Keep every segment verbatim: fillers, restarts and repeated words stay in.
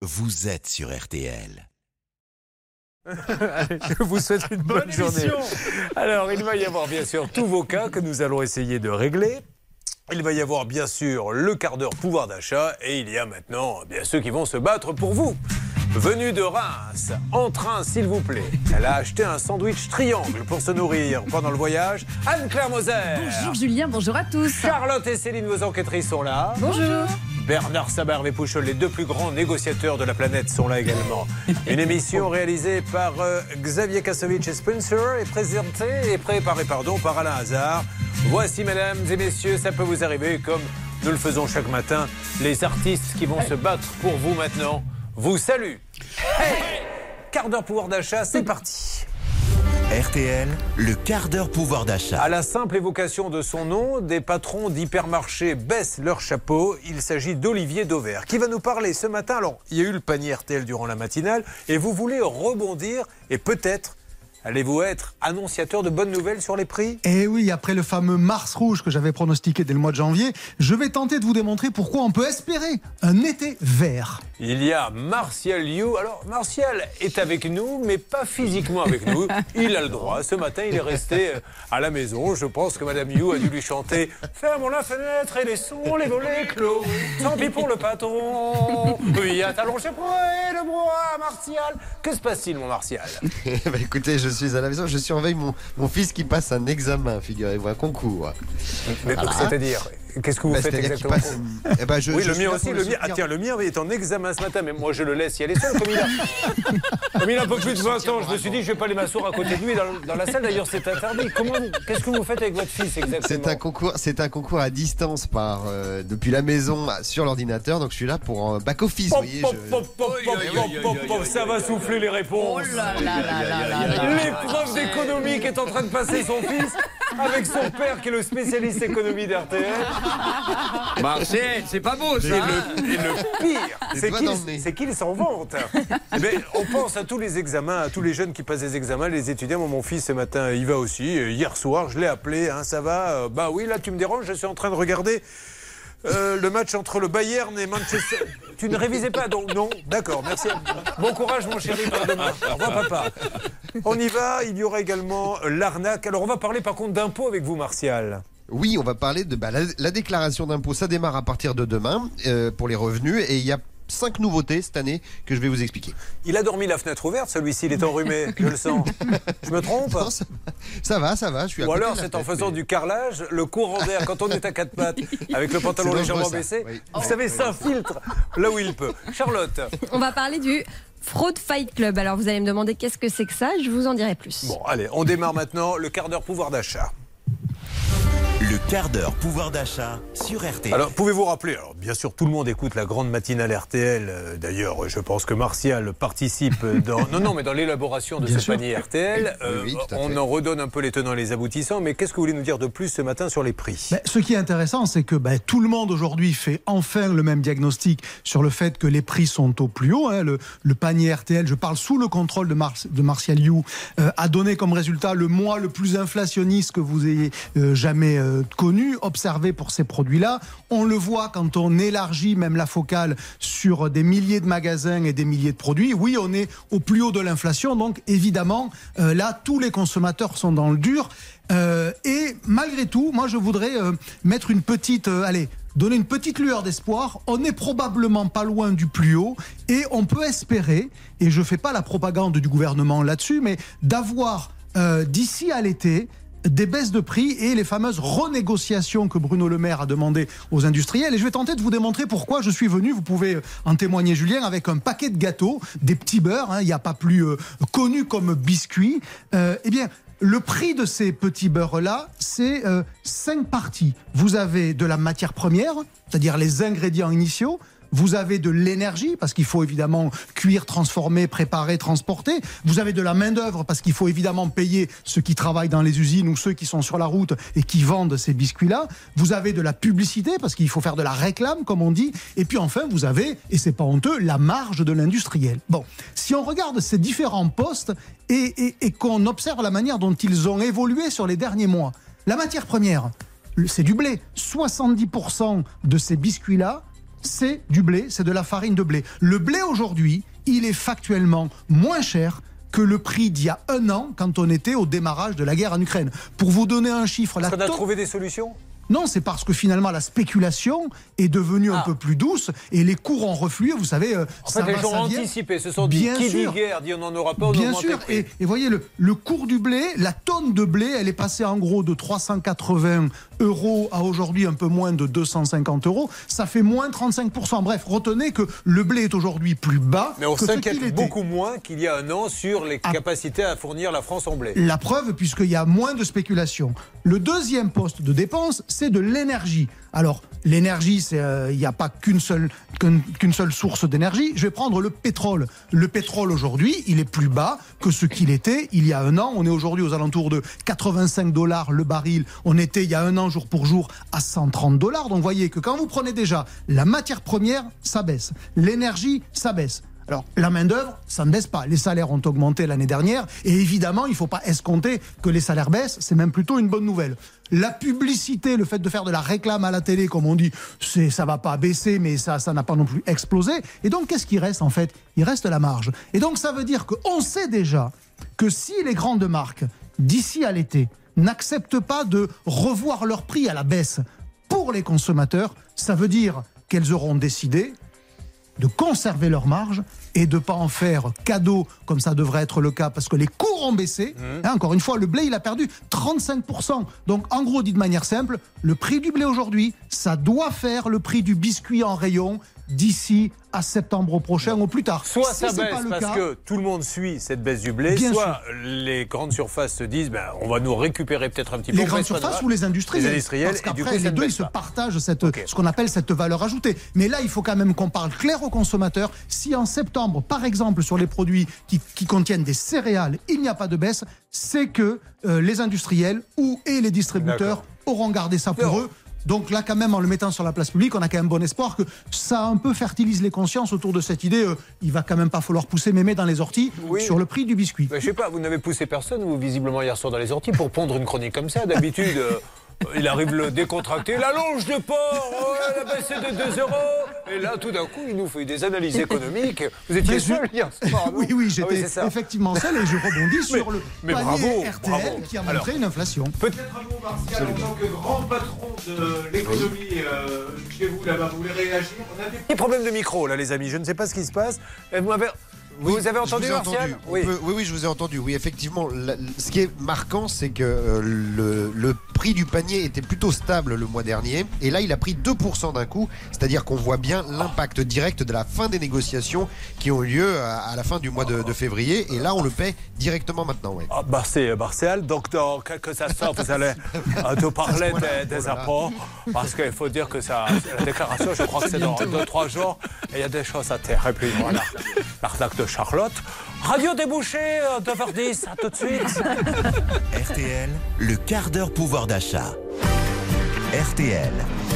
vous êtes sur R T L. Je vous souhaite une bonne, bonne journée. Alors, il va y avoir bien sûr tous vos cas que nous allons essayer de régler. Il va y avoir bien sûr le quart d'heure pouvoir d'achat et il y a maintenant bien ceux qui vont se battre pour vous. Venue de Reims, en train s'il vous plaît. Elle a acheté un sandwich triangle pour se nourrir pendant le voyage. Anne-Claire Moser. Bonjour Julien, bonjour à tous. Charlotte et Céline, vos enquêtrices sont là. Bonjour. Bernard Sabat et Pouchol, les deux plus grands négociateurs de la planète, sont là également. Une émission réalisée par euh, Xavier Kassovitch et Spencer et présentée et préparée pardon, par Alain Hazard. Voici, mesdames et messieurs, ça peut vous arriver comme nous le faisons chaque matin. Les artistes qui vont se battre pour vous maintenant vous saluent. Hey, quart d'heure pouvoir d'achat, c'est parti. R T L, le quart d'heure pouvoir d'achat. À la simple évocation de son nom, des patrons d'hypermarchés baissent leur chapeau. Il s'agit d'Olivier Dauvert qui va nous parler ce matin. Alors, il y a eu le panier R T L durant la matinale et vous voulez rebondir et peut-être allez-vous être annonciateur de bonnes nouvelles sur les prix ? Eh oui, après le fameux Mars rouge que j'avais pronostiqué dès le mois de janvier, je vais tenter de vous démontrer pourquoi on peut espérer un été vert. Il y a Martial You. Alors, Martial est avec nous, mais pas physiquement avec nous. Il a le droit. Ce matin, il est resté à la maison. Je pense que Madame You a dû lui chanter « Fermons la fenêtre et laissons les volets clos. Tant pis pour le patron. Oui, à talons chez et le bois, Martial. » Que se passe-t-il, mon Martial ? Bah, écoutez, je suis à la maison. Je surveille mon, mon fils qui passe un examen, figurez-vous, un concours. Mais voilà. C'est-à-dire, qu'est-ce que vous bah, faites exactement passe... eh ben, je, Oui, je le mien aussi. Le mien... Ah, tiens, le mien est en examen ce matin, mais moi je le laisse y aller seul. Comme il a, comme il a un peu plus de vingt ans, je me suis dit, je ne vais pas aller m'asseoir à côté de lui dans, dans la salle. D'ailleurs, c'est interdit. Comment, qu'est-ce que vous faites avec votre fils exactement ? C'est un concours, c'est un concours à distance par euh, depuis la maison sur l'ordinateur. Donc je suis là pour euh, back office. Pop, voyez, pop, je... pop, pop, pop, pop, pop, ça va souffler les réponses. Oh là là là là là là. L'épreuve d'économie qui est en train de passer son fils avec son père qui est le spécialiste économie d'R T L. Marcel, c'est pas beau ça. Et le, et le pire, c'est qu'il, c'est qu'il s'en vante. Mais on pense à tous les examens, à tous les jeunes qui passent des examens, les étudiants. Moi, mon fils, ce matin, il va aussi. Hier soir, je l'ai appelé. Hein, ça va ? Bah oui, là, tu me déranges. Je suis en train de regarder euh, le match entre le Bayern et Manchester. Tu ne révisais pas, donc non. D'accord, merci. Bon courage, mon chéri, pour demain. Au revoir, papa. On y va. Il y aura également l'arnaque. Alors, on va parler par contre d'impôts avec vous, Martial. Oui, on va parler de bah, la, la déclaration d'impôt. Ça démarre à partir de demain euh, pour les revenus et il y a cinq nouveautés cette année que je vais vous expliquer. Il a dormi la fenêtre ouverte, celui-ci, il est enrhumé, je le sens. Je me trompe ? Non, ça, ça va, ça va. Je suis à Ou côté alors de la c'est en fenêtre, faisant mais... du carrelage, le courant d'air, quand on est à quatre pattes, avec le pantalon légèrement baissé, oui. Vous oh, savez, s'infiltre là où il peut. Charlotte. On va parler du Fraud Fight Club. Alors vous allez me demander qu'est-ce que c'est que ça, je vous en dirai plus. Bon, allez, on démarre maintenant le quart d'heure pouvoir d'achat. Le quart d'heure pouvoir d'achat sur R T L. Alors, pouvez-vous rappeler, alors bien sûr, tout le monde écoute la grande matinale R T L. Euh, d'ailleurs, je pense que Martial participe dans... Non, non, mais dans l'élaboration de bien ce sûr. Panier R T L. Euh, oui, oui, on en redonne un peu les tenants et les aboutissants. Mais qu'est-ce que vous voulez nous dire de plus ce matin sur les prix ? Ben, ce qui est intéressant, c'est que ben, tout le monde aujourd'hui fait enfin le même diagnostic sur le fait que les prix sont au plus haut. Hein. Le, le panier R T L, je parle sous le contrôle de, Mar- de Martial You, euh, a donné comme résultat le mois le plus inflationniste que vous ayez euh, jamais euh, connu, observé pour ces produits-là. On le voit quand on élargit même la focale sur des milliers de magasins et des milliers de produits. Oui, on est au plus haut de l'inflation, donc évidemment, euh, là, tous les consommateurs sont dans le dur. Euh, et malgré tout, moi, je voudrais euh, mettre une petite... Euh, allez, donner une petite lueur d'espoir. On n'est probablement pas loin du plus haut et on peut espérer, et je ne fais pas la propagande du gouvernement là-dessus, mais d'avoir euh, d'ici à l'été des baisses de prix et les fameuses renégociations que Bruno Le Maire a demandé aux industriels. Et je vais tenter de vous démontrer pourquoi je suis venu, vous pouvez en témoigner Julien, avec un paquet de gâteaux, des petits beurres, hein, il n'y a pas plus euh, connu comme biscuits. Euh, eh bien, le prix de ces petits beurres-là, c'est euh, cinq parties. Vous avez de la matière première, c'est-à-dire les ingrédients initiaux. Vous avez de l'énergie, parce qu'il faut évidemment cuire, transformer, préparer, transporter. Vous avez de la main-d'œuvre, parce qu'il faut évidemment payer ceux qui travaillent dans les usines ou ceux qui sont sur la route et qui vendent ces biscuits-là. Vous avez de la publicité, parce qu'il faut faire de la réclame, comme on dit. Et puis enfin, vous avez, et c'est pas honteux, la marge de l'industriel. Bon, si on regarde ces différents postes et, et, et qu'on observe la manière dont ils ont évolué sur les derniers mois, la matière première, c'est du blé. soixante-dix pour cent de ces biscuits-là, c'est du blé, c'est de la farine de blé. Le blé aujourd'hui, il est factuellement moins cher que le prix d'il y a un an quand on était au démarrage de la guerre en Ukraine. Pour vous donner un chiffre... Est-ce qu'on a trouvé des solutions ? Non, c'est parce que finalement la spéculation est devenue ah. un peu plus douce et les cours ont reflué. Vous savez, euh, en fait, les gens ont anticipé. Ce sont dit qui dit guerre, dit on n'en aura pas. On bien sûr. Et, et voyez le, le cours du blé, la tonne de blé, elle est passée en gros de trois cent quatre-vingts euros à aujourd'hui un peu moins de deux cent cinquante euros. Ça fait moins trente-cinq pour cent. Bref, retenez que le blé est aujourd'hui plus bas. Mais on que s'inquiète ce qu'il beaucoup était. moins qu'il y a un an sur les ah. capacités à fournir la France en blé. La preuve, puisqu'il y a moins de spéculation. Le deuxième poste de dépense, c'est de l'énergie. Alors, l'énergie, il euh, n'y a pas qu'une seule, qu'une, qu'une seule source d'énergie. Je vais prendre le pétrole. Le pétrole, aujourd'hui, il est plus bas que ce qu'il était il y a un an. On est aujourd'hui aux alentours de quatre-vingt-cinq dollars le baril. On était, il y a un an, jour pour jour, à cent trente dollars. Donc, vous voyez que quand vous prenez déjà la matière première, ça baisse. L'énergie, ça baisse. Alors, la main-d'œuvre, ça ne baisse pas. Les salaires ont augmenté l'année dernière. Et évidemment, il ne faut pas escompter que les salaires baissent. C'est même plutôt une bonne nouvelle. La publicité, le fait de faire de la réclame à la télé, comme on dit, c'est, ça ne va pas baisser, mais ça, ça n'a pas non plus explosé. Et donc, qu'est-ce qui reste en fait ? Il reste la marge. Et donc, ça veut dire qu'on sait déjà que si les grandes marques, d'ici à l'été, n'acceptent pas de revoir leur prix à la baisse pour les consommateurs, ça veut dire qu'elles auront décidé de conserver leur marge et de ne pas en faire cadeau comme ça devrait être le cas parce que les cours ont baissé. Mmh. Hein, encore une fois, le blé, il a perdu trente-cinq pour cent. Donc, en gros, dit de manière simple, le prix du blé aujourd'hui, ça doit faire le prix du biscuit en rayon d'ici à septembre prochain ou plus tard. Soit si ça baisse parce cas, que tout le monde suit cette baisse du blé, bien soit sûr. les grandes surfaces se disent ben, on va nous récupérer peut-être un petit peu. Les grandes surfaces ou les industriels, les industriels parce qu'après, et du coup, les deux, ils pas. se partagent cette, okay. ce qu'on appelle cette valeur ajoutée. Mais là, il faut quand même qu'on parle clair aux consommateurs. Si en septembre, par exemple, sur les produits qui, qui contiennent des céréales, il n'y a pas de baisse, c'est que euh, les industriels ou et les distributeurs D'accord. auront gardé ça pour non. eux. Donc là, quand même, en le mettant sur la place publique, on a quand même bon espoir que ça un peu fertilise les consciences autour de cette idée. Euh, il va quand même pas falloir pousser mémé dans les orties oui. sur le prix du biscuit. Ben, je sais pas, vous n'avez poussé personne, vous, visiblement, hier soir dans les orties, pour pondre une chronique comme ça. D'habitude, euh, il arrive le décontracté. La longe de porc, oh, elle a baissé de deux euros. Et là, tout d'un coup, il nous fait des analyses économiques. Vous étiez seul hier soir, non ? Oui, oui, j'étais ah oui, effectivement seul et je rebondis sur mais, le mais panier bravo, R T L bravo. qui a montré Alors, une inflation. Peut-être un mot, Martial, en tant que grand patron de l'économie euh, chez vous, là-bas, vous voulez réagir ? On a des petits problèmes de micro, là, les amis. Je ne sais pas ce qui se passe. Vous m'avez... Oui, vous avez entendu, vous Martial ? oui. Peut, oui, oui, je vous ai entendu. Oui, effectivement, la, ce qui est marquant, c'est que euh, le, le prix du panier était plutôt stable le mois dernier. Et là, il a pris deux pour cent d'un coup. C'est-à-dire qu'on voit bien l'impact direct de la fin des négociations qui ont eu lieu à, à la fin du mois de, de février. Et là, on le paie directement maintenant. Oui. Ah, bah, c'est Martial. Donc, dans quelques instants, vous allez euh, te parler des, des impôts. Parce qu'il faut dire que ça, la déclaration, je crois que c'est dans deux trois jours. Et il y a des choses à terre. Et puis voilà, l'arnaque de Charlotte. Radio débouché, neuf heures dix, à tout de suite. R T L, le quart d'heure pouvoir d'achat. R T L.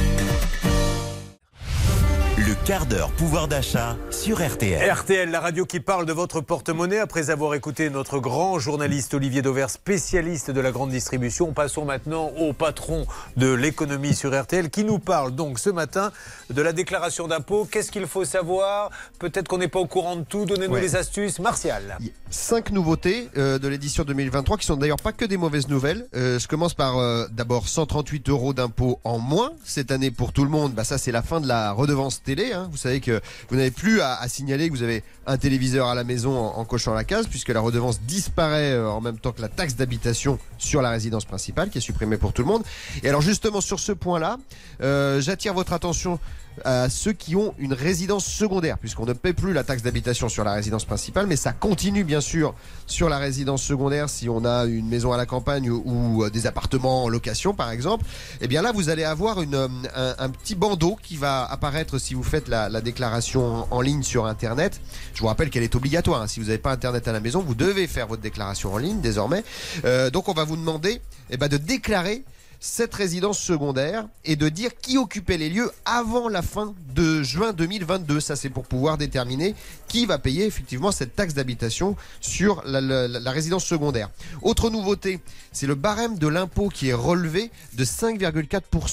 Le quart d'heure pouvoir d'achat sur R T L. R T L, la radio qui parle de votre porte-monnaie. Après avoir écouté notre grand journaliste Olivier Dauvert, spécialiste de la grande distribution, passons maintenant au patron de l'économie sur R T L qui nous parle donc ce matin de la déclaration d'impôt. Qu'est-ce qu'il faut savoir ? Peut-être qu'on n'est pas au courant de tout. Donnez-nous ouais. les astuces. Martial. Cinq nouveautés euh, de l'édition deux mille vingt-trois qui sont d'ailleurs pas que des mauvaises nouvelles. Euh, je commence par euh, d'abord cent trente-huit euros d'impôt en moins cette année pour tout le monde. Bah, ça, c'est la fin de la redevance télé. Hein. Vous savez que vous n'avez plus à, à signaler que vous avez un téléviseur à la maison en, en cochant la case, puisque la redevance disparaît euh, en même temps que la taxe d'habitation sur la résidence principale, qui est supprimée pour tout le monde. Et alors justement sur ce point-là, euh, j'attire votre attention à ceux qui ont une résidence secondaire, puisqu'on ne paie plus la taxe d'habitation sur la résidence principale, mais ça continue bien sûr sur la résidence secondaire si on a une maison à la campagne ou, ou des appartements en location par exemple. Et bien là vous allez avoir une, un, un petit bandeau qui va apparaître si vous faites la, la déclaration en, en ligne sur internet. Je vous rappelle qu'elle est obligatoire, hein. Si vous n'avez pas internet à la maison, vous devez faire votre déclaration en ligne désormais. Euh, donc on va vous demander eh ben, de déclarer cette résidence secondaire et de dire qui occupait les lieux avant la fin de juin deux mille vingt-deux. Ça, c'est pour pouvoir déterminer qui va payer effectivement cette taxe d'habitation sur la, la, la résidence secondaire. Autre nouveauté, c'est le barème de l'impôt qui est relevé de cinq virgule quatre pour cent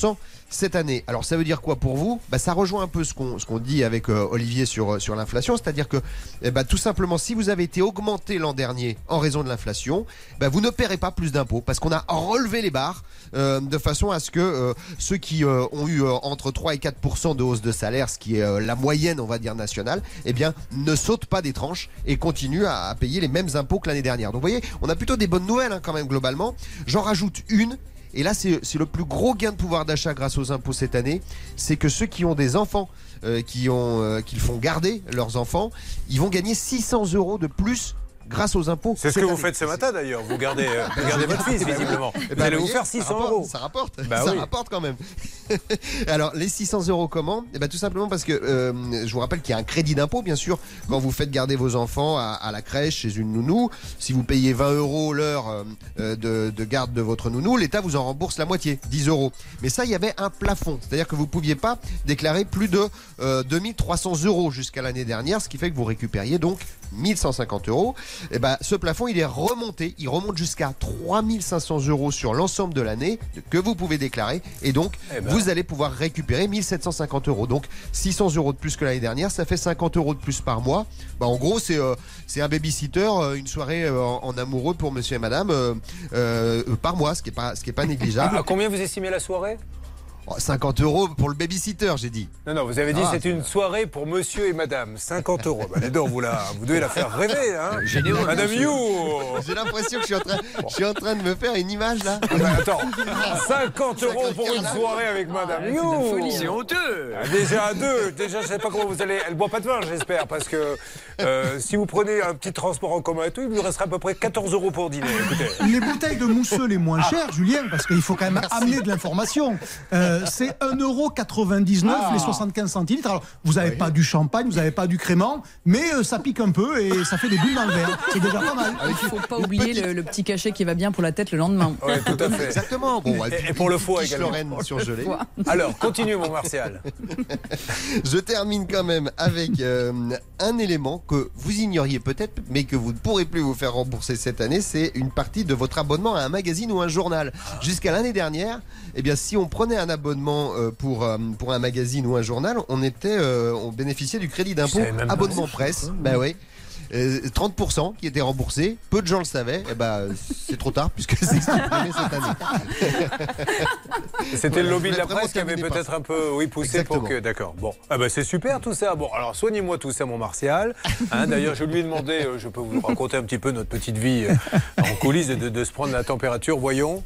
cette année. Alors ça veut dire quoi pour vous? Bah, ça rejoint un peu ce qu'on ce qu'on dit avec euh, Olivier sur, sur l'inflation, c'est-à-dire que eh bah, tout simplement, si vous avez été augmenté l'an dernier en raison de l'inflation, bah, vous ne paierez pas plus d'impôts parce qu'on a relevé les barres euh, de façon à ce que euh, ceux qui euh, ont eu euh, entre trois et quatre pour cent de hausse de salaire, ce qui est euh, la moyenne, on va dire, nationale, eh bien, ne sautent pas des tranches et continuent à, à payer les mêmes impôts que l'année dernière. Donc vous voyez, on a plutôt des bonnes nouvelles hein, quand même globalement. J'en rajoute une. Et là, c'est le plus gros gain de pouvoir d'achat grâce aux impôts cette année. C'est que ceux qui ont des enfants, euh, qui, ont, euh, qui font garder leurs enfants, ils vont gagner six cents euros de plus grâce aux impôts. C'est ce que vous faites ce matin d'ailleurs. Vous gardez, euh, vous gardez votre fils, visiblement. Eh ben, vous allez vous vous voyez, faire six cents ça rapporte, euros. Ça rapporte. Bah ça oui. rapporte quand même. Alors, les six cents euros comment? Eh ben, tout simplement parce que euh, je vous rappelle qu'il y a un crédit d'impôt, bien sûr, quand vous faites garder vos enfants à, à la crèche, chez une nounou. Si vous payez vingt euros l'heure euh, de, de garde de votre nounou, l'État vous en rembourse la moitié, dix euros. Mais ça, il y avait un plafond. C'est-à-dire que vous ne pouviez pas déclarer plus de euh, deux mille trois cents euros jusqu'à l'année dernière, ce qui fait que vous récupériez donc mille cent cinquante euros. Et ben, ce plafond, il est remonté. Il remonte jusqu'à trois mille cinq cents euros sur l'ensemble de l'année que vous pouvez déclarer. Et donc, eh ben. vous allez pouvoir récupérer mille sept cent cinquante euros. Donc, six cents euros de plus que l'année dernière. Ça fait cinquante euros de plus par mois. Ben, en gros, c'est euh, c'est un babysitter, euh, une soirée euh, en, en amoureux pour monsieur et madame euh, euh, par mois, ce qui n'est pas, ce qui est pas négligeable. À combien vous estimez la soirée? cinquante euros pour le babysitter, j'ai dit. Non, non, vous avez dit Ah, c'est une soirée pour monsieur et madame. cinquante euros. Bah, les deux, vous, la, vous devez la faire rêver, hein. Généreux, Madame monsieur. You. J'ai l'impression que je suis, en train, je suis en train de me faire une image là. Ah bah, attends, cinquante euros pour une soirée avec Madame You. C'est honteux. Ah, déjà à deux, déjà je sais pas comment vous allez. Elle boit pas de vin, j'espère, parce que euh, si vous prenez un petit transport en commun et tout, il vous restera à peu près quatorze euros pour dîner. Écoutez. Les bouteilles de mousseux les moins chères, Julien, parce qu'il faut quand même Merci. amener de l'information, euh, c'est un euro quatre-vingt-dix-neuf Ah. les soixante-quinze centilitres. Alors, vous n'avez Oui. pas du champagne, vous n'avez pas du crément, mais euh, ça pique un peu et ça fait des bulles dans le verre. C'est déjà pas mal. Il ne faut pas oublier le, le petit cachet qui va bien pour la tête le lendemain. Oui, tout à fait. Exactement. Bon, Et- et pour le foie quiche également. Lorraine surgelée. Alors, continue, mon Martial. Je termine quand même avec euh, un élément que vous ignoriez peut-être, mais que vous ne pourrez plus vous faire rembourser cette année, c'est une partie de votre abonnement à un magazine ou un journal. Jusqu'à l'année dernière, eh bien, si on prenait un abonnement euh, pour, euh, pour un magazine ou un journal, on, était, euh, on bénéficiait du crédit d'impôt savais même pas abonnement ça. presse. Ben oui. Euh, trente pour cent qui était remboursé, peu de gens le savaient, et ben c'est trop tard puisque c'est supprimé cette année. C'était le Voilà, lobby je de la voulais presse qui vraiment avait terminer peut-être par un peu oui, poussé pour Exactement. que. D'accord. Bon. Ah bah, c'est super tout ça. Bon, alors soignez-moi tout ça, mon Martial. Hein, d'ailleurs, je lui ai demandé, euh, je peux vous raconter un petit peu notre petite vie euh, en coulisses, de, de, de se prendre la température, voyons.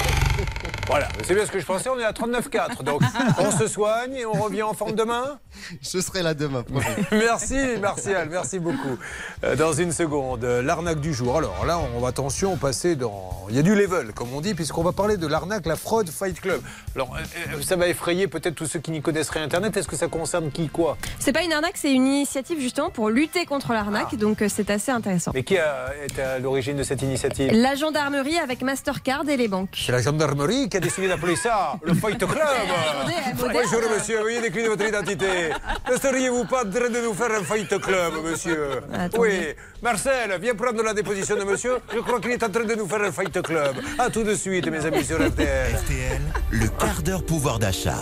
Voilà, c'est bien ce que je pensais, on est à trente-neuf virgule quatre. Donc, on se soigne et on revient en forme demain. Je serai là demain, promis. Merci Martial, merci beaucoup. Euh, dans une seconde, euh, l'arnaque du jour. Alors là, on va attention passer dans... Il y a du level, comme on dit, puisqu'on va parler de l'arnaque, la fraude Fight Club. Alors, euh, euh, ça va effrayer peut-être tous ceux qui n'y connaissent rien Internet. Est-ce que ça concerne qui, quoi? C'est pas une arnaque, c'est une initiative justement pour lutter contre l'arnaque, donc euh, c'est assez intéressant. Mais qui a été à l'origine de cette initiative? La gendarmerie avec Mastercard et les banques. C'est la gendarmerie qui a décidé d'appeler ça le Fight Club. moderne. Bonjour monsieur, veuillez décliner votre identité. Ne seriez-vous pas en train de nous faire un Fight Club, monsieur? Attendez. Oui. Marcel, viens prendre la déposition de monsieur. Je crois qu'il est en train de nous faire un Fight Club. A tout de suite, mes amis, sur R T L. R T L, le quart d'heure pouvoir d'achat.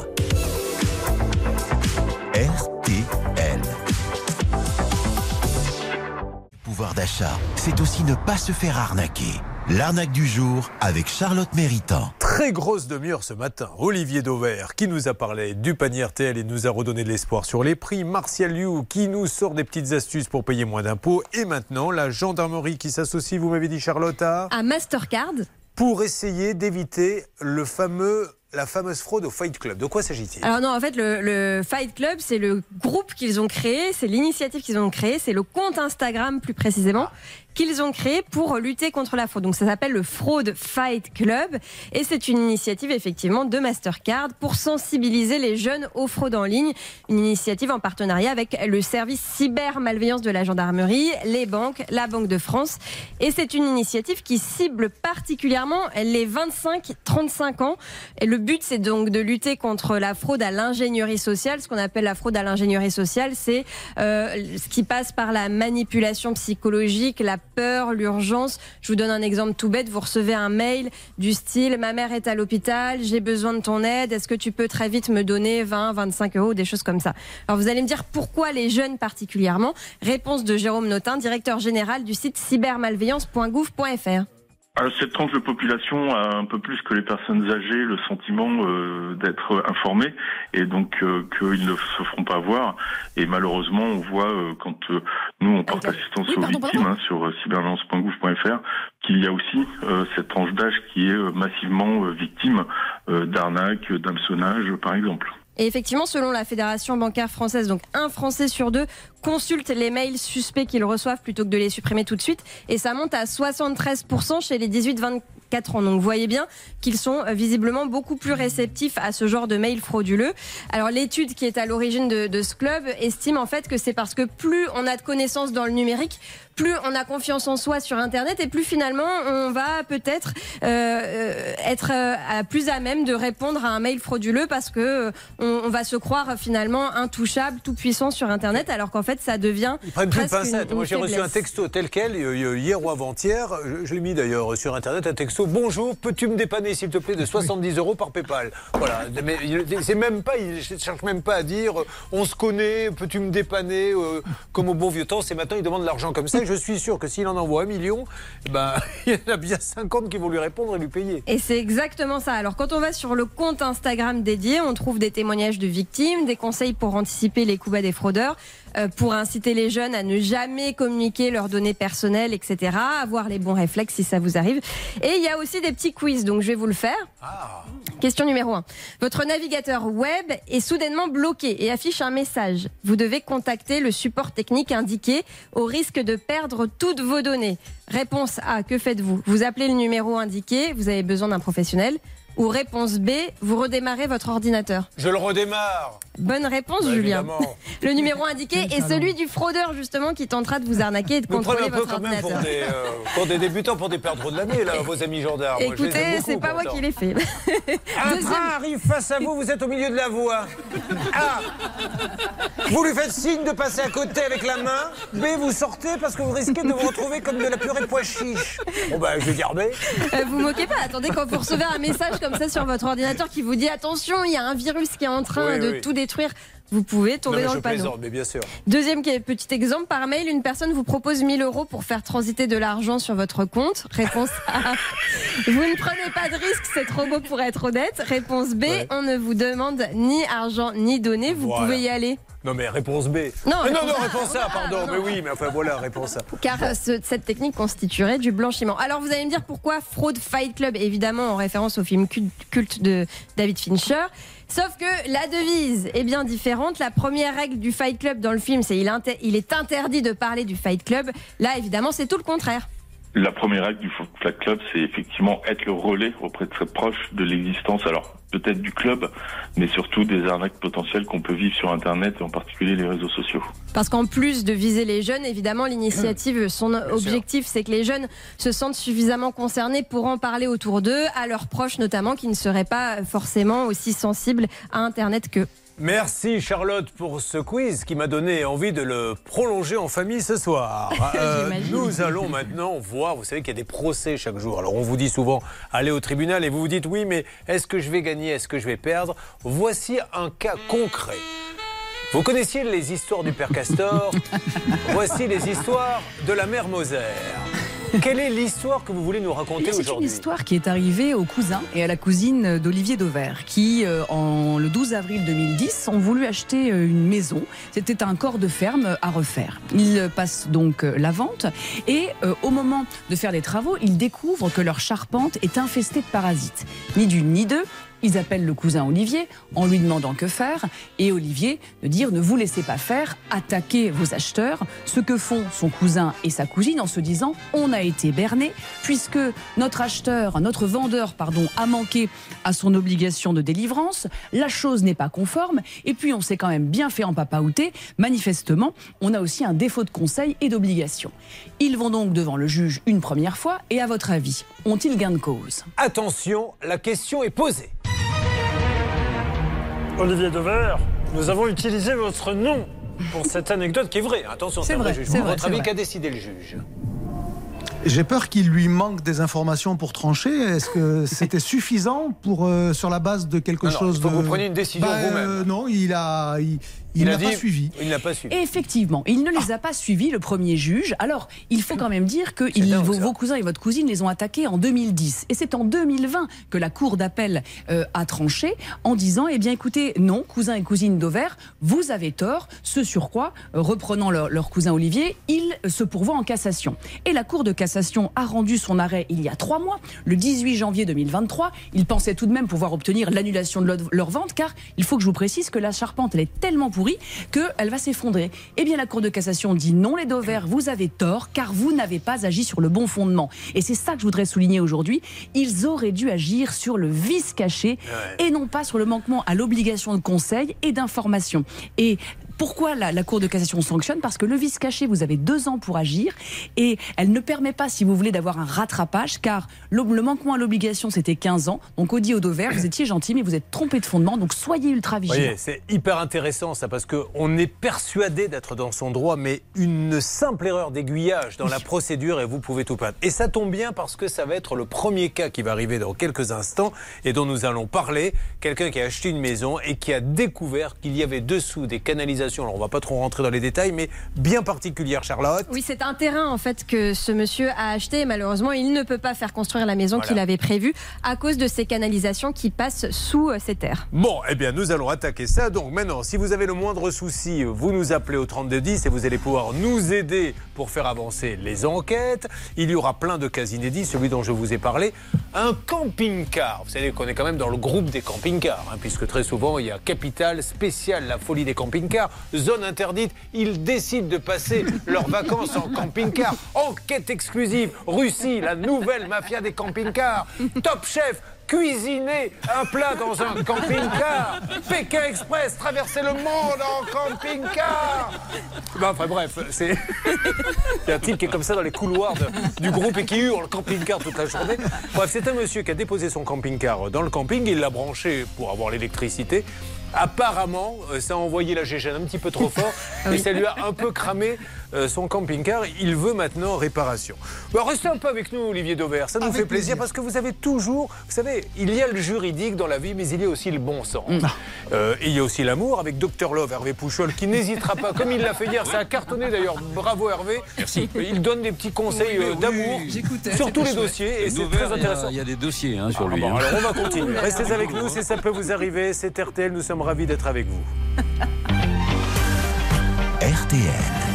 R T L. Pouvoir d'achat, c'est aussi ne pas se faire arnaquer. L'arnaque du jour avec Charlotte Méritant. Très grosse demi-heure ce matin. Olivier Dauvert qui nous a parlé du panier R T L et nous a redonné de l'espoir sur les prix. Martial You qui nous sort des petites astuces pour payer moins d'impôts. Et maintenant, la gendarmerie qui s'associe, vous m'avez dit Charlotte, à... À Mastercard. pour essayer d'éviter le fameux... la fameuse fraude au Fight Club. De quoi s'agit-il? Alors non, en fait, le, le Fight Club, c'est le groupe qu'ils ont créé, c'est l'initiative qu'ils ont créée, c'est le compte Instagram plus précisément, qu'ils ont créé pour lutter contre la fraude. Donc ça s'appelle le Fraud Fight Club et c'est une initiative effectivement de Mastercard pour sensibiliser les jeunes aux fraudes en ligne. Une initiative en partenariat avec le service cyber-malveillance de la gendarmerie, les banques, la Banque de France. Et c'est une initiative qui cible particulièrement les vingt-cinq trente-cinq ans. Et le but, c'est donc de lutter contre la fraude à l'ingénierie sociale. Ce qu'on appelle la fraude à l'ingénierie sociale, c'est euh, ce qui passe par la manipulation psychologique, la peur, l'urgence. Je vous donne un exemple tout bête. Vous recevez un mail du style « Ma mère est à l'hôpital, j'ai besoin de ton aide. Est-ce que tu peux très vite me donner vingt, vingt-cinq euros ?» Des choses comme ça. Alors vous allez me dire pourquoi les jeunes particulièrement. Réponse de Jérôme Notin, directeur général du site cybermalveillance point gouv point f r. Cette tranche de population a un peu plus que les personnes âgées le sentiment euh, d'être informées et donc euh, qu'ils ne se feront pas voir. Et malheureusement, on voit euh, quand euh, nous on porte assistance oui, aux pardon, victimes hein, sur euh, cybermalveillance point gouv point f r qu'il y a aussi euh, cette tranche d'âge qui est euh, massivement euh, victime euh, d'arnaques, d'hameçonnage par exemple. Et effectivement, selon la Fédération bancaire française, donc un Français sur deux consulte les mails suspects qu'ils reçoivent plutôt que de les supprimer tout de suite. Et ça monte à soixante-treize pour cent chez les dix-huit vingt-quatre ans. Donc vous voyez bien qu'ils sont visiblement beaucoup plus réceptifs à ce genre de mails frauduleux. Alors l'étude qui est à l'origine de, de ce club estime en fait que c'est parce que plus on a de connaissances dans le numérique, plus on a confiance en soi sur Internet et plus finalement on va peut-être euh, être euh, plus à même de répondre à un mail frauduleux parce que euh, on, on va se croire finalement intouchable, tout puissant sur Internet, alors qu'en fait ça devient Ils prennent presque plus de pincettes. une, Moi une j'ai reçu un texto tel quel hier ou avant-hier. Je, je l'ai mis d'ailleurs sur Internet, un texto. Bonjour, peux-tu me dépanner s'il te plaît de soixante-dix euros par PayPal. Voilà. Mais c'est même pas, il ne cherche même pas à dire on se connaît, peux-tu me dépanner euh, comme au bon vieux temps. C'est maintenant il demande l'argent comme ça. Et je suis sûr que s'il en envoie un million, ben, il y en a bien cinquante qui vont lui répondre et lui payer. Et c'est exactement ça. Alors quand on va sur le compte Instagram dédié, on trouve des témoignages de victimes, des conseils pour anticiper les coups bas des fraudeurs, euh, pour inciter les jeunes à ne jamais communiquer leurs données personnelles, et cetera. Avoir les bons réflexes si ça vous arrive. Et il y a aussi des petits quiz, donc je vais vous le faire. Ah. Question numéro un. Votre navigateur web est soudainement bloqué et affiche un message. Vous devez contacter le support technique indiqué au risque de perdre toutes vos données. Réponse A, que faites-vous? Vous appelez le numéro indiqué, vous avez besoin d'un professionnel. Ou réponse B, vous redémarrez votre ordinateur. Je le redémarre. Bonne réponse, bah, Julien. Évidemment. Le numéro indiqué est celui du fraudeur, justement, qui tentera de vous arnaquer et de contrôler votre ordinateur. Pour des, euh, pour des débutants, pour des perdreaux de l'année, là, vos amis gendarmes. Écoutez, c'est pas moi qui l'ai fait. Un Deuxième... train arrive face à vous, vous êtes au milieu de la voie. A, vous lui faites signe de passer à côté avec la main. B, vous sortez parce que vous risquez de vous retrouver comme de la purée de pois chiche. Bon, ben, bah, je vais dire B. Euh, vous moquez pas, attendez, quand vous recevez un message comme ça sur votre ordinateur qui vous dit attention, il y a un virus qui est en train oui, de oui. tout détruire, vous pouvez tomber non, dans le panneau. Mais bien sûr. Deuxième petit exemple, par mail, une personne vous propose mille euros pour faire transiter de l'argent sur votre compte. Réponse A, vous ne prenez pas de risque, c'est trop beau pour être honnête. Réponse B, ouais. on ne vous demande ni argent ni données, vous voilà. pouvez y aller. Non mais réponse B. Non, mais réponse non, non, A, réponse A, pardon. Non, non. Mais oui, mais enfin voilà, réponse A. Car ce, cette technique constituerait du blanchiment. Alors vous allez me dire pourquoi Fraud Fight Club, évidemment en référence au film culte de David Fincher. Sauf que la devise est bien différente. La première règle du Fight Club dans le film, c'est il, inter- il est interdit de parler du Fight Club. Là, évidemment, c'est tout le contraire. La première règle du Fight Club, c'est effectivement être le relais auprès de très proches de l'existence, alors peut-être du club, mais surtout des arnaques potentielles qu'on peut vivre sur Internet et en particulier les réseaux sociaux. Parce qu'en plus de viser les jeunes, évidemment, l'initiative, son Bien objectif, sûr. c'est que les jeunes se sentent suffisamment concernés pour en parler autour d'eux, à leurs proches notamment, qui ne seraient pas forcément aussi sensibles à Internet qu'eux. Merci Charlotte pour ce quiz qui m'a donné envie de le prolonger en famille ce soir. Euh, nous allons maintenant voir, vous savez qu'il y a des procès chaque jour. Alors on vous dit souvent allez au tribunal et vous vous dites oui mais est-ce que je vais gagner, est-ce que je vais perdre? Voici un cas concret. Vous connaissiez les histoires du père Castor? Voici les histoires de la mère Moser. Quelle est l'histoire que vous voulez nous raconter aujourd'hui? C'est une histoire qui est arrivée au cousin et à la cousine d'Olivier Dauvert qui, euh, en, le douze avril deux mille dix, ont voulu acheter une maison. C'était un corps de ferme à refaire. Ils passent donc la vente et euh, au moment de faire les travaux, ils découvrent que leur charpente est infestée de parasites. Ni d'une ni deux. Ils appellent le cousin Olivier en lui demandant que faire et Olivier de dire ne vous laissez pas faire, attaquez vos acheteurs. Ce que font son cousin et sa cousine en se disant on a été bernés puisque notre acheteur, notre vendeur pardon, a manqué à son obligation de délivrance. La chose n'est pas conforme et puis on s'est quand même bien fait en papaouté. Manifestement, on a aussi un défaut de conseil et d'obligation. Ils vont donc devant le juge une première fois et à votre avis, ont-ils gain de cause? Attention, la question est posée. Olivier Dauvert, nous avons utilisé votre nom pour cette anecdote qui est vraie. Attention, c'est un vrai, vrai juge. Votre avis, qu'a décidé le juge? J'ai peur qu'il lui manque des informations pour trancher. Est-ce que c'était suffisant pour, euh, sur la base de quelque non, non, chose il faut de... que vous preniez une décision bah, vous-même. Euh, non, il a... Il... Il, il n'a a pas dit, suivi. Il n'a pas suivi. Et effectivement, il ne les a pas suivis, le premier juge. Alors, il faut quand même dire que il, dingue, vos, vos cousins et votre cousine les ont attaqués en deux mille dix. Et c'est en deux mille vingt que la Cour d'appel euh, a tranché en disant, eh bien écoutez, non, cousins et cousines Dauvert, vous avez tort. Ce sur quoi, euh, reprenant leur, leur cousin Olivier, ils se pourvoient en cassation. Et la Cour de cassation a rendu son arrêt il y a trois mois, le dix-huit janvier deux mille vingt-trois. Ils pensaient tout de même pouvoir obtenir l'annulation de leur, leur vente, car il faut que je vous précise que la charpente, elle est tellement pourrie que elle va s'effondrer. Eh bien, la Cour de cassation dit non, les Dauvert, vous avez tort, car vous n'avez pas agi sur le bon fondement. Et c'est ça que je voudrais souligner aujourd'hui. Ils auraient dû agir sur le vice caché ouais. et non pas sur le manquement à l'obligation de conseil et d'information. Et pourquoi la, la Cour de cassation sanctionne? Parce que le vice caché, vous avez deux ans pour agir et elle ne permet pas, si vous voulez, d'avoir un rattrapage, car le, le manquement à l'obligation, c'était quinze ans. Donc, Audi Dauvert, vous étiez gentil, mais vous êtes trompé de fondement, donc soyez ultra vigilants. Voyez, c'est hyper intéressant ça, parce qu'on est persuadé d'être dans son droit, mais une simple erreur d'aiguillage dans la procédure et vous pouvez tout perdre. Et ça tombe bien parce que ça va être le premier cas qui va arriver dans quelques instants et dont nous allons parler. Quelqu'un qui a acheté une maison et qui a découvert qu'il y avait dessous des canalisations. Alors on va pas trop rentrer dans les détails, mais bien particulière, Charlotte. Oui, c'est un terrain en fait que ce monsieur a acheté et malheureusement il ne peut pas faire construire la maison voilà. qu'il avait prévue à cause de ces canalisations qui passent sous ces terres. Bon, eh bien nous allons attaquer ça. Donc maintenant, si vous avez le moindre souci, vous nous appelez au trente-deux dix et vous allez pouvoir nous aider pour faire avancer les enquêtes. Il y aura plein de cas inédits, celui dont je vous ai parlé, un camping-car. Vous savez qu'on est quand même dans le groupe des camping-cars, hein, puisque très souvent il y a Capital, Spécial, la folie des camping-cars. Zone interdite, ils décident de passer leurs vacances en camping-car. Enquête exclusive, Russie, la nouvelle mafia des camping-cars. Top Chef, cuisiner un plat dans un camping-car. Pékin Express, traverser le monde en camping-car. Ben, enfin bref, c'est... il y a un type qui est comme ça dans les couloirs de, du groupe et qui hurle camping-car toute la journée. Bref, c'est un monsieur qui a déposé son camping-car dans le camping, il l'a branché pour avoir l'électricité. Apparemment, ça a envoyé la gégène un petit peu trop fort et ça lui a un peu cramé euh, son camping-car. Il veut maintenant réparation. Bon, restez un peu avec nous, Olivier Dauvert. Ça nous avec fait plaisir, plaisir parce que vous avez toujours... Vous savez, il y a le juridique dans la vie, mais il y a aussi le bon sens. Mmh. Euh, et il y a aussi l'amour avec docteur Love, Hervé Pouchol, qui n'hésitera pas, comme il l'a fait hier. Ça a cartonné d'ailleurs. Bravo Hervé. Merci. Il donne des petits conseils oui, euh, d'amour oui, sur tous les chouette. dossiers. Et, et c'est très intéressant. Il y, y a des dossiers hein, sur ah, lui. Bon, hein. Alors on va continuer. Restez avec nous si ça peut vous arriver. C'est R T L, nous sommes ravis d'être avec vous. R T L.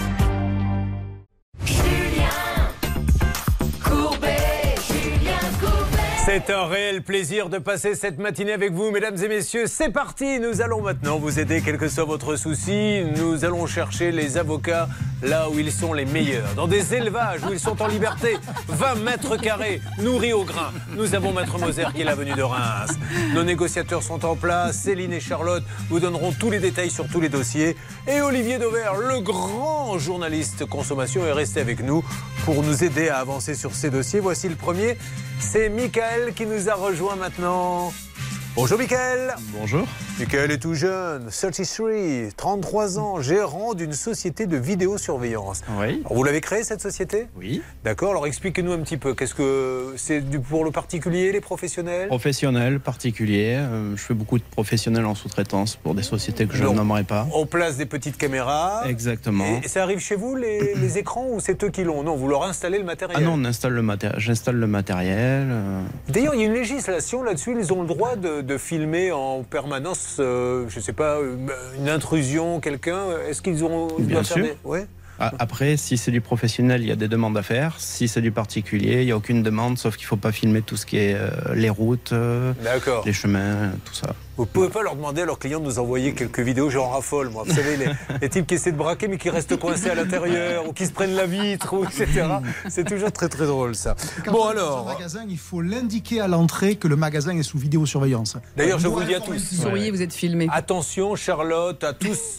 C'est un réel plaisir de passer cette matinée avec vous, mesdames et messieurs. C'est parti, nous allons maintenant vous aider, quel que soit votre souci. Nous allons chercher les avocats là où ils sont les meilleurs. Dans des élevages où ils sont en liberté, vingt mètres carrés, nourris au grain. Nous avons Maître Moser qui est la venue de Reims. Nos négociateurs sont en place. Céline et Charlotte vous donneront tous les détails sur tous les dossiers. Et Olivier Dauvert, le grand journaliste consommation, est resté avec nous pour nous aider à avancer sur ces dossiers. Voici le premier. C'est Michael qui nous a rejoint maintenant. Bonjour Michael. Bonjour. Michael est tout jeune, trente-trois, trente-trois ans, gérant d'une société de vidéosurveillance. Oui. Alors, vous l'avez créée cette société ? Oui. D'accord, alors expliquez-nous un petit peu. Qu'est-ce que c'est pour le particulier, les professionnels ? Professionnels, particuliers. Euh, je fais beaucoup de professionnels en sous-traitance pour des sociétés que je ne nommerai pas. On place des petites caméras. Exactement. Et ça arrive chez vous, les, les écrans, ou c'est eux qui l'ont ? Non, vous leur installez le matériel. Ah non, on installe le maté- j'installe le matériel. Euh... D'ailleurs, il y a une législation là-dessus. Ils ont le droit de, de filmer en permanence. Euh, je ne sais pas, une intrusion, quelqu'un, est-ce qu'ils ont... Bien sûr. Des... Ouais. Après, si c'est du professionnel, il y a des demandes à faire. Si c'est du particulier, il n'y a aucune demande, sauf qu'il ne faut pas filmer tout ce qui est euh, les routes, euh, les chemins, tout ça. Vous ne pouvez pas leur demander à leurs clients de nous envoyer quelques vidéos, j'en raffole, moi. Vous savez, les, les types qui essaient de braquer mais qui restent coincés à l'intérieur, ou qui se prennent la vitre, ou et cetera. C'est toujours très très drôle, ça. Quand bon, on alors. Dans un magasin, il faut l'indiquer à l'entrée que le magasin est sous vidéosurveillance. D'ailleurs, je vous le dis à tous. Vous souriez, vous êtes filmé. Attention, Charlotte, à tous.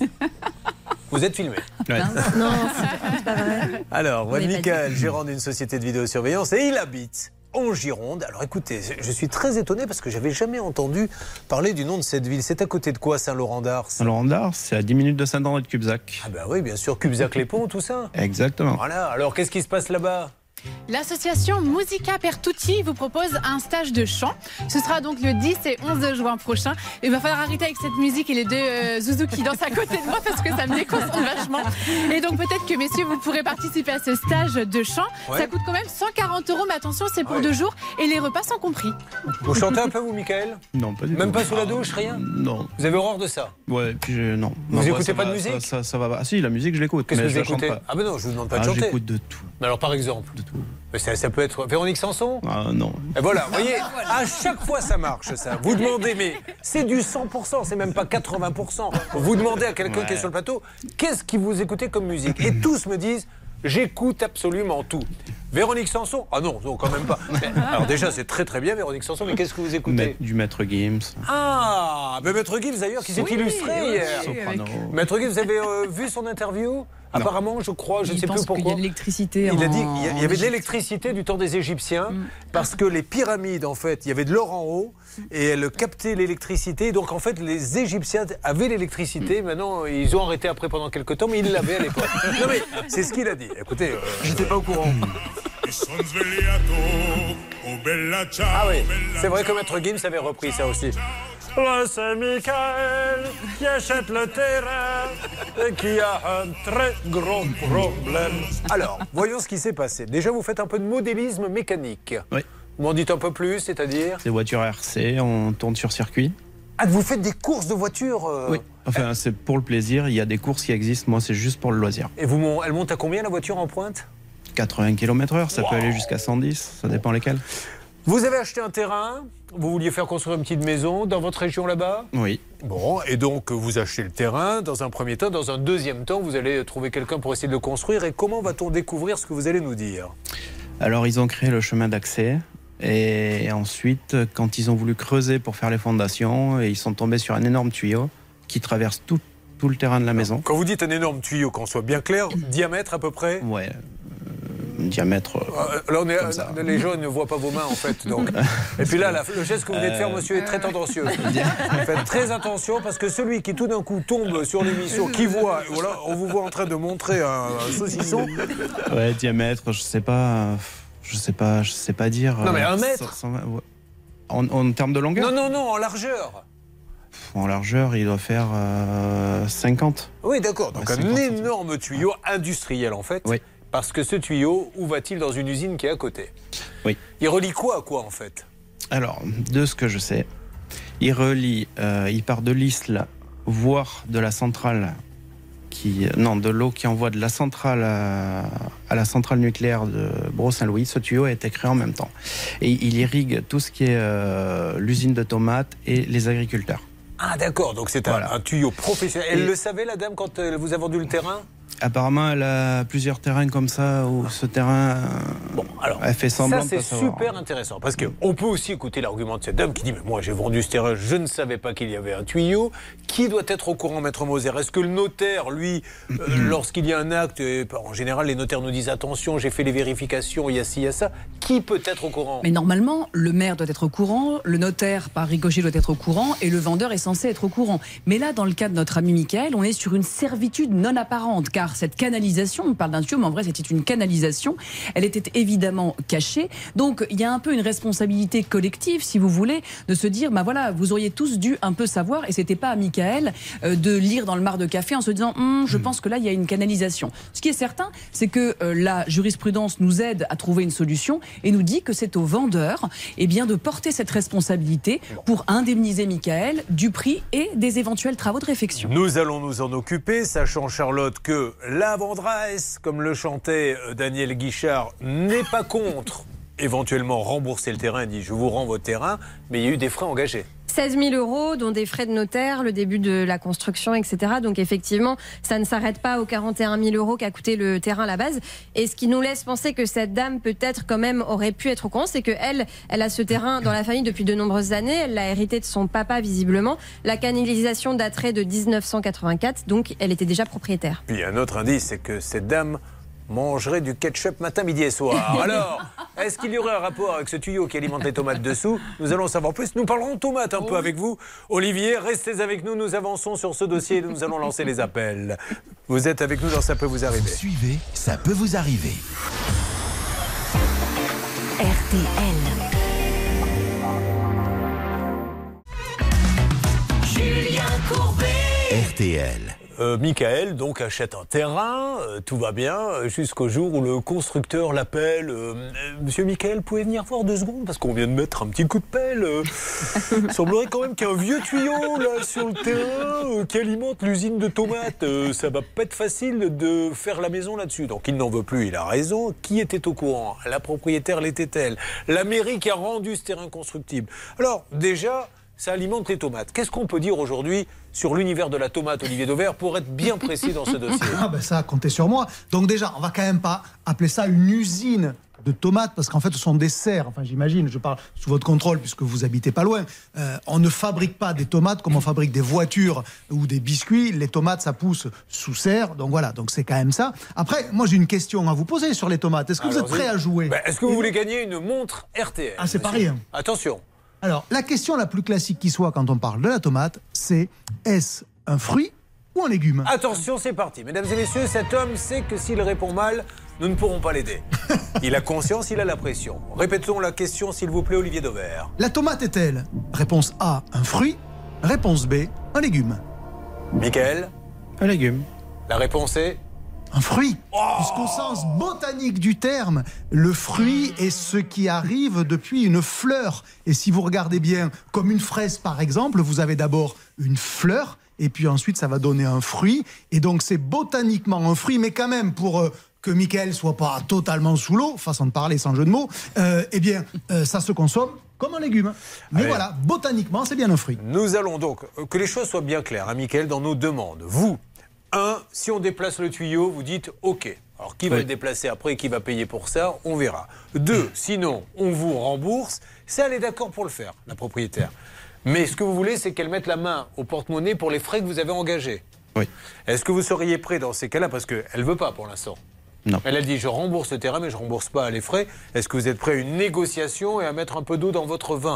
Vous êtes filmé. Ouais. Non, c'est pas vrai. Alors, On est Michael, gérant d'une société de vidéosurveillance, et il habite en Gironde. Alors écoutez, je suis très étonné parce que j'avais jamais entendu parler du nom de cette ville. C'est à côté de quoi, Saint-Laurent-d'Ars ? Saint-Laurent-d'Ars, c'est à dix minutes de Saint-André de Cubzac. Ah ben oui, bien sûr, Cubzac-les-Ponts, tout ça. Exactement. Voilà, alors qu'est-ce qui se passe là-bas ? L'association Musica per Tutti vous propose un stage de chant. Ce sera donc le dix et onze juin prochain. Il va falloir arrêter avec cette musique et les deux euh, zouzous qui dansent à côté de moi parce que ça me déconcentre vachement. Et donc peut-être que messieurs, vous pourrez participer à ce stage de chant. Ouais. Ça coûte quand même cent quarante euros, mais attention, c'est pour ouais. deux jours et les repas sont compris. Vous chantez un peu, vous, Michael? Non, pas du tout. Même pas sous la douche, rien? Non. Vous avez horreur de ça? Ouais, puis je, non. Vous non, écoutez bah, pas va, de musique? ça, ça, ça va. Ah si, la musique, je l'écoute. Qu'est-ce mais que je vous écoutez? pas. Ah ben non, je vous demande pas de ah, chanter. J'écoute de tout. Mais alors, par exemple? De tout. Mais ça, ça peut être Véronique Sanson? Ah non. Et voilà, vous voyez, à chaque fois ça marche ça. Vous demandez, mais c'est du cent pour cent, c'est même pas quatre-vingts pour cent. Vous demandez à quelqu'un ouais. qui est sur le plateau, qu'est-ce que vous écoutez comme musique? Et tous me disent, j'écoute absolument tout. Véronique Sanson? Ah non, non, quand même pas. Mais, alors déjà, c'est très très bien Véronique Sanson, mais qu'est-ce que vous écoutez? Du Maître Gims. Ah, mais Maître Gims d'ailleurs, qui s'est oui, illustré oui, hier. Soprano. Maître Gims, vous avez euh, vu son interview? Apparemment, je crois, je ne sais plus pourquoi. Il y a de l'électricité. Il en... a dit qu'il y, y avait de l'électricité du temps des Égyptiens, mm. parce que les pyramides, en fait, il y avait de l'or en haut, et elles captaient l'électricité. Donc, en fait, les Égyptiens avaient l'électricité. Mm. Maintenant, ils ont arrêté après pendant quelques temps, mais ils l'avaient à l'époque. Non, mais c'est ce qu'il a dit. Écoutez, euh, j'étais pas au courant. Ah oui, c'est vrai que Maître Gims avait repris ça aussi. Là, c'est Michael qui achète le terrain et qui a un très gros problème. Alors, voyons ce qui s'est passé. Déjà, vous faites un peu de modélisme mécanique. Oui. Vous m'en dites un peu plus, c'est-à-dire? Des voitures R C, on tourne sur circuit. Ah, vous faites des courses de voitures euh... Oui. Enfin, c'est pour le plaisir. Il y a des courses qui existent. Moi, c'est juste pour le loisir. Et vous, elle monte à combien la voiture en pointe? quatre-vingts kilomètres heure. Ça wow. peut aller jusqu'à cent dix. Ça dépend lesquels. Vous avez acheté un terrain, vous vouliez faire construire une petite maison dans votre région là-bas? Oui. Bon, et donc vous achetez le terrain dans un premier temps. Dans un deuxième temps, vous allez trouver quelqu'un pour essayer de le construire. Et comment va-t-on découvrir ce que vous allez nous dire? Alors, ils ont créé le chemin d'accès. Et ensuite, quand ils ont voulu creuser pour faire les fondations, ils sont tombés sur un énorme tuyau qui traverse tout, tout le terrain de la maison. Quand vous dites un énorme tuyau, qu'on soit bien clair, diamètre à peu près? Ouais. Diamètre. Euh, là, on est, euh, les gens ne voient pas vos mains en fait. Donc. Et puis là, la, le geste que vous venez de faire, monsieur, est très tendancieux. Faites très attention parce que celui qui tout d'un coup tombe sur l'émission, qui voit, voilà, on vous voit en train de montrer un, un saucisson. Ouais, diamètre, je sais pas, je sais pas, je sais pas dire. Non mais un mètre. cent vingt, ouais. en, en termes de longueur? Non, non, non, en largeur. En largeur, il doit faire euh, cinquante. Oui, d'accord. Donc ouais, un énorme tuyau industriel en fait. Oui. Parce que ce tuyau, où va-t-il dans une usine qui est à côté? Oui. Il relie quoi à quoi en fait? Alors, de ce que je sais, il relie, euh, il part de l'Isle, voire de la centrale, qui, non, de l'eau qui envoie de la centrale à, à la centrale nucléaire de Bro-Saint-Louis. Ce tuyau a été créé en même temps. Et il irrigue tout ce qui est euh, l'usine de tomates et les agriculteurs. Ah d'accord, donc c'est un, voilà. un tuyau professionnel. Elle et... le savait la dame quand elle vous a vendu le terrain? Apparemment, elle a plusieurs terrains comme ça, où ce terrain, bon, alors, elle fait semblant. Ça, c'est super intéressant, parce qu'on peut aussi écouter l'argument de cette dame qui dit « Mais moi, j'ai vendu ce terrain, je ne savais pas qu'il y avait un tuyau. Qui doit être au courant, Maître Moser? Est-ce que le notaire, lui, euh, lorsqu'il y a un acte, et en général, les notaires nous disent « Attention, j'ai fait les vérifications, il y a ci, il y a ça. » Qui peut être au courant? Mais normalement, le maire doit être au courant, le notaire, par ricochet, doit être au courant, et le vendeur est censé être au courant. Mais là, dans le cas de notre ami Michael, on est sur une servitude non apparente, car cette canalisation, on parle d'un tuyau, mais en vrai c'était une canalisation, elle était évidemment cachée, donc il y a un peu une responsabilité collective, si vous voulez, de se dire, bah voilà, vous auriez tous dû un peu savoir, et c'était pas à Michael euh, de lire dans le mar de café en se disant, hm, je pense que là il y a une canalisation. Ce qui est certain, c'est que euh, la jurisprudence nous aide à trouver une solution, et nous dit que c'est au vendeur eh bien, de porter cette responsabilité pour indemniser Michael du prix et des éventuels travaux de réfection. Nous allons nous en occuper, sachant Charlotte que la Vendraesse, comme le chantait Daniel Guichard, n'est pas contre éventuellement rembourser le terrain. Il dit je vous rends votre terrain, mais il y a eu des frais engagés. seize mille euros, dont des frais de notaire, le début de la construction, et cetera. Donc effectivement, ça ne s'arrête pas aux quarante et un mille euros qu'a coûté le terrain à la base. Et ce qui nous laisse penser que cette dame peut-être quand même aurait pu être au courant, c'est qu'elle, elle a ce terrain dans la famille depuis de nombreuses années. Elle l'a hérité de son papa visiblement. La canalisation daterait de dix-neuf cent quatre-vingt-quatre, donc elle était déjà propriétaire. Puis un autre indice, c'est que cette dame mangerait du ketchup matin, midi et soir. Alors, est-ce qu'il y aurait un rapport avec ce tuyau qui alimente les tomates dessous? Nous allons savoir plus. Nous parlerons de tomates un oh. peu avec vous. Olivier, restez avec nous. Nous avançons sur ce dossier et nous allons lancer les appels. Vous êtes avec nous dans Ça peut vous arriver. Suivez, Ça peut vous arriver. R T L. Julien Courbet. R T L. Euh, Michael donc achète un terrain, euh, tout va bien, euh, jusqu'au jour où le constructeur l'appelle. Euh, euh, Monsieur Michael, pouvez venir voir deux secondes parce qu'on vient de mettre un petit coup de pelle. Euh, il semblerait quand même qu'il y a un vieux tuyau là sur le terrain euh, qui alimente l'usine de tomates. Euh, ça va pas être facile de faire la maison là-dessus. Donc il n'en veut plus, il a raison. Qui était au courant? La propriétaire l'était-elle? La mairie qui a rendu ce terrain constructible. Alors déjà, ça alimente les tomates. Qu'est-ce qu'on peut dire aujourd'hui sur l'univers de la tomate, Olivier Dauvert, pour être bien précis dans ce dossier? Ah ben ça, comptez sur moi. Donc déjà, on va quand même pas appeler ça une usine de tomates, parce qu'en fait, ce sont des serres. Enfin, j'imagine, je parle sous votre contrôle, puisque vous habitez pas loin. Euh, on ne fabrique pas des tomates comme on fabrique des voitures ou des biscuits. Les tomates, ça pousse sous serre. Donc voilà, donc c'est quand même ça. Après, moi, j'ai une question à vous poser sur les tomates. Est-ce que vous êtes prêt à jouer? Ben, Est-ce que vous Et... voulez gagner une montre R T L? Ah, c'est pas rien. Attention. Alors, la question la plus classique qui soit quand on parle de la tomate, c'est est-ce un fruit ou un légume? Attention, c'est parti. Mesdames et messieurs, cet homme sait que s'il répond mal, nous ne pourrons pas l'aider. Il a conscience, il a la pression. Répétons la question, s'il vous plaît, Olivier Dauvert. La tomate est-elle? Réponse A, un fruit. Réponse B, un légume. Michael? Un légume. La réponse est? Un fruit, oh, puisqu'au sens botanique du terme, le fruit est ce qui arrive depuis une fleur. Et si vous regardez bien, comme une fraise par exemple, vous avez d'abord une fleur, et puis ensuite ça va donner un fruit. Et donc c'est botaniquement un fruit, mais quand même pour euh, que Michael soit pas totalement sous l'eau, façon de parler sans jeu de mots, euh, eh bien euh, ça se consomme comme un légume. Mais Allez. Voilà, botaniquement c'est bien un fruit. Nous allons donc, que les choses soient bien claires, hein, Michael, dans nos demandes. Vous, Un, si on déplace le tuyau, vous dites OK. Alors qui va oui. le déplacer après et qui va payer pour ça, on verra. Deux, sinon, on vous rembourse. Ça, elle est d'accord pour le faire, la propriétaire. Mais ce que vous voulez, c'est qu'elle mette la main au porte-monnaie pour les frais que vous avez engagés. Oui. Est-ce que vous seriez prêt dans ces cas-là? Parce qu'elle ne veut pas pour l'instant. Non. Elle a dit je rembourse le terrain, mais je ne rembourse pas les frais. Est-ce que vous êtes prêt à une négociation et à mettre un peu d'eau dans votre vin?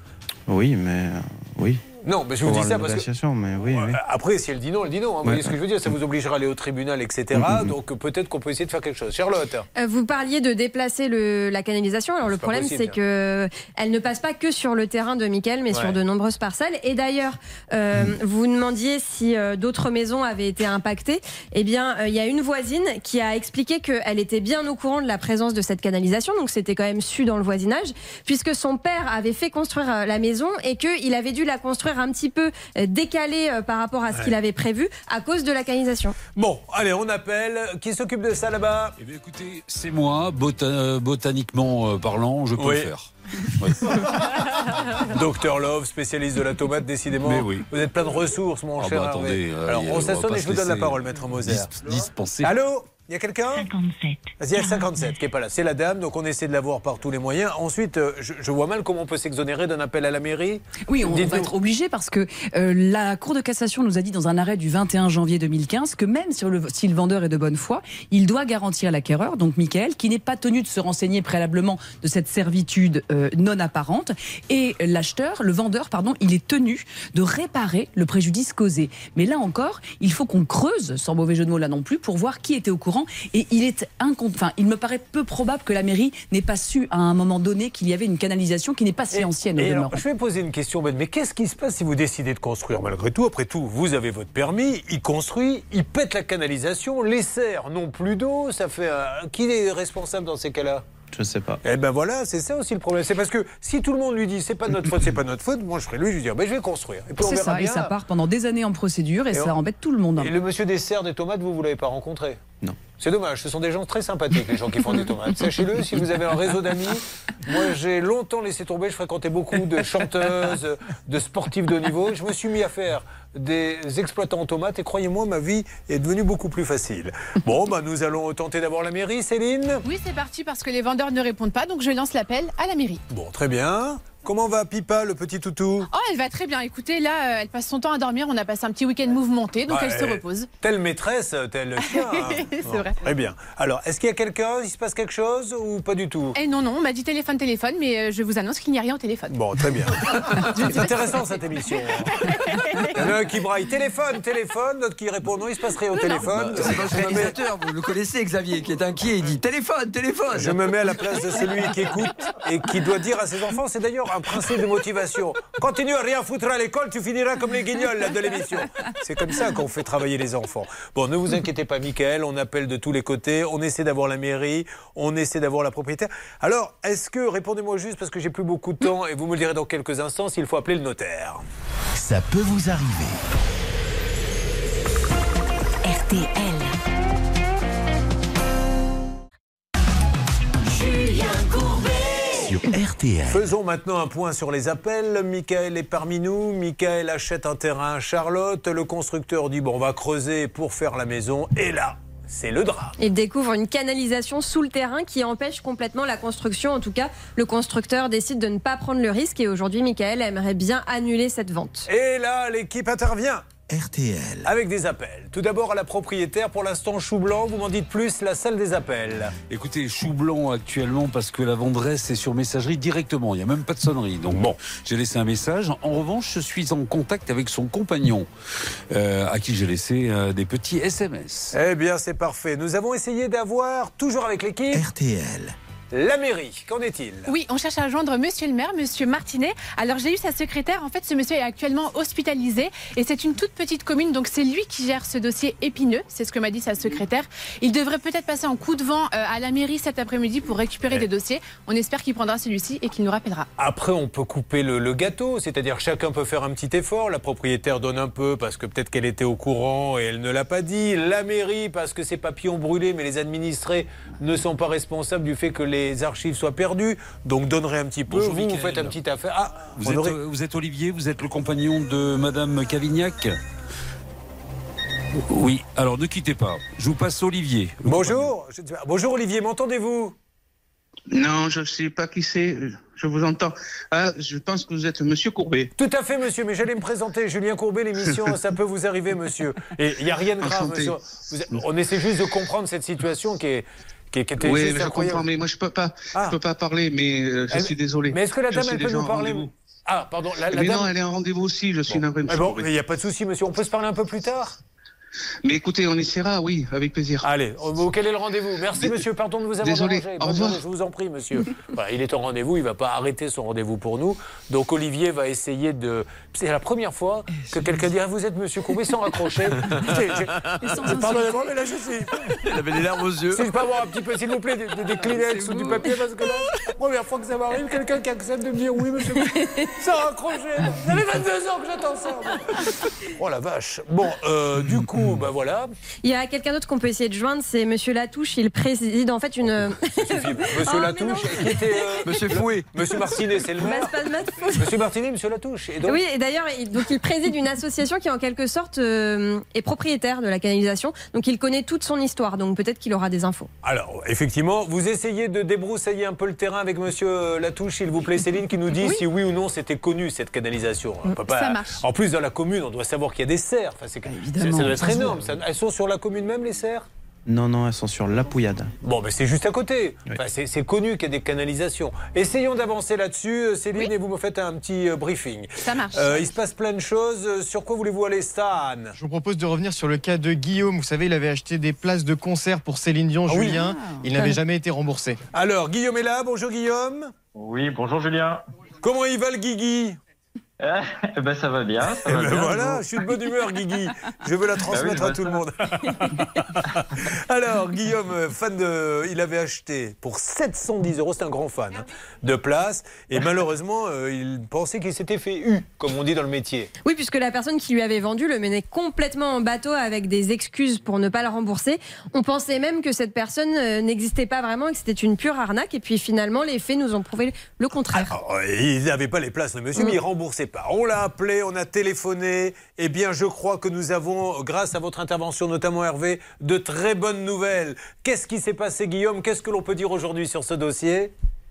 Oui, mais... Euh, oui. Non, mais je vous dis ça parce que... Mais oui, oui. Après, si elle dit non, elle dit non. Hein, vous ouais. voyez ce que je veux dire? Ça vous obligera à aller au tribunal, et cetera. Mm-hmm. Donc peut-être qu'on peut essayer de faire quelque chose. Charlotte, euh, vous parliez de déplacer le, la canalisation. Alors le problème, possible, c'est que elle ne passe pas que sur le terrain de Michael, mais ouais. sur de nombreuses parcelles. Et d'ailleurs, euh, mm. vous demandiez si euh, d'autres maisons avaient été impactées. Eh bien, il euh, y a une voisine qui a expliqué qu'elle était bien au courant de la présence de cette canalisation. Donc c'était quand même su dans le voisinage, puisque son père avait fait construire euh, la maison et qu'il avait dû la construire un petit peu décalé euh, par rapport à ce ouais. qu'il avait prévu à cause de la canalisation. Bon, allez, on appelle. Qui s'occupe de ça là-bas? Eh bien, écoutez, c'est moi, bota- botaniquement euh, parlant, je peux oui. le faire. Oui. Docteur Love, spécialiste de la tomate, décidément. Mais oui. Vous êtes plein de ressources, mon ah cher. bah, attendez, euh, Alors, on s'assoit et je vous donne la parole, maître Moser. Dis- dispenser. Allô? Il y a quelqu'un? cinquante-sept. Vas-y, il y a le cinquante-sept qui n'est pas là. C'est la dame, donc on essaie de la voir par tous les moyens. Ensuite, euh, je, je vois mal comment on peut s'exonérer d'un appel à la mairie. Oui, on va être obligé parce que euh, la Cour de cassation nous a dit dans un arrêt du vingt et un janvier deux mille quinze que même si le, si le vendeur est de bonne foi, il doit garantir à l'acquéreur, donc Michael, qui n'est pas tenu de se renseigner préalablement de cette servitude euh, non apparente. Et l'acheteur, le vendeur, pardon, il est tenu de réparer le préjudice causé. Mais là encore, il faut qu'on creuse, sans mauvais jeu de mots là non plus, pour voir qui était au courant. Et il est Incont... Enfin, il me paraît peu probable que la mairie n'ait pas su à un moment donné qu'il y avait une canalisation qui n'est pas si et, ancienne. Et alors, je vais poser une question, mais qu'est-ce qui se passe si vous décidez de construire malgré tout? Après tout, vous avez votre permis, il construit, il pète la canalisation, les serres n'ont plus d'eau, ça fait... Un... Qui est responsable dans ces cas-là? Je sais pas. Eh ben voilà, c'est ça aussi le problème. C'est parce que si tout le monde lui dit c'est pas notre faute, c'est pas notre faute, moi je ferais lui, je lui dirais ben, je vais construire. Et puis on verra ça, bien. Et ça part pendant des années en procédure et, et ça on... embête tout le monde. Et le monsieur des serres des tomates, vous vous l'avez pas rencontré? Non. C'est dommage, ce sont des gens très sympathiques, les gens qui font des tomates. Sachez-le, si vous avez un réseau d'amis, moi j'ai longtemps laissé tomber, je fréquentais beaucoup de chanteuses, de sportifs de haut niveau. Je me suis mis à faire des exploitants en tomates et croyez-moi, ma vie est devenue beaucoup plus facile. Bon, bah, nous allons tenter d'avoir la mairie, Céline. Oui, c'est parti parce que les vendeurs ne répondent pas, donc je lance l'appel à la mairie. Bon, très bien. Comment va Pipa, le petit toutou? Oh, elle va très bien. Écoutez, là, euh, elle passe son temps à dormir. On a passé un petit week-end mouvementé, donc Ouais, elle se repose. Telle maîtresse, tel chien. Hein. C'est Bon, vrai. Très bien. Alors, est-ce qu'il y a quelqu'un? Il se passe quelque chose ou pas du tout? Eh non, non, on m'a dit téléphone, téléphone, mais euh, je vous annonce qu'il n'y a rien au téléphone. Bon, très bien. C'est intéressant cette émission. Il y en a un qui braille téléphone, téléphone, l'autre qui répond non, il se passe rien au téléphone. C'est votre Je me mets- réalisateur, vous le connaissez, Xavier, qui est inquiet. Il dit téléphone, téléphone. Je me mets à la place de celui qui écoute et qui doit dire à ses enfants, c'est d'ailleurs un principe de motivation. Continue à rien foutre à l'école, tu finiras comme les guignols là, de l'émission. C'est comme ça qu'on fait travailler les enfants. Bon, ne vous inquiétez pas, Mickaël, on appelle de tous les côtés, on essaie d'avoir la mairie, on essaie d'avoir la propriétaire. Alors, est-ce que, répondez-moi juste parce que j'ai plus beaucoup de temps et vous me le direz dans quelques instants s'il faut appeler le notaire. Ça peut vous arriver. R T L. Julien Courbet. Sur R T L. Faisons maintenant un point sur les appels. Mickaël est parmi nous. Mickaël achète un terrain à Charlotte. Le constructeur dit bon, on va creuser pour faire la maison. Et là, c'est le drame. Il découvre une canalisation sous le terrain qui empêche complètement la construction. En tout cas, le constructeur décide de ne pas prendre le risque. Et aujourd'hui, Mickaël aimerait bien annuler cette vente. Et là, l'équipe intervient. R T L. Avec des appels. Tout d'abord à la propriétaire, pour l'instant chou blanc, vous m'en dites plus, la salle des appels. Écoutez, chou blanc actuellement parce que la vendresse est sur messagerie directement, il n'y a même pas de sonnerie. Donc bon, j'ai laissé un message. En revanche, je suis en contact avec son compagnon, euh, à qui j'ai laissé euh, des petits S M S. Eh bien, c'est parfait. Nous avons essayé d'avoir, toujours avec l'équipe, R T L. la mairie. Qu'en est-il? Oui, on cherche à joindre monsieur le maire, monsieur Martinet. Alors j'ai eu sa secrétaire. En fait, ce monsieur est actuellement hospitalisé et c'est une toute petite commune, donc c'est lui qui gère ce dossier épineux. C'est ce que m'a dit sa secrétaire. Il devrait peut-être passer en coup de vent euh, à la mairie cet après-midi pour récupérer Ouais. des dossiers. On espère qu'il prendra celui-ci et qu'il nous rappellera. Après, on peut couper le, le gâteau, c'est-à-dire chacun peut faire un petit effort. La propriétaire donne un peu parce que peut-être qu'elle était au courant et elle ne l'a pas dit. La mairie parce que ses papiers ont brûlé, mais les administrés ne sont pas responsables du fait que les archives soient perdues. Donc donnerez un petit peu. Bonjour, vous, vous Mickaël. faites un petit affaire. Ah, Vous on êtes, aurait- euh, vous êtes Olivier, vous êtes le compagnon de Madame Cavignac. Oui, alors ne quittez pas. Je vous passe Olivier. le Bonjour. Je- Bonjour Olivier, m'entendez-vous? Non, je ne sais pas qui c'est. Je vous entends. Ah, je pense que vous êtes Monsieur Courbet. Tout à fait, monsieur, mais j'allais me présenter. Julien Courbet, l'émission, ça peut vous arriver, monsieur. Et il n'y a rien de grave, Enchanté. monsieur. Vous êtes- on essaie juste de comprendre cette situation qui est. Qui, qui était Oui, juste mais je incroyable. comprends, mais moi je peux pas, Ah. je peux pas parler, mais euh, je Elle- suis désolé. Mais est-ce que la Je dame, suis elle peut déjà nous en parler? rendez-vous. Ah, pardon, la, la Mais dame. non, elle est en rendez-vous aussi, je suis navré, Mais monsieur bon, Courbet. il n'y a pas de souci, monsieur. On peut se parler un peu plus tard? Mais écoutez, on essaiera, oui, avec plaisir. Allez, oh, quel est le rendez-vous? Merci, Dé- monsieur. Pardon de vous avoir Désolé. dérangé. Au Bonne revoir. journée, je vous en prie, monsieur. Voilà, il est en rendez-vous. Il ne va pas arrêter son rendez-vous pour nous. Donc, Olivier va essayer de. C'est la première fois que quelqu'un dit ah, vous êtes monsieur Courbet sans raccrocher. J'ai- j'ai- Pardonnez-moi, mais là, je suis. Il avait des larmes aux yeux. Si je peux avoir un petit peu, s'il vous plaît, des, des- des Kleenex ou du papier, parce que là, la première fois que ça m'arrive, quelqu'un qui accepte de me dire oui, monsieur, sans raccrocher. Ça fait vingt-deux ans que j'attends ça. Oh la vache. Bon, euh, du coup, bah voilà. Il y a quelqu'un d'autre qu'on peut essayer de joindre, c'est monsieur Latouche. Il préside en fait une. Monsieur Oh, Latouche, qui était. euh, Monsieur Fouet. Monsieur Martinet, c'est le Bah, maire. c'est pas de ma faute. Monsieur Martinet, monsieur Latouche. Et donc, Oui, et d'ailleurs, il, donc il préside une association qui, en quelque sorte, euh, est propriétaire de la canalisation. Donc, il connaît toute son histoire. Donc, peut-être qu'il aura des infos. alors, effectivement, vous essayez de débroussailler un peu le terrain avec monsieur Latouche, s'il vous plaît, Céline, qui nous dit Oui. si oui ou non c'était connu, cette canalisation. On peut pas- Ça marche. En plus, dans la commune, on doit savoir qu'il y a des serres. Enfin, c'est, évidemment, ça doit être ça se énorme. voit. Ça- elles sont sur la commune même, les serres? Non, non, elles sont sur la Pouillade. Bon, mais c'est juste à côté. Oui. Enfin, c'est, c'est connu qu'il y a des canalisations. Essayons d'avancer là-dessus, euh, Céline, Oui. et vous me faites un petit euh, briefing. Ça marche. Euh, il se passe plein de choses. Euh, Sur quoi voulez-vous aller, Stan? Je vous propose de revenir sur le cas de Guillaume. Vous savez, il avait acheté des places de concert pour Céline Dion, Ah oui. Julien. Il n'avait jamais été remboursé. Alors, Guillaume est là. Bonjour, Guillaume. Oui, bonjour Julien. Comment il va, le Guigui? Eh ben ça va bien. Ça Eh va ben bien, voilà, vous. je suis de bonne humeur, Guigui. Je veux la transmettre Bah oui, à tout le je vois monde. Alors, Guillaume, fan de, il avait acheté pour sept cent dix euros, c'est un grand fan, hein, de place. Et malheureusement, euh, il pensait qu'il s'était fait eu, comme on dit dans le métier. Oui, puisque la personne qui lui avait vendu le menait complètement en bateau avec des excuses pour ne pas le rembourser. On pensait même que cette personne euh, n'existait pas vraiment et que c'était une pure arnaque. Et puis finalement, les faits nous ont prouvé le contraire. Alors, il n'avait pas les places, le monsieur, mais il remboursait pas. On l'a appelé, on a téléphoné. Eh bien, je crois que nous avons, grâce à votre intervention, notamment Hervé, de très bonnes nouvelles. Qu'est-ce qui s'est passé, Guillaume? Qu'est-ce que l'on peut dire aujourd'hui sur ce dossier?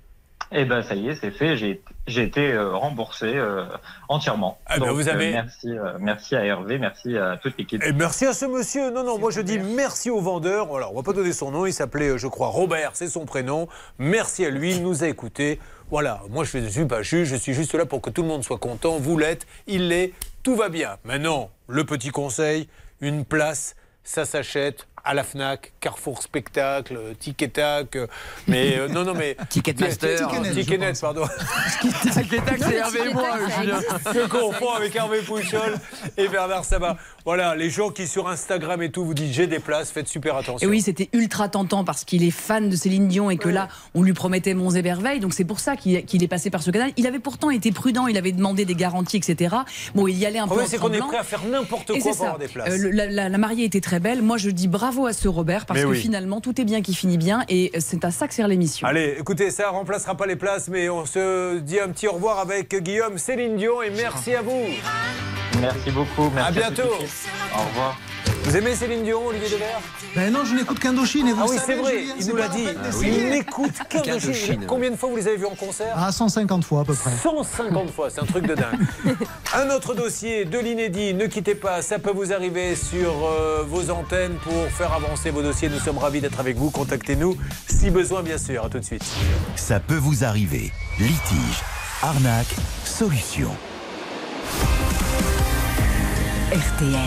Et ben ça y est, c'est fait. J'ai, j'ai été euh, remboursé euh, entièrement. Ah ben Donc, vous avez... euh, merci, euh, merci à Hervé, merci à toute l'équipe. Et merci à ce monsieur. Non, non, moi je dis merci au vendeur. Voilà, on va pas donner son nom. Il s'appelait, je crois, Robert, c'est son prénom. Merci à lui, il nous a écoutés. Voilà, moi je ne suis pas juge, je suis juste là pour que tout le monde soit content. Vous l'êtes, il l'est, tout va bien. Maintenant, le petit conseil, une place, ça s'achète à la Fnac, Carrefour Spectacle, Tic Tac, mais euh, non, non, mais... Ticketmaster. Ticketnet, pardon. Ticketac, c'est Hervé et moi, Julien. Je confonds avec Hervé Pouchol et Bernard Sabat. Voilà, les gens qui sur Instagram et tout vous disent j'ai des places, faites super attention. Et oui, c'était ultra tentant parce qu'il est fan de Céline Dion et que là, on lui promettait monts et merveilles. Donc c'est pour ça qu'il, qu'il est passé par ce canal. Il avait pourtant été prudent, il avait demandé des garanties, et cetera. Bon, il y allait un Ah peu oui, en c'est qu'on est tremblant. prêt à faire n'importe Et quoi c'est pour ça. avoir des places. Euh, le- la, la- la mariée était très belle. Moi, je dis bravo à ce Robert parce Mais que oui. finalement, tout est bien qui finit bien et c'est à ça que sert l'émission. Allez, écoutez, ça remplacera pas les places, mais on se dit un petit au revoir avec Guillaume, Céline Dion et merci à vous. Merci beaucoup. Merci À bientôt. toute l'équipe. Au revoir. Vous aimez Céline Dion, Olivier Devers? Ben non, je n'écoute qu'Indochine. Et vous Ah oui, le savez, c'est vrai, Julien, il c'est nous pas l'a la dit. peine Ah d'essayer. oui. Il n'écoute qu'Indochine. Qu'Indochine. Combien de fois vous les avez vus en concert? Ah, cent cinquante fois à peu près. cent cinquante fois, c'est un truc de dingue. Un autre dossier de l'inédit, ne quittez pas, ça peut vous arriver sur euh, vos antennes pour faire avancer vos dossiers. Nous sommes ravis d'être avec vous, contactez-nous si besoin bien sûr. À tout de suite. Ça peut vous arriver. Litige, arnaque, solution. R T L.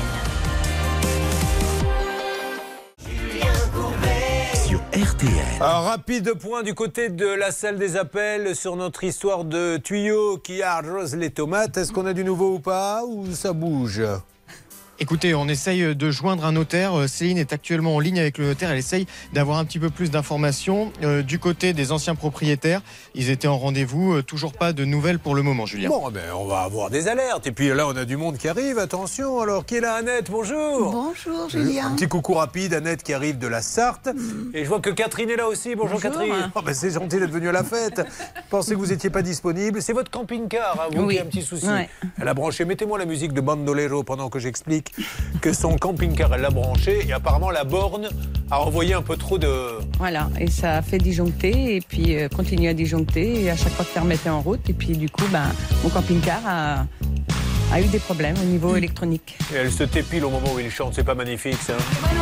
Sur R T L. Un rapide point du côté de la salle des appels sur notre histoire de tuyau qui arrose les tomates. Est-ce qu'on a du nouveau ou pas? Ou ça bouge? Écoutez, on essaye de joindre un notaire. Euh, Céline est actuellement en ligne avec le notaire. Elle essaye d'avoir un petit peu plus d'informations. Euh, du côté des anciens propriétaires, ils étaient en rendez-vous. Euh, toujours pas de nouvelles pour le moment, Julien. Bon, ben, on va avoir des alertes. Et puis là, on a du monde qui arrive. Attention. Alors, qui est là, Annette? Bonjour. Bonjour, Un Julien. petit coucou rapide, Annette qui arrive de la Sarthe. Et je vois que Catherine est là aussi. Bonjour, Bonjour. Catherine. Oh, ben, c'est gentil d'être venue à la fête. Pensez que vous n'étiez pas disponible. C'est votre camping-car, hein, vous Oui. qui avez un petit souci. Ouais. Elle a branché. Mettez-moi la musique de Bandolero pendant que j'explique que son camping-car, elle l'a branché. Et apparemment, la borne a envoyé un peu trop de. Voilà, et ça a fait disjoncter, et puis euh, continue à disjoncter, et à chaque fois que tu remettais en route, et puis du coup, ben, mon camping-car a, a eu des problèmes au niveau électronique. Et elle se tépile au moment où il chante. C'est pas magnifique, ça?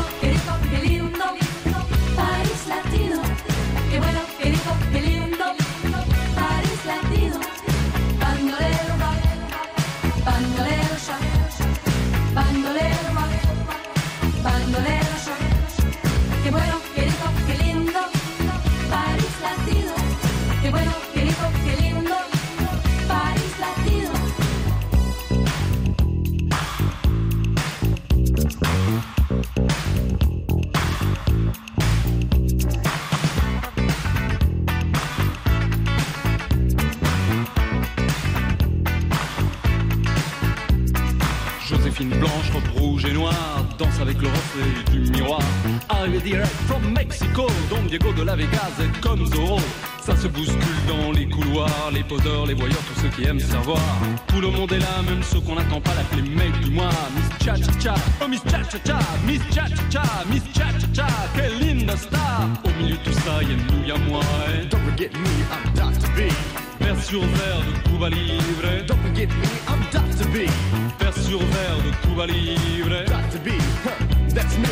Joséphine blanche, robe rouge et noire, danse avec le reflet du miroir. Arrivé direct from Mexico, Don Diego de la Vegas est comme Zorro. Ça se bouscule dans les couloirs, les poseurs, les voyeurs, tous ceux qui aiment savoir. Tout le monde est là, même ceux qu'on n'attend pas, l'appeler mec du mois. Miss Cha Cha Cha, oh Miss Cha Cha Cha, Miss Cha Cha Cha, Miss Cha Cha Cha, quelle linda star. Au milieu de tout ça, y'a nous, y'a moi. Et don't forget me, I'm Doctor B. Vers sur verre de Cuba Libre. Don't forget me, I'm Doctor B. Vers sur verre de Cuba Libre. Doctor B, huh, that's me.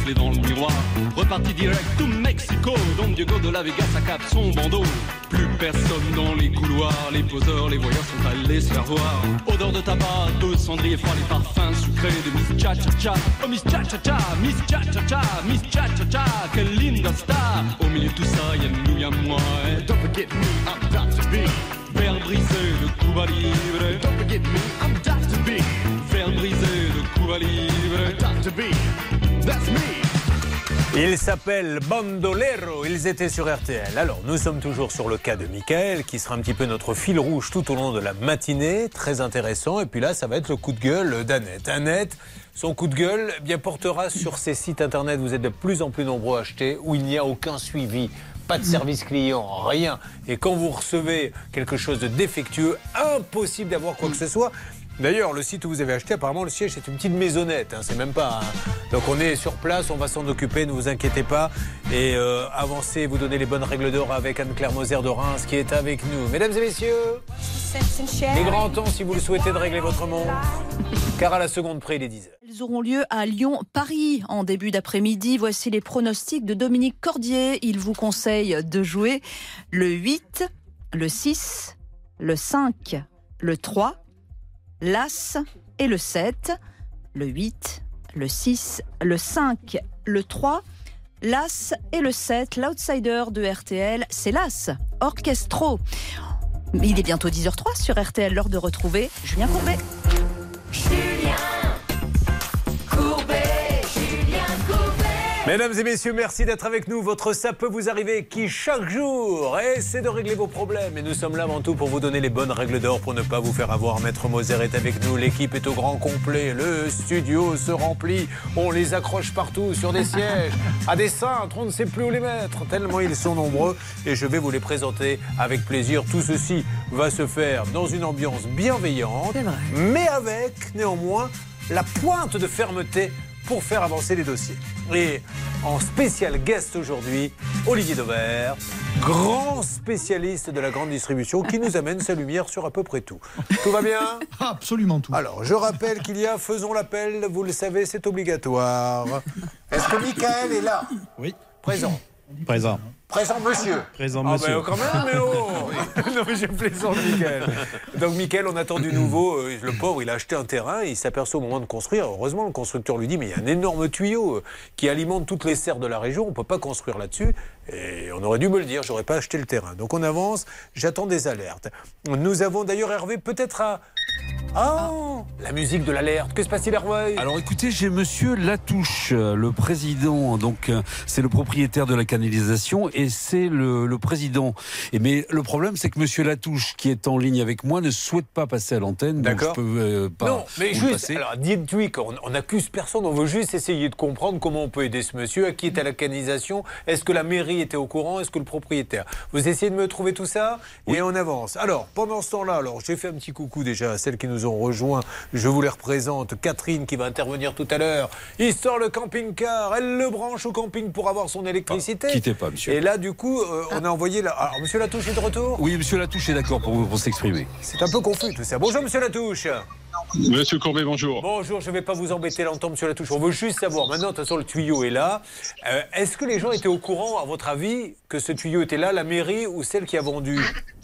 reflet dans le miroir. Reparti direct to Mexico, Don Diego de la Vega s'accable son bandeau. Plus personne dans les couloirs, les poseurs, les voyeurs sont allés se faire voir. Odeur de tabac, de cendrier froid, les parfums sucrés de Miss Cha Cha Cha. Oh Miss Cha Cha Cha, Miss Cha Cha Cha, Miss Cha Cha Cha, quelle linda star. Au milieu de tout ça, y'a nous, y'a moi. Et don't forget me, I'm Doctor B. Faire briser de Cuba Libre. Don't forget me, I'm Doctor B. Faire briser de Cuba Libre. Doctor B, that's me. Il s'appelle Bandolero, ils étaient sur R T L. Alors, nous sommes toujours sur le cas de Mickaël, qui sera un petit peu notre fil rouge tout au long de la matinée, très intéressant. Et puis là, ça va être le coup de gueule d'Annette. Annette, son coup de gueule eh bien, portera sur ces sites internet, vous êtes de plus en plus nombreux à acheter, où il n'y a aucun suivi. Pas de service client, rien. Et quand vous recevez quelque chose de défectueux, impossible d'avoir quoi que ce soit. D'ailleurs, le site où vous avez acheté, apparemment, le siège, c'est une petite maisonnette. Hein, c'est même pas. Hein. Donc, on est sur place, on va s'en occuper, ne vous inquiétez pas. Et euh, avancez, vous donnez les bonnes règles d'or avec Anne-Claire Moser de Reims qui est avec nous. Mesdames et messieurs, il est grand temps, si vous le souhaitez, de régler votre monde. Car à la seconde près, il est dix heures. Elles auront lieu à Lyon-Paris en début d'après-midi. Voici les pronostics de Dominique Cordier. Il vous conseille de jouer le huit, le six, le cinq, le trois, l'As et le sept, le huit, le six, le cinq, le trois, l'As et le sept. L'outsider de R T L, c'est l'As, Orchestro. Il est bientôt dix heures zéro trois sur R T L, l'heure de retrouver Julien Courbet. Julien Courbet, Julien Courbet. Mesdames et messieurs, merci d'être avec nous. Votre Ça peut vous arriver qui, chaque jour, essaie de régler vos problèmes. Et nous sommes là avant tout pour vous donner les bonnes règles d'or pour ne pas vous faire avoir. Maître Moser est avec nous. L'équipe est au grand complet. Le studio se remplit. On les accroche partout, sur des sièges, à des cintres. On ne sait plus où les mettre, tellement ils sont nombreux. Et je vais vous les présenter avec plaisir. Tout ceci va se faire dans une ambiance bienveillante, mais avec, néanmoins, la pointe de fermeté pour faire avancer les dossiers. Et en spécial guest aujourd'hui, Olivier Dauvert, grand spécialiste de la grande distribution qui nous amène sa lumière sur à peu près tout. Tout va bien ? Absolument tout. Alors, je rappelle qu'il y a Faisons l'appel, vous le savez, c'est obligatoire. Est-ce que Mickaël est là ? Oui. Présent. Présent. Présent monsieur. Présent ah monsieur. Ben, quand même, mais oh non mais je plaisante Mickaël. Donc Mickaël, on attend du nouveau. Le pauvre, il a acheté un terrain, il s'aperçoit au moment de construire. Heureusement, le constructeur lui dit, mais il y a un énorme tuyau qui alimente toutes les serres de la région, on ne peut pas construire là-dessus. Et on aurait dû me le dire, j'aurais pas acheté le terrain. Donc on avance, j'attends des alertes. Nous avons d'ailleurs Hervé, peut-être à... Ah, la musique de l'alerte. Que se passe-t-il, Hervé ? Alors écoutez, j'ai monsieur Latouche, le président, donc c'est le propriétaire de la canalisation et c'est le, le président. Et mais le problème, c'est que monsieur Latouche, qui est en ligne avec moi, ne souhaite pas passer à l'antenne. D'accord. Donc je peux euh, pas. Non, mais vous juste, passer. alors dites-lui qu'on n'accuse personne, on veut juste essayer de comprendre comment on peut aider ce monsieur, à qui est à la canalisation. Est-ce que la mairie était au courant ? Est-ce que le propriétaire ? Vous essayez de me trouver tout ça ? Oui. Et on avance. Alors, pendant ce temps-là, alors j'ai fait un petit coucou déjà à celles qui nous ont rejoints. Je vous les représente. Catherine qui va intervenir tout à l'heure. Il sort le camping-car, elle le branche au camping pour avoir son électricité. Ah, quittez pas, monsieur. Et là, du coup, euh, on a envoyé... La... Alors, monsieur Latouche est de retour ? Oui, monsieur Latouche est d'accord pour, pour s'exprimer. C'est un peu confus tout ça. Bonjour, monsieur Latouche. Monsieur Courbet, bonjour. Bonjour, je ne vais pas vous embêter longtemps, monsieur Latouche. On veut juste savoir, maintenant, de toute façon, le tuyau est là. Euh, est-ce que les gens étaient au courant, à votre avis, que ce tuyau était là, la mairie ou celle qui a vendu ?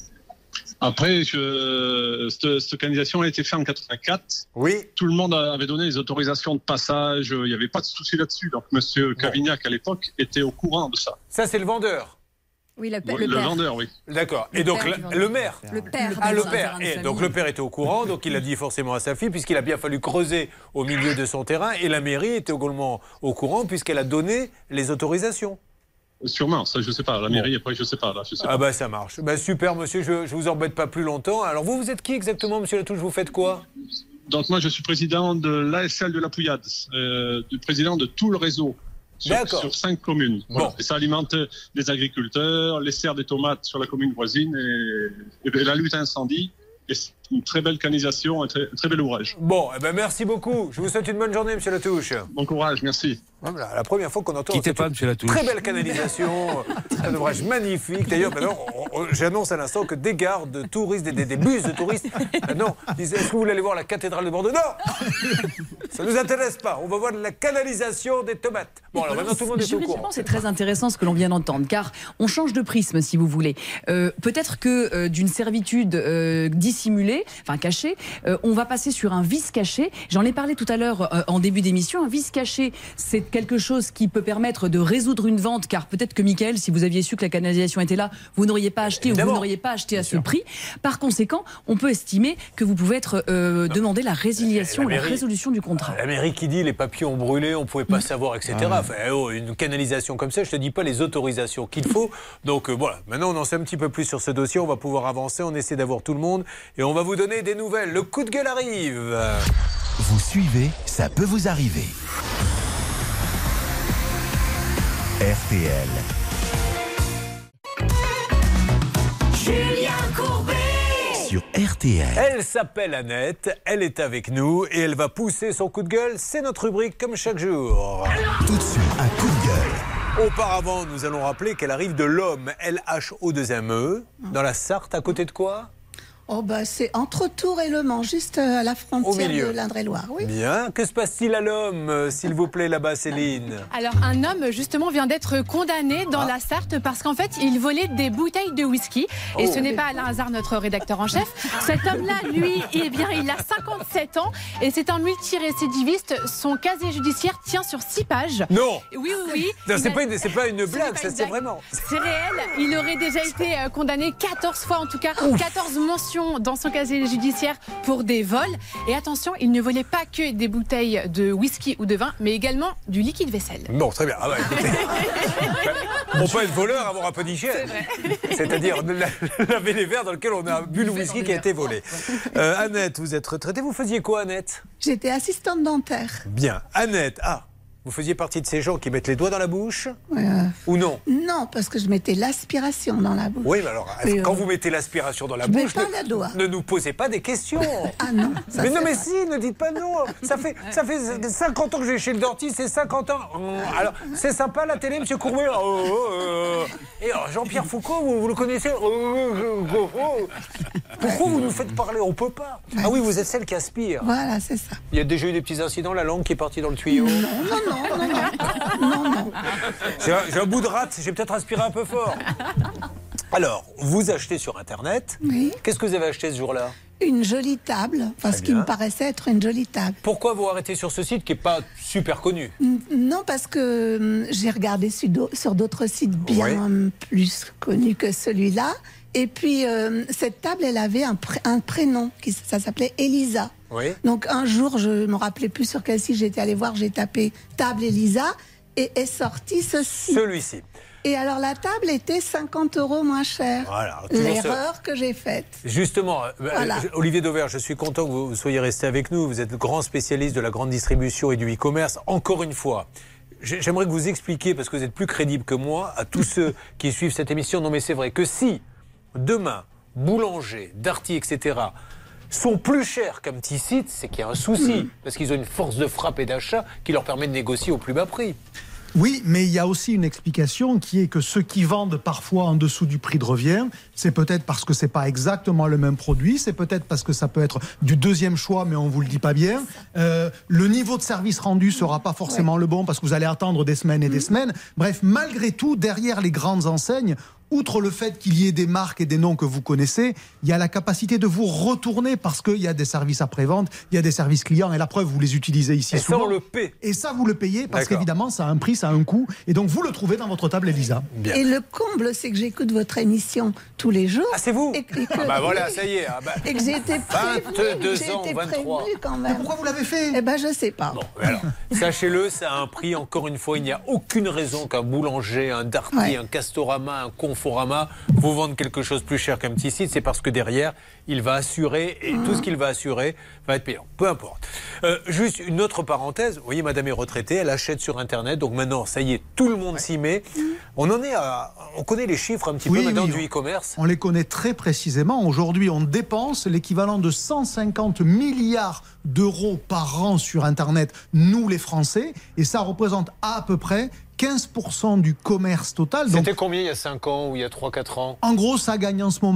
Après, je, cette, cette canalisation a été faite en quatre-vingt-quatre. Oui. Tout le monde avait donné les autorisations de passage. Il n'y avait pas de souci là-dessus. Donc, monsieur Cavignac, à l'époque, était au courant de ça. Ça, c'est le vendeur. Oui, le, le, le le père. vendeur, oui. D'accord. Le Et donc, père le, le maire Le père. Ah, le père. Et donc, le père était au courant, donc il a dit forcément à sa fille, puisqu'il a bien fallu creuser au milieu de son terrain. Et la mairie était également au courant, puisqu'elle a donné les autorisations. Sûrement, ça je sais pas. La mairie, bon. Après, je sais pas. Là, je sais ah pas. bah ça marche. Bah, super, monsieur, je ne vous embête pas plus longtemps. Alors, vous, vous êtes qui exactement, monsieur Latouche ? Vous faites quoi ? Donc, moi, je suis président de l'A S L de la Pouillade, euh, du président de tout le réseau. Sur, sur cinq communes. Voilà. Bon. Et ça alimente les agriculteurs, les serres des tomates sur la commune voisine et, et la lutte à incendie. Et c'est une très belle canalisation, un très, un très bel ouvrage. Bon, eh ben merci beaucoup. Je vous souhaite une bonne journée, monsieur Latouche. Bon courage, merci. Voilà, la première fois qu'on entend... Quittez pas, monsieur Latouche. Très belle canalisation, un ouvrage magnifique. D'ailleurs, maintenant, on, on, j'annonce à l'instant que des gares de touristes, des, des, des bus de touristes, euh, non, disent, est-ce que vous voulez aller voir la cathédrale de Bordeaux ? Non. Ça ne nous intéresse pas. On va voir la canalisation des tomates. Bon, alors maintenant tout le monde est au courant. C'est très intéressant ce que l'on vient d'entendre, car on change de prisme, si vous voulez. Euh, peut-être que euh, d'une servitude euh, dissimulée, enfin cachée, euh, on va passer sur un vice caché. J'en ai parlé tout à l'heure euh, en début d'émission. Un vice caché, c'est quelque chose qui peut permettre de résoudre une vente, car peut-être que Mickaël, si vous aviez su que la canalisation était là, vous n'auriez pas acheté Évidemment. ou vous n'auriez pas acheté à ce prix. Par conséquent, on peut estimer que vous pouvez être euh, demander la résiliation, la, la résolution du contrat. La mairie qui dit les papiers ont brûlé, on ne pouvait pas mmh. savoir, et cetera. Enfin, oh, une canalisation comme ça, je ne te dis pas les autorisations qu'il faut. Donc euh, voilà, maintenant on en sait un petit peu plus sur ce dossier, on va pouvoir avancer, on essaie d'avoir tout le monde et on va vous donner des nouvelles. Le coup de gueule arrive. Vous suivez, ça peut vous arriver. R T L. Julien Courbet sur R T L. Elle s'appelle Annette, elle est avec nous et elle va pousser son coup de gueule. C'est notre rubrique comme chaque jour. Tout de suite, un coup de gueule. Auparavant, nous allons rappeler qu'elle arrive de l'Homme, L H O deux M E, dans la Sarthe, à côté de quoi ? Oh bah c'est entre Tours et Le Mans, juste à la frontière de l'Indre-et-Loire. Oui. Bien. Que se passe-t-il à l'Homme, s'il vous plaît, là-bas, Céline ? Alors, un homme, justement, vient d'être condamné dans ah. la Sarthe parce qu'en fait, il volait des bouteilles de whisky. Oh. Et ce n'est pas Alain Hazard, notre rédacteur en chef. Cet homme-là, lui, eh bien, il a cinquante-sept ans et c'est un multirécidiviste. Son casier judiciaire tient sur six pages. Non. Oui, oui, oui. Non, c'est pas, une, pas une blague, ça, c'est vraiment... C'est réel. Il aurait déjà été condamné quatorze fois, en tout cas, Ouf. quatorze mentions dans son casier judiciaire pour des vols. Et attention, il ne volait pas que des bouteilles de whisky ou de vin, mais également du liquide vaisselle. Bon, très bien. Ah bah, écoutez, on peut être voleur, avoir un peu d'hygiène. C'est-à-dire laver les verres dans lesquels on a bu le whisky qui a été volé. Euh, Annette, vous êtes retraitée. Vous faisiez quoi, Annette ? J'étais assistante dentaire. Bien. Annette, ah vous faisiez partie de ces gens qui mettent les doigts dans la bouche euh, ou non? Non, parce que je mettais l'aspiration dans la bouche. Oui, mais alors, mais quand euh, vous mettez l'aspiration dans la bouche, pas la doigt. Ne, ne nous posez pas des questions. Ah non. Ça mais non, mais si, ne dites pas non. Ça fait, ça fait cinquante ans que je vais chez le dentiste, c'est cinquante ans. Alors, c'est sympa la télé, monsieur Courbet. Oh, oh, oh. Et alors, Jean-Pierre Foucault, vous, vous le connaissez? Pourquoi vous nous faites parler? On peut pas. Ah oui, vous êtes celle qui aspire. Voilà, c'est ça. Il y a déjà eu des petits incidents, la langue qui est partie dans le tuyau? Non, non, non. Non, non, non, non. J'ai un, j'ai un bout de rate, j'ai peut-être aspiré un peu fort. Alors, vous achetez sur Internet. Oui. Qu'est-ce que vous avez acheté ce jour-là? Une jolie table, parce qu'il me paraissait être une jolie table. Pourquoi vous arrêtez sur ce site qui n'est pas super connu? Non, parce que j'ai regardé sur d'autres sites bien oui. plus connus que celui-là. Et puis, euh, cette table, elle avait un, pr- un prénom, qui, ça s'appelait Elisa. Oui. Donc, un jour, je ne me rappelais plus sur quel site j'étais allée voir, j'ai tapé table Elisa et est sorti ceci. Celui-ci. Et alors, la table était cinquante euros moins chère. Voilà, l'erreur ce... que j'ai faite. Justement, voilà. euh, Olivier Dauvert, je suis content que vous soyez resté avec nous. Vous êtes le grand spécialiste de la grande distribution et du e-commerce. Encore une fois, j'aimerais que vous expliquiez, parce que vous êtes plus crédible que moi, à tous ceux qui suivent cette émission. Non, mais c'est vrai que si demain, Boulanger, Darty, et cetera sont plus chers qu'un petit site, c'est qu'il y a un souci. Mmh. Parce qu'ils ont une force de frappe et d'achat qui leur permet de négocier au plus bas prix. Oui, mais il y a aussi une explication qui est que ceux qui vendent parfois en dessous du prix de revient, c'est peut-être parce que c'est pas exactement le même produit, c'est peut-être parce que ça peut être du deuxième choix, mais on vous le dit pas bien. Euh, le niveau de service rendu sera pas forcément ouais. le bon parce que vous allez attendre des semaines et des semaines. Bref, malgré tout, derrière les grandes enseignes, outre le fait qu'il y ait des marques et des noms que vous connaissez, il y a la capacité de vous retourner parce qu'il y a des services après-vente, il y a des services clients et la preuve, vous les utilisez ici et souvent. Et ça, on le paie. Et ça, vous le payez parce D'accord. qu'évidemment, ça a un prix, ça a un coût. Et donc, vous le trouvez dans votre table, Elisa. Bien. Et le comble, c'est que j'écoute votre émission tous les jours. Ah, c'est vous et que, et que, ah bah voilà, ça y est. Ah bah, et que j'ai été vingt-deux ans, vingt-trois. Quand même. Mais pourquoi vous l'avez fait? Eh ben, je sais pas. Bon, alors, sachez-le, ça a un prix. Encore une fois, il n'y a aucune raison qu'un boulanger, un Darty, ouais. un Castorama, un Conforama vous vendent quelque chose plus cher qu'un petit site. C'est parce que derrière, il va assurer et mmh. tout ce qu'il va assurer va être payant. Peu importe. Euh, juste une autre parenthèse. Vous voyez, madame est retraitée, elle achète sur Internet. Donc maintenant, ça y est, tout le monde ouais. s'y met. Mmh. On en est à... On connaît les chiffres un petit oui, peu maintenant oui, du e-commerce. On les connaît très précisément. Aujourd'hui, on dépense l'équivalent de cent cinquante milliards d'euros par an sur Internet, nous les Français. Et ça représente à peu près quinze pour cent du commerce total. C'était donc, combien il y a cinq ans ou il y a trois quatre ans? En gros, ça gagne en ce moment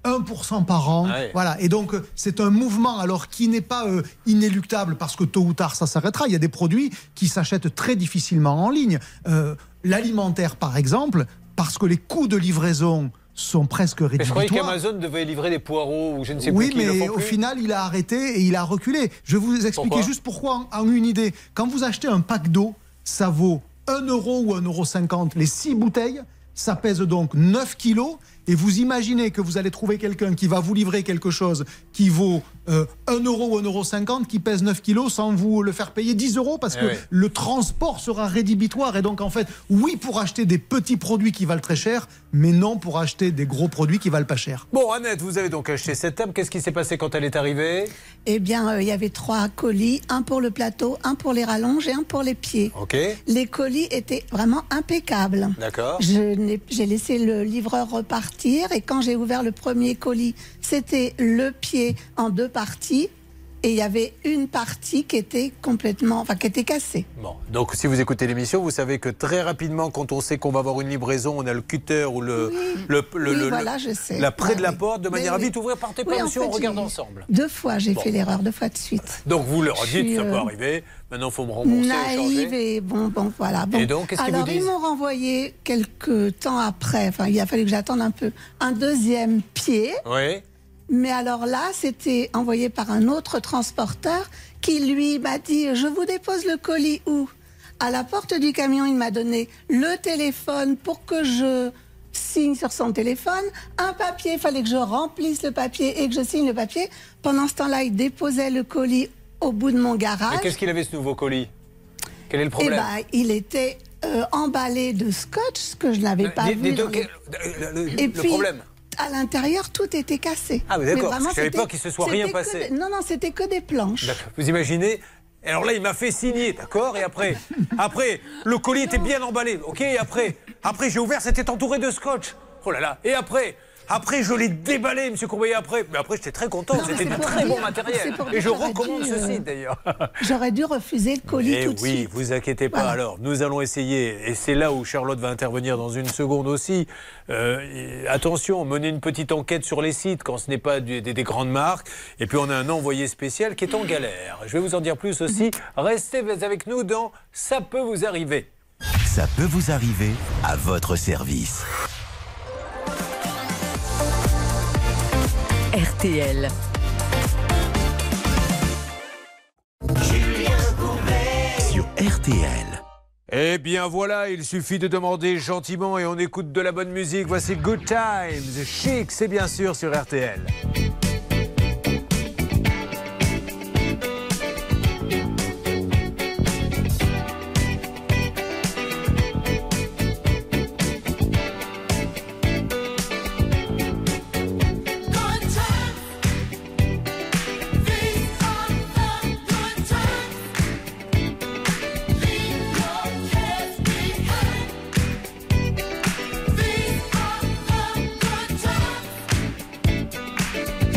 un pour cent par an. Ah ouais. Voilà. Et donc, c'est un mouvement alors qui n'est pas euh, inéluctable parce que tôt ou tard, ça s'arrêtera. Il y a des produits qui s'achètent très difficilement en ligne. Euh, l'alimentaire, par exemple, parce que les coûts de livraison sont presque rédhibitoires. Mais je croyais qu'Amazon devait livrer des poireaux ou je ne sais oui, plus qui le mais font au plus. final, il a arrêté et il a reculé. Je vais vous expliquer Pourquoi juste pourquoi, en, en une idée. Quand vous achetez un pack d'eau, ça vaut un euro ou un euro cinquante les six bouteilles. Ça pèse donc neuf kilos. Et vous imaginez que vous allez trouver quelqu'un qui va vous livrer quelque chose qui vaut euh, un euro ou un euro cinquante, qui pèse neuf kilos, sans vous le faire payer dix euros, parce Eh que oui. le transport sera rédhibitoire. Et donc, en fait, oui, pour acheter des petits produits qui valent très cher, mais non pour acheter des gros produits qui valent pas cher. Bon, Annette, vous avez donc acheté cette table. Qu'est-ce qui s'est passé quand elle est arrivée? Eh bien, euh, il y avait trois colis, un pour le plateau, un pour les rallonges et un pour les pieds. Ok. Les colis étaient vraiment impeccables. D'accord. Je n'ai- J'ai laissé le livreur repartir et quand j'ai ouvert le premier colis, c'était le pied en deux parties et il y avait une partie qui était complètement, enfin qui était cassée. Bon, donc si vous écoutez l'émission, vous savez que très rapidement, quand on sait qu'on va avoir une livraison, on a le cutter ou le, le, le, Oui, le- voilà, le- je sais. la près Ouais, de la oui. porte, de Mais manière à oui. vite ouvrir, partez pas, Oui, en monsieur, fait, on regarde j'ai- ensemble. Deux fois, j'ai Bon. fait l'erreur, deux fois de suite. Donc vous leur Je dites, suis, ça peut euh, arriver, maintenant il faut me rembourser, Naïve changer. et bon, bon, voilà. Bon. Et donc, qu'est-ce qu'ils Alors, vous disent ils m'ont renvoyé quelques temps après, enfin, il a fallu que j'attende un peu, un deuxième pied. Oui. Mais alors là, c'était envoyé par un autre transporteur qui, lui, m'a dit « Je vous dépose le colis où ?» À la porte du camion, il m'a donné le téléphone pour que je signe sur son téléphone, un papier, il fallait que je remplisse le papier et que je signe le papier. Pendant ce temps-là, il déposait le colis au bout de mon Mais garage. qu'est-ce qu'il avait ce nouveau colis? Quel est le Eh problème? ben, il était euh, emballé de scotch, ce que je n'avais pas Des- vu. des dans deux- les- le, le- Et le puis, problème. à l'intérieur, tout était cassé. Ah, mais d'accord, Mais parce vraiment, que je savais c'était- pas qu'il se soit rien c'était que passé. des- Non, non, c'était que des planches. D'accord. Vous imaginez? Alors là, il m'a fait signer, d'accord? Et après, après, le colis était bien emballé, ok? Et après, après j'ai ouvert, c'était entouré de scotch. Oh là là. Et après, après, je l'ai déballé, monsieur Courbeil, après. Mais après, j'étais très content, Non, mais c'était c'est du pour très dire- bon matériel. c'est pour Et dire je que j'aurais recommande dû, ce euh, site, d'ailleurs. J'aurais dû refuser le colis Eh tout de oui, suite. vous inquiétez pas. Voilà. Alors, nous allons essayer, et c'est là où Charlotte va intervenir dans une seconde aussi. Euh, et attention, mener une petite enquête sur les sites quand ce n'est pas du- des, des grandes marques. Et puis, on a un envoyé spécial qui est en galère. Je vais vous en dire plus aussi. Restez avec nous dans Ça peut vous arriver. Ça peut vous arriver à votre service. R T L. Sur R T L. Eh bien voilà, il suffit de demander gentiment et on écoute de la bonne musique. Voici Good Times, Chic, c'est bien sûr sur R T L. These are the good times.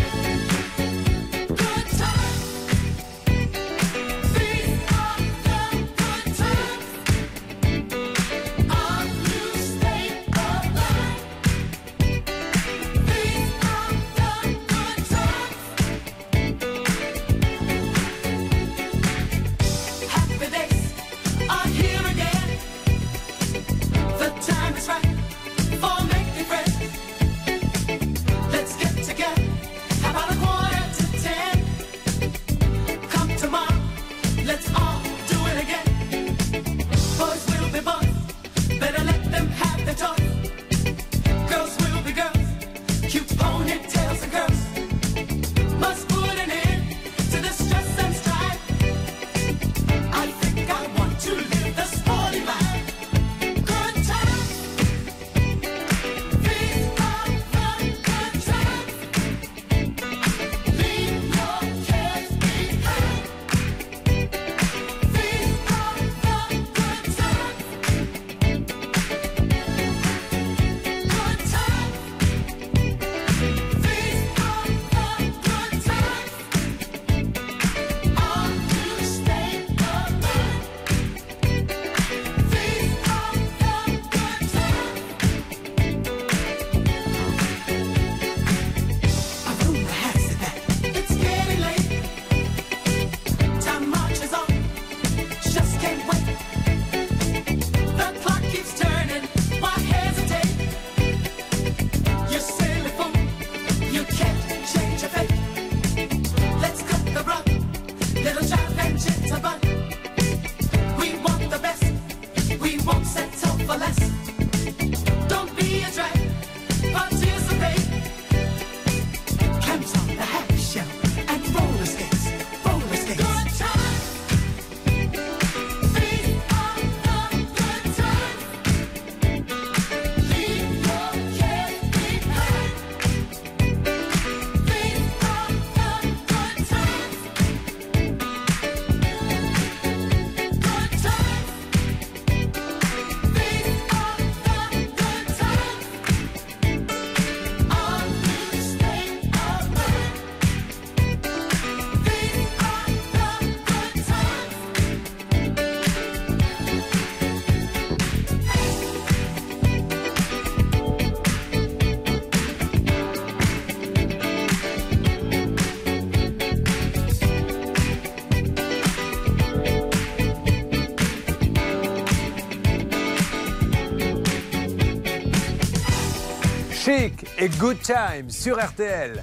Chic et Good Time sur R T L.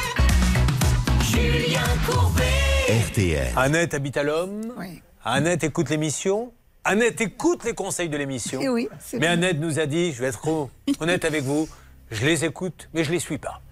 Julien Courbet. R T L. Annette habite à l'Homme. Oui. Annette écoute l'émission. Annette écoute les conseils de l'émission. Eh oui, c'est mais vrai. Annette nous a dit, je vais être honnête avec vous, je les écoute, mais je les suis pas.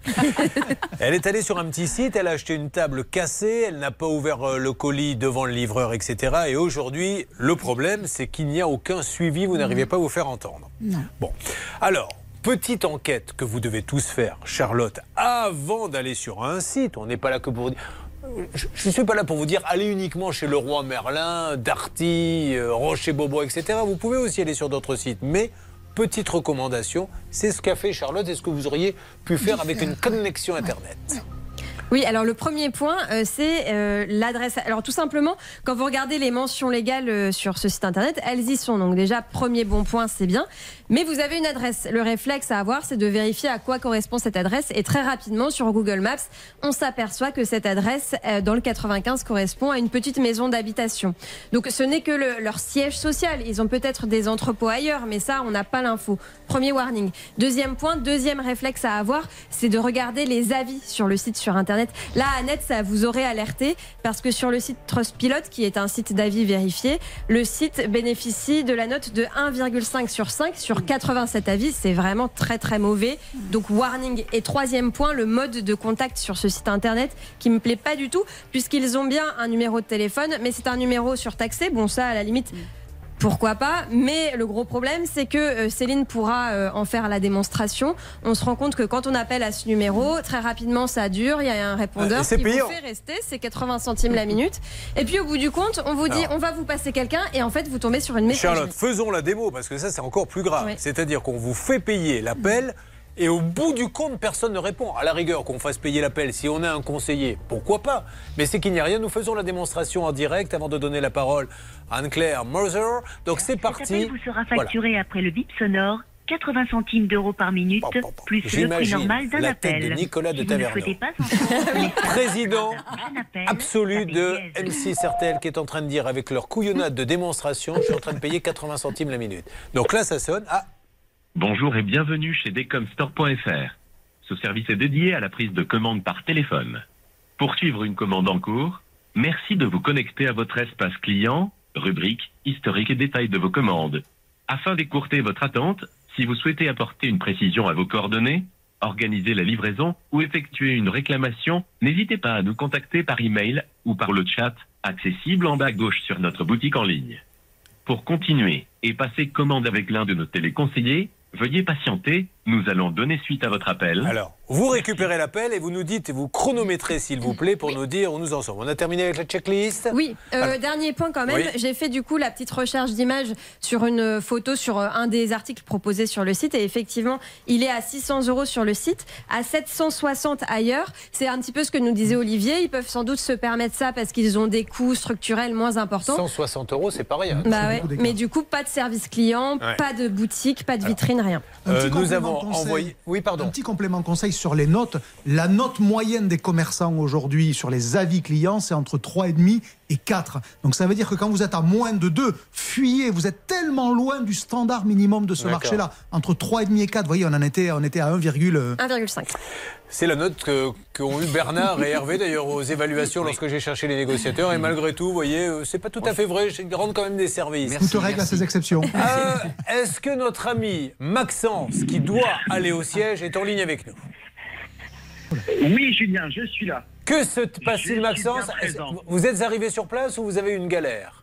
Elle est allée sur un petit site, elle a acheté une table cassée, elle n'a pas ouvert le colis devant le livreur, et cetera. Et aujourd'hui, le problème, c'est qu'il n'y a aucun suivi, vous n'arrivez pas à vous faire entendre. Non. Bon, alors, petite enquête que vous devez tous faire, Charlotte, avant d'aller sur un site. On n'est pas là que pour vous dire... Je ne suis pas là pour vous dire allez uniquement chez Leroy Merlin, Darty, euh, Rocher-Beaubois, et cetera. Vous pouvez aussi aller sur d'autres sites, mais... Petite recommandation, c'est ce qu'a fait Charlotte et ce que vous auriez pu faire avec une connexion Internet. Oui, alors le premier point, euh, c'est euh, l'adresse. Alors tout simplement, quand vous regardez les mentions légales euh, sur ce site internet, elles y sont. Donc déjà, premier bon point, c'est bien. Mais vous avez une adresse. Le réflexe à avoir, c'est de vérifier à quoi correspond cette adresse. Et très rapidement, sur Google Maps, on s'aperçoit que cette adresse, euh, dans le quatre-vingt-quinze, correspond à une petite maison d'habitation. Donc ce n'est que le, leur siège social. Ils ont peut-être des entrepôts ailleurs, mais ça, on n'a pas l'info. Premier warning. Deuxième point, deuxième réflexe à avoir, c'est de regarder les avis sur le site sur Internet. Là, Annette, ça vous aurait alerté parce que sur le site Trustpilot, qui est un site d'avis vérifié, le site bénéficie de la note de un virgule cinq sur cinq sur quatre-vingt-sept avis. C'est vraiment très très mauvais. Donc warning. Et troisième point, le mode de contact sur ce site internet qui me plaît pas du tout puisqu'ils ont bien un numéro de téléphone, mais c'est un numéro surtaxé. Bon, ça, à la limite... Pourquoi pas, mais le gros problème, c'est que euh, Céline pourra euh, en faire la démonstration. On se rend compte que quand on appelle à ce numéro, très rapidement, ça dure. Il y a un répondeur euh, qui payant. vous fait rester. C'est quatre-vingts centimes la minute. Et puis, au bout du compte, on vous dit, Alors. on va vous passer quelqu'un. Et en fait, vous tombez sur une messagerie. Charlotte, faisons la démo, parce que ça, c'est encore plus grave. Oui. C'est-à-dire qu'on vous fait payer l'appel... Et au bout du compte, personne ne répond. À la rigueur, qu'on fasse payer l'appel, si on a un conseiller, pourquoi pas? Mais c'est qu'il n'y a rien. Nous faisons la démonstration en direct avant de donner la parole à Anne-Claire Moser. Donc c'est parti. Cet appel vous sera facturé voilà. après le bip sonore, quatre-vingts centimes d'euros par minute, bon, bon, bon. plus le prix normal d'un la appel. Tête de Nicolas de si Taverneau, président absolu de M six R T L, qui est en train de dire avec leur couillonnade de démonstration, je suis en train de payer quatre-vingts centimes la minute. Donc là, ça sonne. Ah. Bonjour et bienvenue chez Decomstore point F R. Ce service est dédié à la prise de commande par téléphone. Pour suivre une commande en cours, merci de vous connecter à votre espace client, rubrique, historique et détails de vos commandes. Afin d'écourter votre attente, si vous souhaitez apporter une précision à vos coordonnées, organiser la livraison ou effectuer une réclamation, n'hésitez pas à nous contacter par email ou par le chat, accessible en bas à gauche sur notre boutique en ligne. Pour continuer et passer commande avec l'un de nos téléconseillers, veuillez patienter, nous allons donner suite à votre appel. Alors, vous récupérez l'appel et vous nous dites, vous chronométrez s'il vous plaît pour oui. nous dire où nous en sommes. On a terminé avec la checklist. Oui, euh, dernier point quand même. Oui. J'ai fait du coup la petite recherche d'image sur une photo sur un des articles proposés sur le site et effectivement, il est à six cents euros sur le site, à sept cent soixante ailleurs. C'est un petit peu ce que nous disait Olivier. Ils peuvent sans doute se permettre ça parce qu'ils ont des coûts structurels moins importants. cent soixante euros, c'est pas rien. Bah ouais. Mais du coup, pas de service client, ouais. pas de boutique, pas de vitrine, rien. Euh, nous avons envoyé. Oui, pardon. Un petit complément conseil sur les notes. La note moyenne des commerçants aujourd'hui sur les avis clients, c'est entre trois virgule cinq et quatre. Donc ça veut dire que quand vous êtes à moins de deux, fuyez. Vous êtes tellement loin du standard minimum de ce marché-là. Entre trois virgule cinq et quatre, vous voyez, on en était, on était à un virgule cinq. C'est la note que, qu'ont eu Bernard et Hervé d'ailleurs aux évaluations lorsque j'ai cherché les négociateurs. Et malgré tout, vous voyez, c'est pas tout à fait vrai. Je rends quand même des services. Toute règle à ses exceptions. Euh, est-ce que notre ami Maxence, qui doit aller au siège, est en ligne avec nous? Oui, Julien, je suis là. Que se passe-t-il, Maxence? Vous êtes arrivé sur place ou vous avez eu une galère?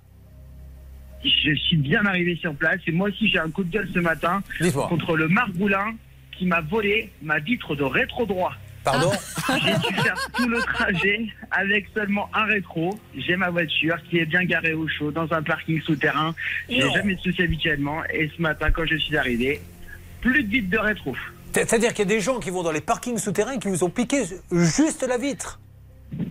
Je suis bien arrivé sur place et moi aussi j'ai un coup de gueule ce matin contre le Margoulin qui m'a volé ma vitre de rétro droit. Pardon? J'ai dû faire tout le trajet avec seulement un rétro. J'ai ma voiture qui est bien garée au chaud dans un parking souterrain. J'ai non. jamais de soucis habituellement et ce matin quand je suis arrivé, plus de vitre de rétro. C'est-à-dire qu'il y a des gens qui vont dans les parkings souterrains et qui vous ont piqué juste la vitre?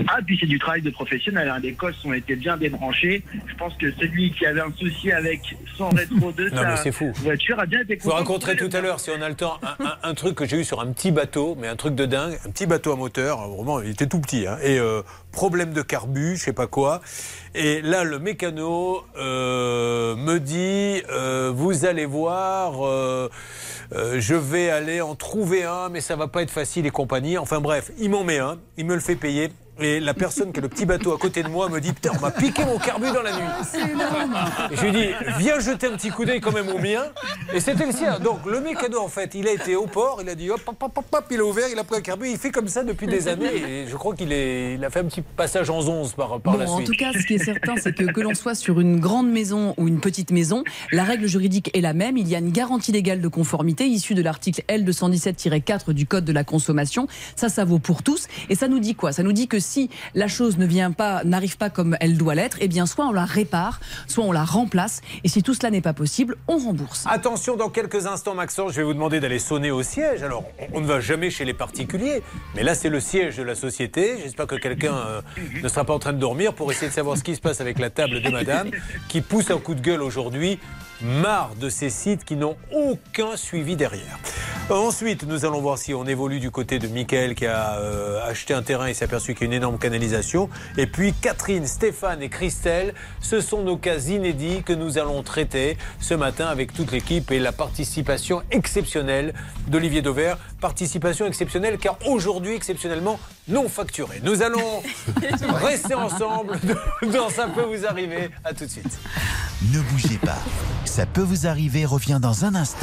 Ah, puis c'est du travail de professionnel. Hein. Les cosses ont été bien débranchées. Je pense que celui qui avait un souci avec son rétro de sa voiture a bien été content. Je vous raconterai tout à l'heure, si on a le temps, un, un, un truc que j'ai eu sur un petit bateau, mais un truc de dingue, un petit bateau à moteur, vraiment, il était tout petit, hein, et euh, problème de carbu, je sais pas quoi. Et là, le mécano euh, me dit, euh, vous allez voir, euh, euh, je vais aller en trouver un, mais ça va pas être facile et compagnie. Enfin bref, il m'en met un, il me le fait payer. Et la personne qui a le petit bateau à côté de moi me dit, putain, on m'a piqué mon carbu dans la nuit. C'est énorme. Et je lui dis, viens jeter un petit coup d'œil quand même au mien. Et c'était le sien. Donc le mécano, en fait, il a été au port, il a dit hop, hop, hop, hop, hop, il a ouvert, il a pris un carbu. Il fait comme ça depuis des années. Et je crois qu'il est, il a fait un petit passage en onze par, par bon, la suite. En tout cas, ce qui est certain, c'est que que l'on soit sur une grande maison ou une petite maison, la règle juridique est la même. Il y a une garantie légale de conformité issue de l'article L deux cent dix-sept tiret quatre du Code de la consommation. Ça, ça vaut pour tous. Et ça nous dit quoi? Ça nous dit que si la chose ne vient pas, n'arrive pas comme elle doit l'être, eh bien soit on la répare, soit on la remplace. Et si tout cela n'est pas possible, on rembourse. Attention, dans quelques instants, Maxence, je vais vous demander d'aller sonner au siège. Alors, on ne va jamais chez les particuliers, mais là, c'est le siège de la société. J'espère que quelqu'un euh, ne sera pas en train de dormir pour essayer de savoir ce qui se passe avec la table de madame, qui pousse un coup de gueule aujourd'hui. Marre de ces sites qui n'ont aucun suivi derrière. Ensuite, nous allons voir si on évolue du côté de Mickaël qui a euh, acheté un terrain et s'est aperçu qu'il y a une énorme canalisation. Et puis Catherine, Stéphane et Christelle, ce sont nos cas inédits que nous allons traiter ce matin avec toute l'équipe et la participation exceptionnelle d'Olivier Dauvert. Participation exceptionnelle car aujourd'hui, exceptionnellement, non facturée. Nous allons rester ensemble dans Ça peut vous arriver. À tout de suite. Ne bougez pas. Ça peut vous arriver revient dans un instant.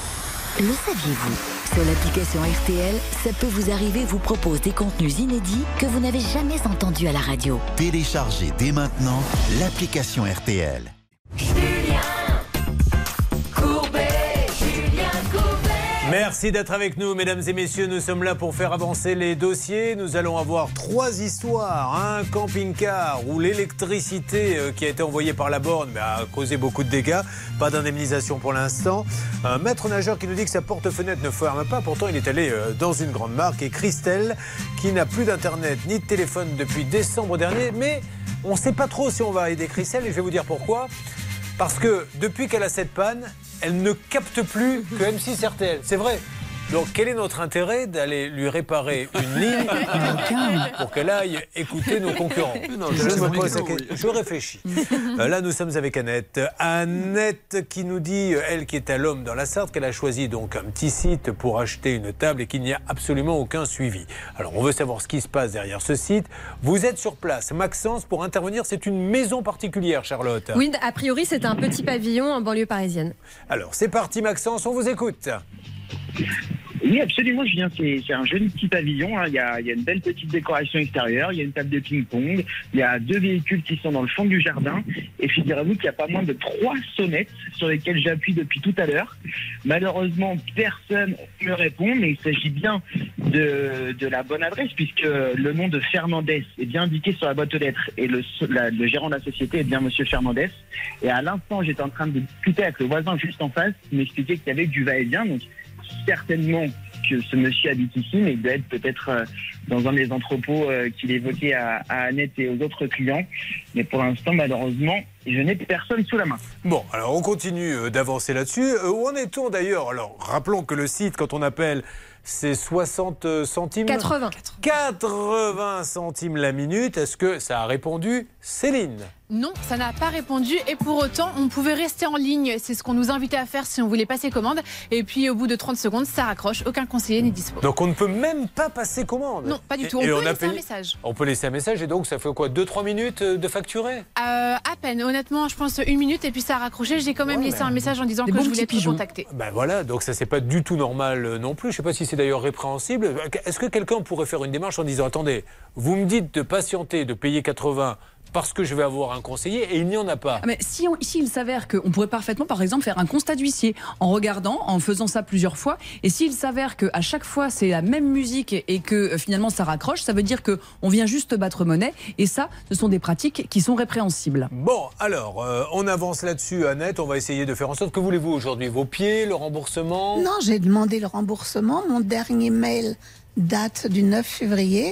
Le saviez-vous? Sur l'application R T L, Ça peut vous arriver vous propose des contenus inédits que vous n'avez jamais entendus à la radio. Téléchargez dès maintenant l'application R T L. Merci d'être avec nous, mesdames et messieurs. Nous sommes là pour faire avancer les dossiers. Nous allons avoir trois histoires. Un camping-car où l'électricité qui a été envoyée par la borne a causé beaucoup de dégâts. Pas d'indemnisation pour l'instant. Un maître nageur qui nous dit que sa porte-fenêtre ne ferme pas. Pourtant, il est allé dans une grande marque. Et Christelle, qui n'a plus d'internet ni de téléphone depuis décembre dernier. Mais on ne sait pas trop si on va aider Christelle. Et je vais vous dire pourquoi. Parce que depuis qu'elle a cette panne, elle ne capte plus que M six R T L. C'est vrai. Donc, quel est notre intérêt d'aller lui réparer une ligne pour qu'elle aille écouter nos concurrents? Non, je, je, me pose la... je réfléchis. euh, là, nous sommes avec Annette. Annette qui nous dit, elle qui est à l'homme dans la Sarthe, qu'elle a choisi donc un petit site pour acheter une table et qu'il n'y a absolument aucun suivi. Alors, on veut savoir ce qui se passe derrière ce site. Vous êtes sur place. Maxence, pour intervenir, c'est une maison particulière, Charlotte. Oui, a priori, c'est un petit pavillon en banlieue parisienne. Alors, c'est parti, Maxence, on vous écoute. Oui, absolument, Julien. C'est, c'est un joli petit pavillon. Hein. Il y a, il y a une belle petite décoration extérieure. Il y a une table de ping-pong. Il y a deux véhicules qui sont dans le fond du jardin. Et figurez-vous qu'il y a pas moins de trois sonnettes sur lesquelles j'appuie depuis tout à l'heure. Malheureusement, personne ne me répond, mais il s'agit bien de, de la bonne adresse puisque le nom de Fernandez est bien indiqué sur la boîte aux lettres et le, la, le gérant de la société est bien Monsieur Fernandez. Et à l'instant, j'étais en train de discuter avec le voisin juste en face, qui m'expliquait qu'il y avait du va-et-vient. Donc, certainement que ce monsieur habite ici, mais il doit être peut-être euh, dans un des entrepôts euh, qu'il évoquait à, à Annette et aux autres clients. Mais pour l'instant, malheureusement, je n'ai personne sous la main. Bon, alors on continue d'avancer là-dessus. Euh, où en est-on d'ailleurs? Alors, rappelons que le site, quand on appelle, c'est soixante centimes. quatre-vingts. quatre-vingts centimes la minute. Est-ce que ça a répondu, Céline? Non, ça n'a pas répondu et pour autant, on pouvait rester en ligne. C'est ce qu'on nous invitait à faire si on voulait passer commande. Et puis au bout de trente secondes, ça raccroche. Aucun conseiller n'est dispo. Donc on ne peut même pas passer commande? Non, pas du tout. Et, on et peut on laisser payé... un message. On peut laisser un message et donc ça fait quoi, deux trois minutes de facturer? euh, À peine, honnêtement, je pense une minute et puis ça a raccroché. J'ai quand même ouais, laissé mais... un message en disant que je voulais être contacté. Ben voilà, donc ça c'est pas du tout normal non plus. Je sais pas si c'est d'ailleurs répréhensible. Est-ce que quelqu'un pourrait faire une démarche en disant attendez, vous me dites de patienter, de payer quatre-vingts parce que je vais avoir un conseiller et il n'y en a pas. Mais si, on, si il s'avère qu'on pourrait parfaitement, par exemple, faire un constat d'huissier en regardant, en faisant ça plusieurs fois, et s'il s'avère qu'à chaque fois c'est la même musique et que finalement ça raccroche, ça veut dire qu'on vient juste battre monnaie et ça, ce sont des pratiques qui sont répréhensibles. Bon, alors, euh, on avance là-dessus, Annette, on va essayer de faire en sorte. Que voulez-vous aujourd'hui? Vos pieds, le remboursement? Non, j'ai demandé le remboursement. Mon dernier mail date du neuf février.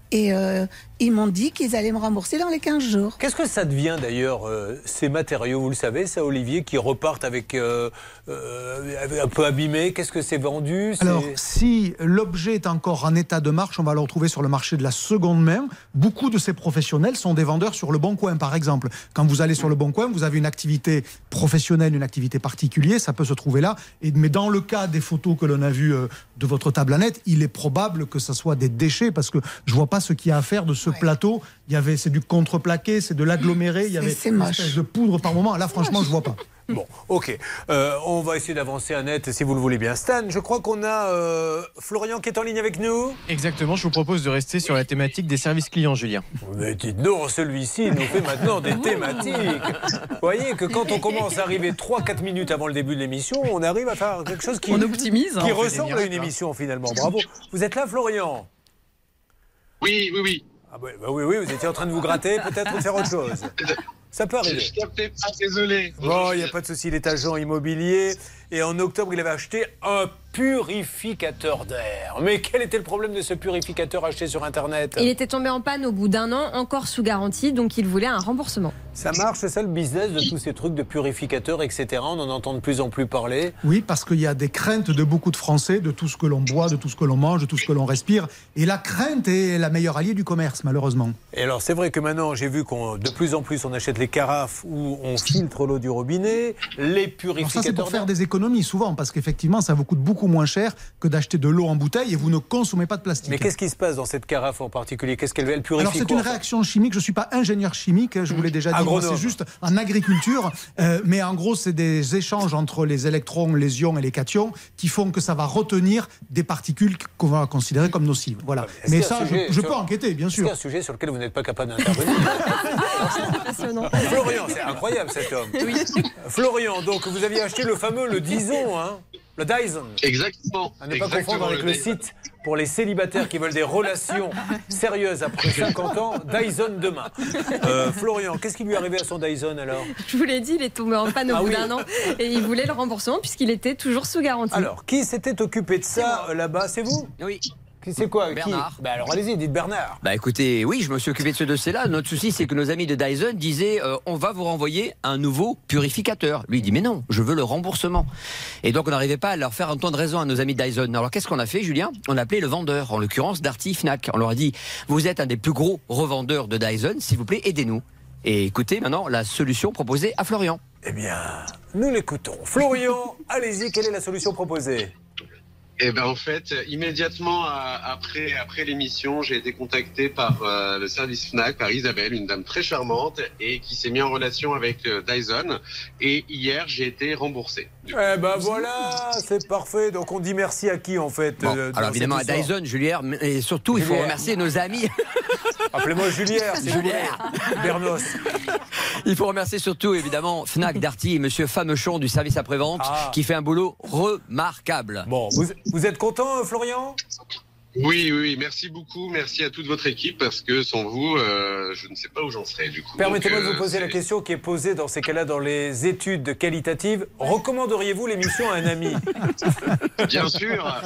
Et euh, ils m'ont dit qu'ils allaient me rembourser dans les quinze jours. Qu'est-ce que ça devient d'ailleurs, euh, ces matériaux, vous le savez, ça, Olivier, qui repartent avec euh, euh, un peu abîmés? Qu'est-ce que c'est vendu? Alors, si l'objet est encore en état de marche, on va le retrouver sur le marché de la seconde main. Beaucoup de ces professionnels sont des vendeurs sur le Bon Coin, par exemple. Quand vous allez sur le Bon Coin, vous avez une activité professionnelle, une activité particulière, ça peut se trouver là. Et, mais dans le cas des photos que l'on a vues euh, de votre table à net, il est probable que ce soit des déchets, parce que je vois pas ce qu'il y a à faire de ce ouais. plateau. Il y avait, c'est du contreplaqué, c'est de l'aggloméré, il y avait une espèce de poudre par moment. Là, franchement, je vois pas. Bon, ok. Euh, on va essayer d'avancer à net, si vous le voulez bien. Stan, je crois qu'on a euh, Florian qui est en ligne avec nous. Exactement, je vous propose de rester sur la thématique des services clients, Julien. Mais dites-nous, celui-ci nous fait maintenant des thématiques. Vous voyez que quand on commence à arriver trois quatre minutes avant le début de l'émission, on arrive à faire quelque chose qui, on optimise, qui hein, ressemble à une émission finalement. Bravo. Vous êtes là, Florian? Oui, oui, oui. Ah bah, bah oui, oui, vous étiez en train de vous gratter, peut-être, ou de faire autre chose. Ça peut arriver. Je captais pas, désolé. Bon, il n'y a pas de souci, il est agent immobilier. Et en octobre, il avait acheté un purificateur d'air. Mais quel était le problème de ce purificateur acheté sur Internet? Il était tombé en panne au bout d'un an, encore sous garantie, donc il voulait un remboursement. Ça marche, c'est ça le business de tous ces trucs de purificateurs, et cetera. On en entend de plus en plus parler. Oui, parce qu'il y a des craintes de beaucoup de Français, de tout ce que l'on boit, de tout ce que l'on mange, de tout ce que l'on respire. Et la crainte est la meilleure alliée du commerce, malheureusement. Et alors, c'est vrai que maintenant, j'ai vu qu'on de plus en plus, on achète les carafes où on filtre l'eau du robinet, les purificateurs. Alors ça, c'est pour faire des économies, souvent, parce qu'effectivement, ça vous coûte beaucoup moins cher que d'acheter de l'eau en bouteille et vous ne consommez pas de plastique. Mais qu'est-ce qui se passe dans cette carafe en particulier? Qu'est-ce qu'elle elle purifie? Alors, c'est une réaction chimique. Je ne suis pas ingénieur chimique, je vous l'ai déjà dit. Moi, c'est juste en agriculture. Euh, mais en gros, c'est des échanges entre les électrons, les ions et les cations qui font que ça va retenir des particules qu'on va considérer comme nocives. Voilà. Mais ça, je, je peux sur... enquêter, bien sûr. C'est un sujet sur lequel vous n'êtes pas capable d'intervenir. Florian, c'est incroyable cet homme. Oui. Florian, donc vous aviez acheté le fameux, le Dyson, hein, le Dyson. Exactement. À ne pas confondre avec le, le site pour les célibataires qui veulent des relations sérieuses après cinquante ans, Dyson demain. Euh, Florian, qu'est-ce qui lui est arrivé à son Dyson alors? Je vous l'ai dit, il est tombé en panne au ah bout oui. d'un an et il voulait le remboursement puisqu'il était toujours sous garantie. Alors, qui s'était occupé de ça euh, là-bas? C'est vous? Oui. C'est quoi? Bernard. Qui bah alors allez-y, dites Bernard. Bah écoutez, oui, je me suis occupé de ce dossier-là. Notre souci, c'est que nos amis de Dyson disaient euh, on va vous renvoyer un nouveau purificateur. Lui, il dit mais non, je veux le remboursement. Et donc, on n'arrivait pas à leur faire entendre raison à nos amis de Dyson. Alors, qu'est-ce qu'on a fait, Julien? On a appelé le vendeur, en l'occurrence Darty Fnac. On leur a dit vous êtes un des plus gros revendeurs de Dyson, s'il vous plaît, aidez-nous. Et écoutez maintenant la solution proposée à Florian. Eh bien, nous l'écoutons. Florian, allez-y, quelle est la solution proposée? Eh ben en fait, immédiatement après après l'émission, j'ai été contacté par euh, le service Fnac, par Isabelle, une dame très charmante et qui s'est mise en relation avec euh, Dyson. Et hier, j'ai été remboursé. Eh ben voilà, c'est parfait. Donc on dit merci à qui en fait? Bon, euh, alors évidemment à Dyson, Julière, et surtout Julière. Il faut remercier nos amis. Appelez-moi Julière, c'est Julière. Bernos. Il faut remercier surtout évidemment Fnac, Darty et Monsieur Famechon du service après-vente ah. qui fait un boulot remarquable. Bon, vous, vous êtes content, Florian? Oui, oui, merci beaucoup. Merci à toute votre équipe parce que sans vous, euh, je ne sais pas où j'en serais du coup. Permettez-moi Donc, de vous poser euh, la question qui est posée dans ces cas-là dans les études qualitatives. Recommanderiez-vous l'émission à un ami? Bien sûr.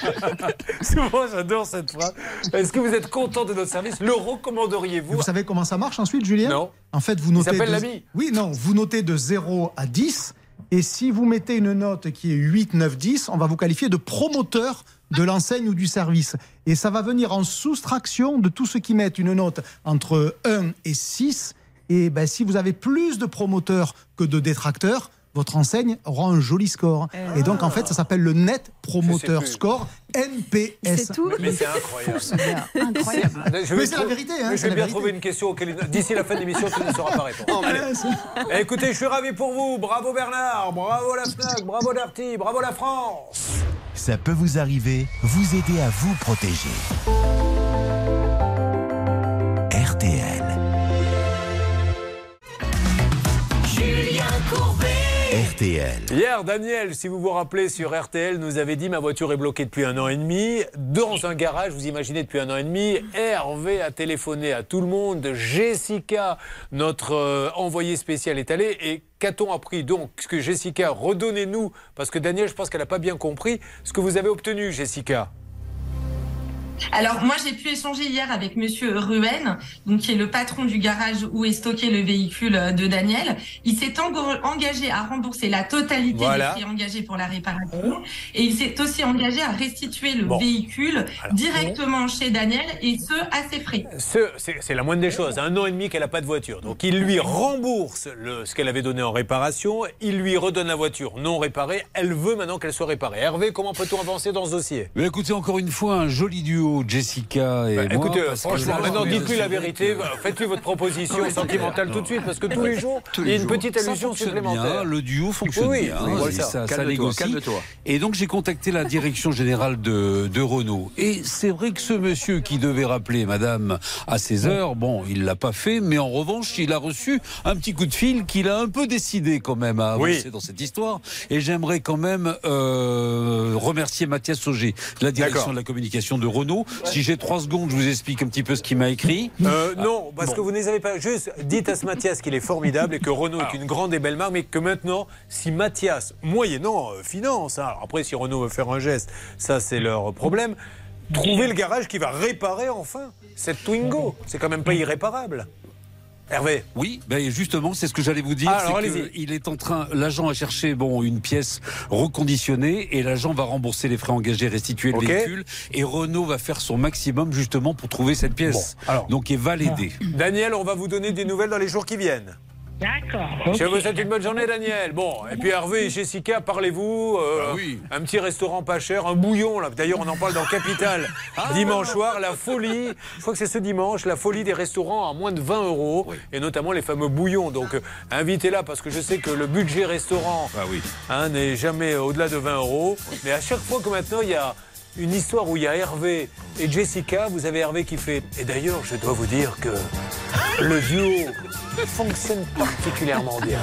Souvent, j'adore cette phrase. Est-ce que vous êtes content de notre service? Le recommanderiez-vous? Vous savez comment ça marche ensuite, Julien? Non. En fait, vous notez. Il s'appelle de... l'ami. Oui, non, vous notez de zéro à dix. Et si vous mettez une note qui est huit, neuf, dix, on va vous qualifier de promoteur de l'enseigne ou du service. Et ça va venir en soustraction de tous ceux qui mettent une note entre un et six. Et ben, si vous avez plus de promoteurs que de détracteurs, votre enseigne aura un joli score. Et donc, en fait, ça s'appelle le Net Promoter Score, N P S. C'est tout. Mais c'est incroyable. C'est incroyable. Je mais c'est la vérité. Hein, mais je vais bien trouver une question auquel, d'ici la fin de l'émission, tu ne sauras pas répondre. Allez. Écoutez, je suis ravi pour vous. Bravo Bernard, bravo la Fnac, bravo Darty, bravo la France. Ça peut vous arriver, vous aider à vous protéger. R T L. Julien Courbet. R T L. Hier, Daniel, si vous vous rappelez, sur R T L, nous avait dit ma voiture est bloquée depuis un an et demi. Dans un garage, vous imaginez, depuis un an et demi. Hervé a téléphoné à tout le monde. Jessica, notre euh, envoyée spéciale, est allée. Et qu'a-t-on appris donc? Ce que Jessica, redonnez-nous, parce que Daniel, je pense qu'elle n'a pas bien compris ce que vous avez obtenu, Jessica. Alors moi j'ai pu échanger hier avec Monsieur Ruhen, donc qui est le patron du garage où est stocké le véhicule de Daniel. Il s'est engo- engagé à rembourser la totalité Voilà. des frais engagés pour la réparation et il s'est aussi engagé à restituer le Bon. véhicule Alors, directement chez Daniel et ce à ses frais. Ce- C'est c'est la moindre des choses. Un an et demi qu'elle n'a pas de voiture. Donc il lui rembourse le, ce qu'elle avait donné en réparation. Il lui redonne la voiture non réparée. Elle veut maintenant qu'elle soit réparée. Hervé, comment peut-on avancer dans ce dossier? Mais écoutez, encore une fois, un joli duo, Jessica et Bah, moi. écoutez, parce que franchement, là, maintenant, je dites-lui suis la vérité. avec, euh, Faites-lui votre proposition Oui, sentimentale non. tout de suite, parce que tous les jours, Tous il y a les une jours. petite Ça allusion fonctionne supplémentaire. bien, le duo fonctionne Oui, bien. oui, hein, voilà. et ça, ça Calme-toi, négocie. calme-toi. Et donc j'ai contacté la direction générale de, de Renault. Et c'est vrai que ce monsieur qui devait rappeler madame à seize heures, bon, il l'a pas fait, mais en revanche, il a reçu un petit coup de fil qu'il a un peu décidé quand même à avancer Oui. dans cette histoire. Et j'aimerais quand même euh, remercier Mathias Sauger, la direction D'accord. de la communication de Renault. Si j'ai trois secondes, je vous explique un petit peu ce qu'il m'a écrit. Euh, non, parce bon. que vous ne les avez pas. Juste, dites à ce Mathias qu'il est formidable et que Renault est une grande et belle marque, mais que maintenant, si Mathias, moyennant euh, finance, hein, alors après, si Renault veut faire un geste, ça c'est leur problème, trouvez le garage qui va réparer enfin cette Twingo. C'est quand même pas irréparable. Hervé. Oui, ben justement, c'est ce que j'allais vous dire. Ah, alors, c'est allez-y. que il est en train, l'agent a cherché bon une pièce reconditionnée et l'agent va rembourser les frais engagés, restituer le Ok. véhicule et Renault va faire son maximum justement pour trouver cette pièce. Bon, alors. Donc il va l'aider. Daniel, on va vous donner des nouvelles dans les jours qui viennent. D'accord. Je vous souhaite une bonne journée, Daniel. Bon, et puis Hervé et Jessica, parlez-vous. euh, Ah oui. Un petit restaurant pas cher, un bouillon, là. D'ailleurs, on en parle dans Capital. Dimanche soir, la folie. Je crois que c'est ce dimanche, la folie des restaurants à moins de vingt euros. Et notamment les fameux bouillons. Donc, euh, invitez-la parce que je sais que le budget restaurant Ah oui. hein, n'est jamais au-delà de vingt euros. Mais à chaque fois que maintenant, il y a une histoire où il y a Hervé et Jessica, vous avez Hervé qui fait. Et d'ailleurs, je dois vous dire que le duo fonctionne particulièrement bien.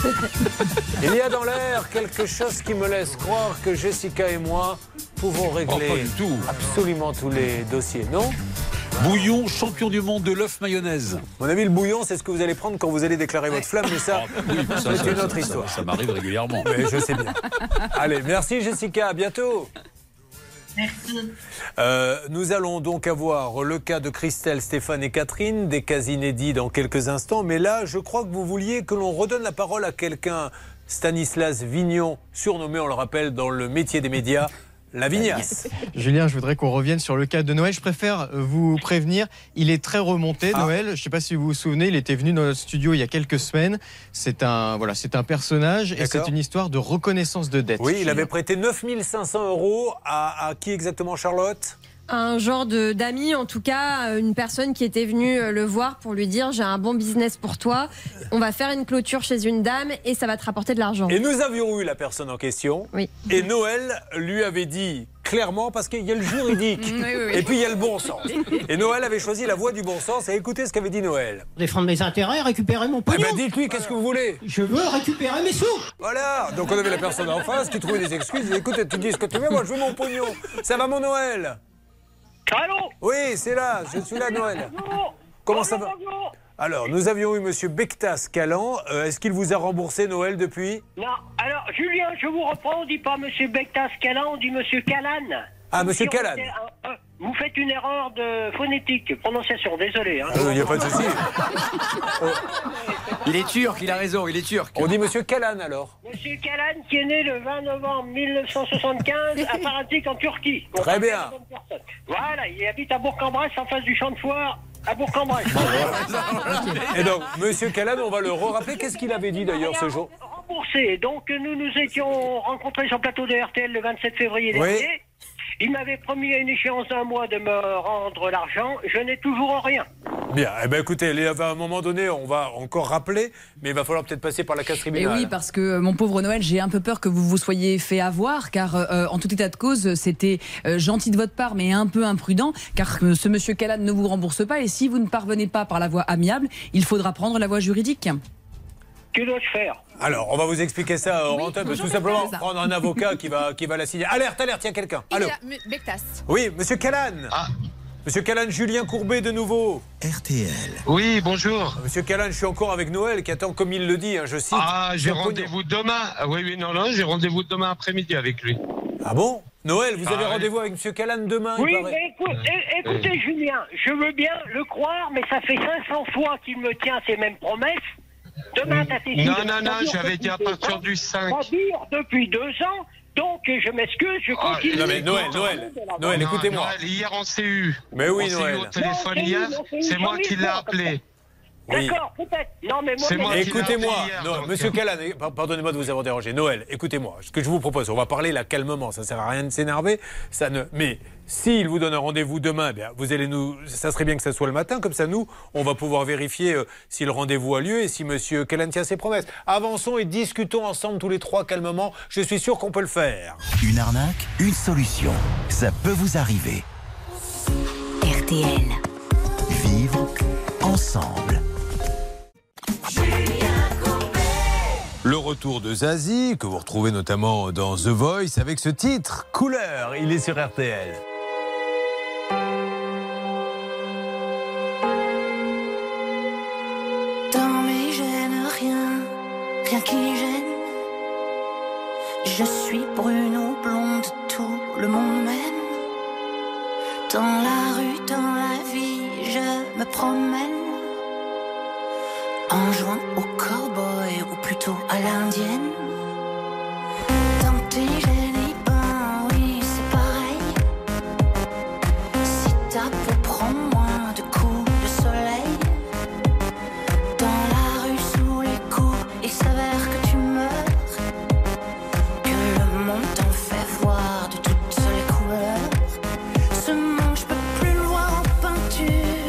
Il y a dans l'air quelque chose qui me laisse croire que Jessica et moi pouvons régler Oh, pas du tout. absolument tous les dossiers, non? Bouillon, champion du monde de l'œuf mayonnaise. Mon ami, le bouillon, c'est ce que vous allez prendre quand vous allez déclarer votre flamme, mais ça, Oui, ça, c'est ça, une ça, autre ça, histoire. Ça, m'arrive régulièrement. Mais je sais bien. Allez, merci Jessica, à bientôt. Merci. Euh, nous allons donc avoir le cas de Christelle, Stéphane et Catherine, des cas inédits dans quelques instants. Mais là, je crois que vous vouliez que l'on redonne la parole à quelqu'un, Stanislas Vignon, surnommé, on le rappelle, dans le métier des médias, la Vignasse. Julien, je voudrais qu'on revienne sur le cas de Noël. Je préfère vous prévenir, il est très remonté, Ah. Noël. Je ne sais pas si vous vous souvenez, il était venu dans notre studio il y a quelques semaines. C'est un, voilà, c'est un personnage et D'accord. c'est une histoire de reconnaissance de dette. Oui, il avait prêté neuf mille cinq cents euros à, à qui exactement, Charlotte? Un genre de d'amis, en tout cas, une personne qui était venue le voir pour lui dire j'ai un bon business pour toi, on va faire une clôture chez une dame et ça va te rapporter de l'argent. Et nous avions eu la personne en question. Oui. Et Noël lui avait dit clairement, parce qu'il y a le juridique Oui, oui, oui. et puis il y a le bon sens. Et Noël avait choisi la voie du bon sens. Et écoutez ce qu'avait dit Noël. Défendre mes intérêts, récupérer mon Eh pognon. ben dites-lui, qu'est-ce que vous voulez? Je veux récupérer mes sous. Voilà. Donc on avait la personne en face qui trouvait des excuses. Il dit, écoute, tu dis ce que tu veux, moi je veux mon pognon. Ça va mon Noël? Allô? Oui, c'est là, je suis là, Noël. Comment ça va? Alors, nous avions eu Monsieur Bectas Calan. Euh, Est-ce qu'il vous a remboursé Noël depuis? Non, alors Julien, je vous reprends, on dit pas Monsieur Bectas Calan, on dit Monsieur Calan. Ah, Monsieur Si on Calan. était un- un- Vous faites une erreur de phonétique, prononciation, désolé. Hein. Il n'y a pas de souci. Il est turc, il a raison, il est turc. On dit Monsieur Calan alors. Monsieur Calan qui est né le vingt novembre mille neuf cent soixante-quinze à Paratik en Turquie. Donc, Très c'est bien. la bonne personne. Voilà, il habite à Bourg-en-Bresse en face du champ de foire à Bourg-en-Bresse. Et donc, Monsieur Calan, on va le re-rappeler. Qu'est-ce qu'il avait dit d'ailleurs ce jour? Remboursé. Donc nous nous étions rencontrés sur le plateau de R T L le vingt-sept février Oui. dernier. Il m'avait promis à une échéance d'un mois de me rendre l'argent. Je n'ai toujours rien. Bien. Eh ben écoutez, à un moment donné, on va encore rappeler, mais il va falloir peut-être passer par la case Et tribunale. oui, parce que euh, mon pauvre Noël, j'ai un peu peur que vous vous soyez fait avoir, car euh, en tout état de cause, c'était euh, gentil de votre part, mais un peu imprudent, car euh, ce monsieur Calan ne vous rembourse pas, et si vous ne parvenez pas par la voie amiable, il faudra prendre la voie juridique. Que dois-je faire? Alors, on va vous expliquer ça en antenne, parce que tout simplement ça. prendre un avocat qui va, qui va la signer. Alerte, alerte, il y a quelqu'un. Il Allô? est là, M- Bectas. Oui, Monsieur Calan. Monsieur Calan, Julien Courbet de nouveau. R T L. Oui, bonjour. Monsieur Calan, je suis encore avec Noël qui attend, comme il le dit, hein, je cite. Ah, j'ai son pognon. rendez-vous demain. Ah, oui, oui, non, non, j'ai rendez-vous demain après-midi avec lui. Ah bon? Noël, vous avez ah, rendez-vous avec M. Callan demain? Oui, il paraît. mais écoute, é écoutez oui. Julien, je veux bien le croire, mais ça fait cinq cents fois qu'il me tient ces mêmes promesses. Demain, t'as tes Non, non, non, j'avais dit à partir du cinq. Ça dure depuis deux ans, donc je m'excuse, je continue. Ah, non mais Noël, Noël, Noël, écoutez-moi. Hier, on s'est eu. Mais oui, on Noël. On s'est eu au téléphone hier, c'est moi qui l'ai appelé. Oui. D'accord, peut-être. Non, mais moi, moi écoutez-moi, hier, Monsieur Callan, pardonnez-moi de vous avoir dérangé. Noël, écoutez-moi. Ce que je vous propose, on va parler là calmement. Ça sert à rien de s'énerver. Ça ne. Mais s'il vous donne un rendez-vous demain, eh bien, vous allez nous. Ça serait bien que ça soit le matin, comme ça nous, on va pouvoir vérifier euh, si le rendez-vous a lieu et si Monsieur Callan tient ses promesses. Avançons et discutons ensemble tous les trois calmement. Je suis sûr qu'on peut le faire. Une arnaque, une solution. Ça peut vous arriver. R T L. Vivre ensemble. Le retour de Zazie, que vous retrouvez notamment dans The Voice, avec ce titre, Couleur, il est sur R T L. Dans mes gènes, rien, rien qui gêne. Je suis brune ou blonde, tout le monde m'aime. Dans la rue, dans la vie, je me promène. En jouant au cowboy ou plutôt à l'indienne. Dans tes gènes, et ben oui, c'est pareil. Si ta peau prend moins de coups de soleil. Dans la rue, sous les coups, il s'avère que tu meurs. Que le monde t'en fait voir de toutes les couleurs. Ce monde, je peux plus le voir en peinture.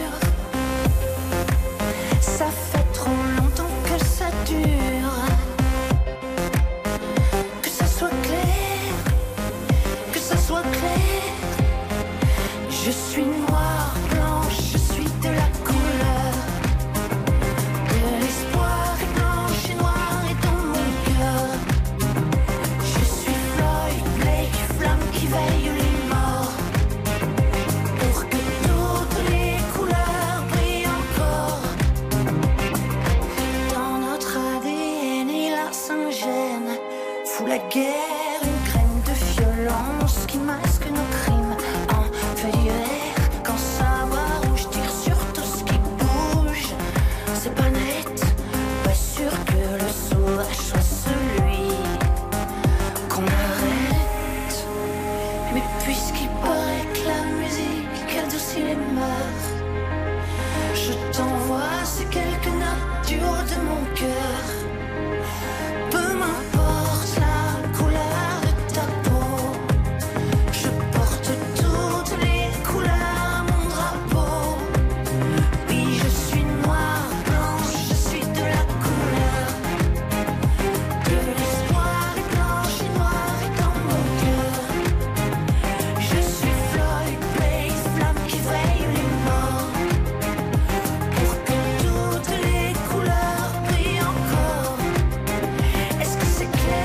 Ça fait trop longtemps que ça dure. Que ça soit clair, que ça soit clair. Je suis noire, blanche, je suis de la couleur. De l'espoir et blanche et noire est dans mon cœur. Je suis Floyd, Blake, flamme qui veille les morts. Pour que toutes les couleurs brillent encore. Dans notre A D N et la Saint-Gène fout la guerre, une graine de violence qui masque nos crimes en feu d'hiver. Quand ça va rouge, tire sur tout ce qui bouge. C'est pas net, pas sûr que le sauvage soit celui qu'on arrête. Mais puisqu'il paraît que la musique adoucit les mœurs, je t'envoie ces quelques notes du haut de mon cœur. Peu m'importe la couleur de ta peau, je porte toutes les couleurs à mon drapeau. Oui, je suis noire, blanche, je suis de la couleur. De l'espoir est blanche et noire est dans mon cœur. Je suis Floyd, Blaze, flamme qui veille les morts. Pour que toutes les couleurs brillent encore. Est-ce que c'est clair?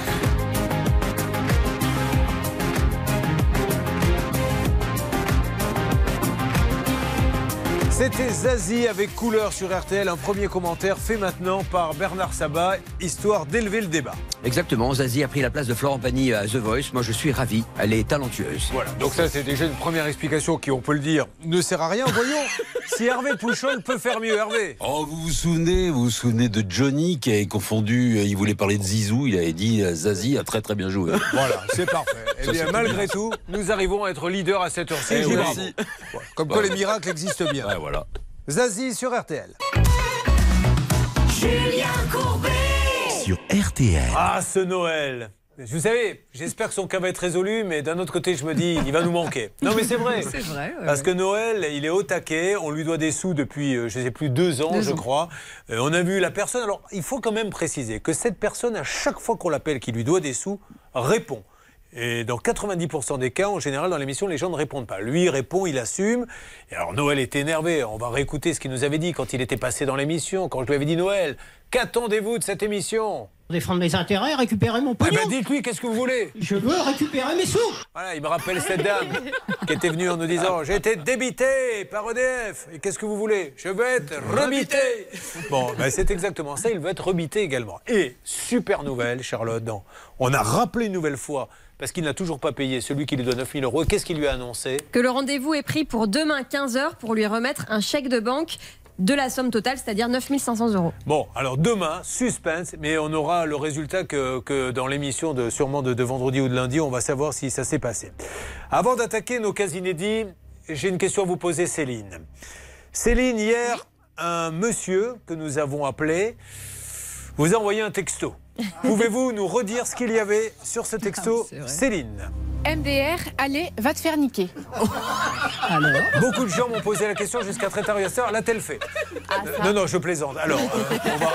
C'était Zazie avec Couleur sur R T L. Un premier commentaire fait maintenant par Bernard Sabat, histoire d'élever le débat. Exactement, Zazie a pris la place de Florent Pagny à The Voice. Moi, je suis ravi. Elle est talentueuse. Voilà, donc ça, c'est déjà une première explication qui, on peut le dire, ne sert à rien. Voyons si Hervé Pouchol peut faire mieux. Hervé. Oh, vous vous souvenez, vous vous souvenez de Johnny qui avait confondu, il voulait parler de Zizou, il avait dit Zazie a très très bien joué. Voilà, c'est parfait. Eh Ça, bien, c'est malgré bien. tout, nous arrivons à être leader à cette heure-ci. Eh J'y oui. bravo. Voilà. Comme quoi les miracles existent bien. Ouais, voilà. Zazie sur R T L. Julien Courbet. Sur R T L. Ah, ce Noël. Vous savez, j'espère que son cas va être résolu, mais d'un autre côté, je me dis, il va nous manquer. Non, mais c'est vrai. C'est vrai. Ouais, Parce ouais. que Noël, il est au taquet. On lui doit des sous depuis, euh, je ne sais plus, deux ans, Deux je ans. crois. Euh, on a vu la personne. Alors, il faut quand même préciser que cette personne, à chaque fois qu'on l'appelle, qui lui doit des sous, répond. Et dans quatre-vingt-dix pour cent des cas, en général, dans l'émission, les gens ne répondent pas. Lui, il répond, il assume. Et alors, Noël est énervé. On va réécouter ce qu'il nous avait dit quand il était passé dans l'émission. Quand je lui avais dit, Noël, Qu'attendez-vous de cette émission ? Défendre mes intérêts, récupérer mon pognon. Ah bah dites-lui, qu'est-ce que vous voulez ? Je veux récupérer mes sous. Voilà, il me rappelle cette dame qui était venue en nous disant « J'ai été débité par E D F. Et qu'est-ce que vous voulez ? Je veux être rebité. » Bon, bah c'est exactement ça, il veut être rebité également. Et super nouvelle, Charlotte, non. On a rappelé une nouvelle fois, parce qu'il n'a toujours pas payé celui qui lui donne neuf mille euros. Qu'est-ce qu'il lui a annoncé ? Que le rendez-vous est pris pour demain quinze heures pour lui remettre un chèque de banque de la somme totale, c'est-à-dire neuf mille cinq cents euros. Bon, alors demain, suspense, mais on aura le résultat que, que dans l'émission de, sûrement de, de vendredi ou de lundi, on va savoir si ça s'est passé. Avant d'attaquer nos cas inédits, j'ai une question à vous poser, Céline. Céline, hier, un monsieur que nous avons appelé vous a envoyé un texto. Pouvez-vous nous redire ce qu'il y avait sur ce texto, ah, Céline ? M D R, allez, va te faire niquer. Alors Beaucoup de gens m'ont posé la question jusqu'à très tard hier soir. L'a-t-elle fait ? ah, euh, Non, non, je plaisante. Alors, euh, on va...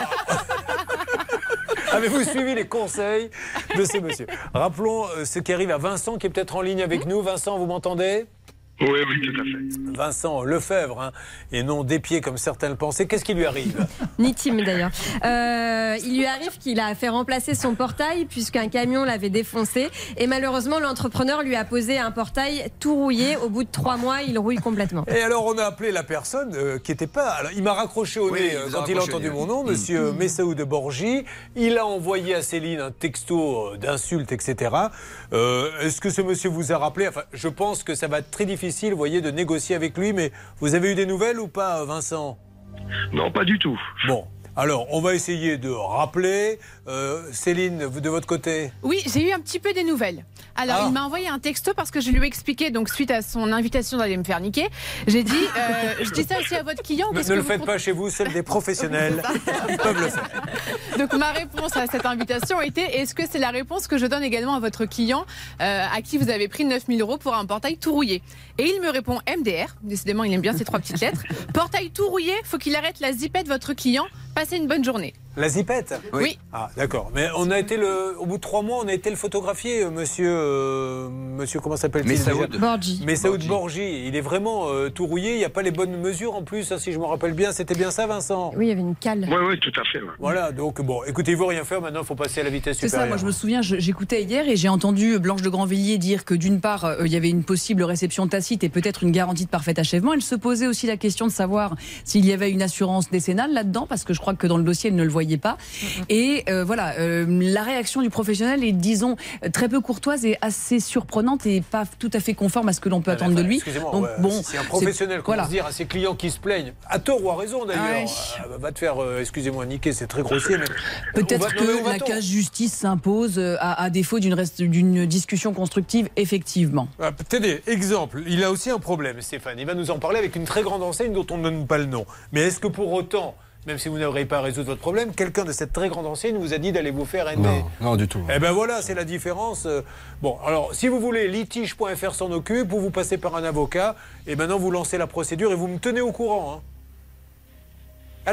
Avez-vous suivi les conseils de ce monsieur ? Rappelons euh, ce qui arrive à Vincent, qui est peut-être en ligne avec nous. Vincent, vous m'entendez ? Oui, oui, tout à fait. Vincent Lefebvre, hein, et non Despieds comme certains le pensaient. Qu'est-ce qui lui arrive ? Ni Tim d'ailleurs. Euh, il lui arrive qu'il a fait remplacer son portail puisqu'un camion l'avait défoncé. Et malheureusement, l'entrepreneur lui a posé un portail tout rouillé. Au bout de trois mois, il rouille complètement. Et alors, on a appelé la personne euh, qui n'était pas... Alors, il m'a raccroché au oui, nez euh, quand il a entendu mon nom, monsieur mmh. Messaoud Borgi. Il a envoyé à Céline un texto euh, d'insultes, et cetera. Euh, est-ce que ce monsieur vous a rappelé ? Enfin, je pense que ça va être très difficile, vous voyez, de négocier avec lui, mais vous avez eu des nouvelles ou pas, Vincent ? Non, pas du tout. Bon, alors on va essayer de rappeler. Euh, Céline, vous de votre côté ? Oui, j'ai eu un petit peu des nouvelles. Alors, ah. il m'a envoyé un texto parce que je lui ai expliqué, donc suite à son invitation d'aller me faire niquer, j'ai dit, euh, je dis ça aussi à votre client. Ne, ne le faites pas chez vous, seuls des professionnels peuvent le faire. Donc ma réponse à cette invitation était, est-ce que c'est la réponse que je donne également à votre client euh, à qui vous avez pris neuf mille euros pour un portail tout rouillé ? Et il me répond M D R, décidément il aime bien ces trois petites lettres, portail tout rouillé, faut qu'il arrête la zipette votre client, passez une bonne journée. La zipette ? Oui. Ah, d'accord. Mais on a été le, au bout de trois mois, on a été le photographier, monsieur, euh, monsieur comment s'appelle-t-il ? Messaoud Borgi. Messaoud Borgi. Il est vraiment euh, tout rouillé. Il n'y a pas les bonnes mesures en plus, hein, si je me rappelle bien. C'était bien ça, Vincent ? Oui, il y avait une cale. Oui, oui, tout à fait. Ouais. Voilà. Donc bon, écoutez, il ne faut rien faire. Maintenant, il faut passer à la vitesse C'est supérieure. ça. Moi, je me souviens, je, j'écoutais hier et j'ai entendu Blanche de Grandvilliers dire que d'une part, euh, il y avait une possible réception tacite et peut-être une garantie de parfait achèvement. Elle se posait aussi la question de savoir s'il y avait une assurance décennale là-dedans, parce que je crois que dans le dossier, elle ne le voyait pas. Mm-hmm. Et euh, voilà, euh, la réaction du professionnel est, disons, très peu courtoise et assez surprenante et pas tout à fait conforme à ce que l'on peut attendre enfin, de lui. Excusez-moi, Donc, ouais, bon, c'est un professionnel, comment voilà. dire, à ses clients qui se plaignent, à tort ou à raison d'ailleurs, Ouais. euh, va te faire, euh, excusez-moi, niquer, c'est très grossier, mais... Peut-être va, que non, la case justice s'impose à, à défaut d'une, rest... d'une discussion constructive, effectivement. Ah, tenez, exemple, il a aussi un problème, Stéphane. Il va nous en parler avec une très grande enseigne dont on ne donne pas le nom. Mais est-ce que pour autant, même si vous n'aurez pas à résoudre votre problème, quelqu'un de cette très grande enseigne vous a dit d'aller vous faire aider ? Non, non du tout. Eh ben voilà, c'est la différence. Bon, alors, si vous voulez, litige point F R s'en occupe, ou vous passez par un avocat, et maintenant vous lancez la procédure et vous me tenez au courant. Hein. Allô ?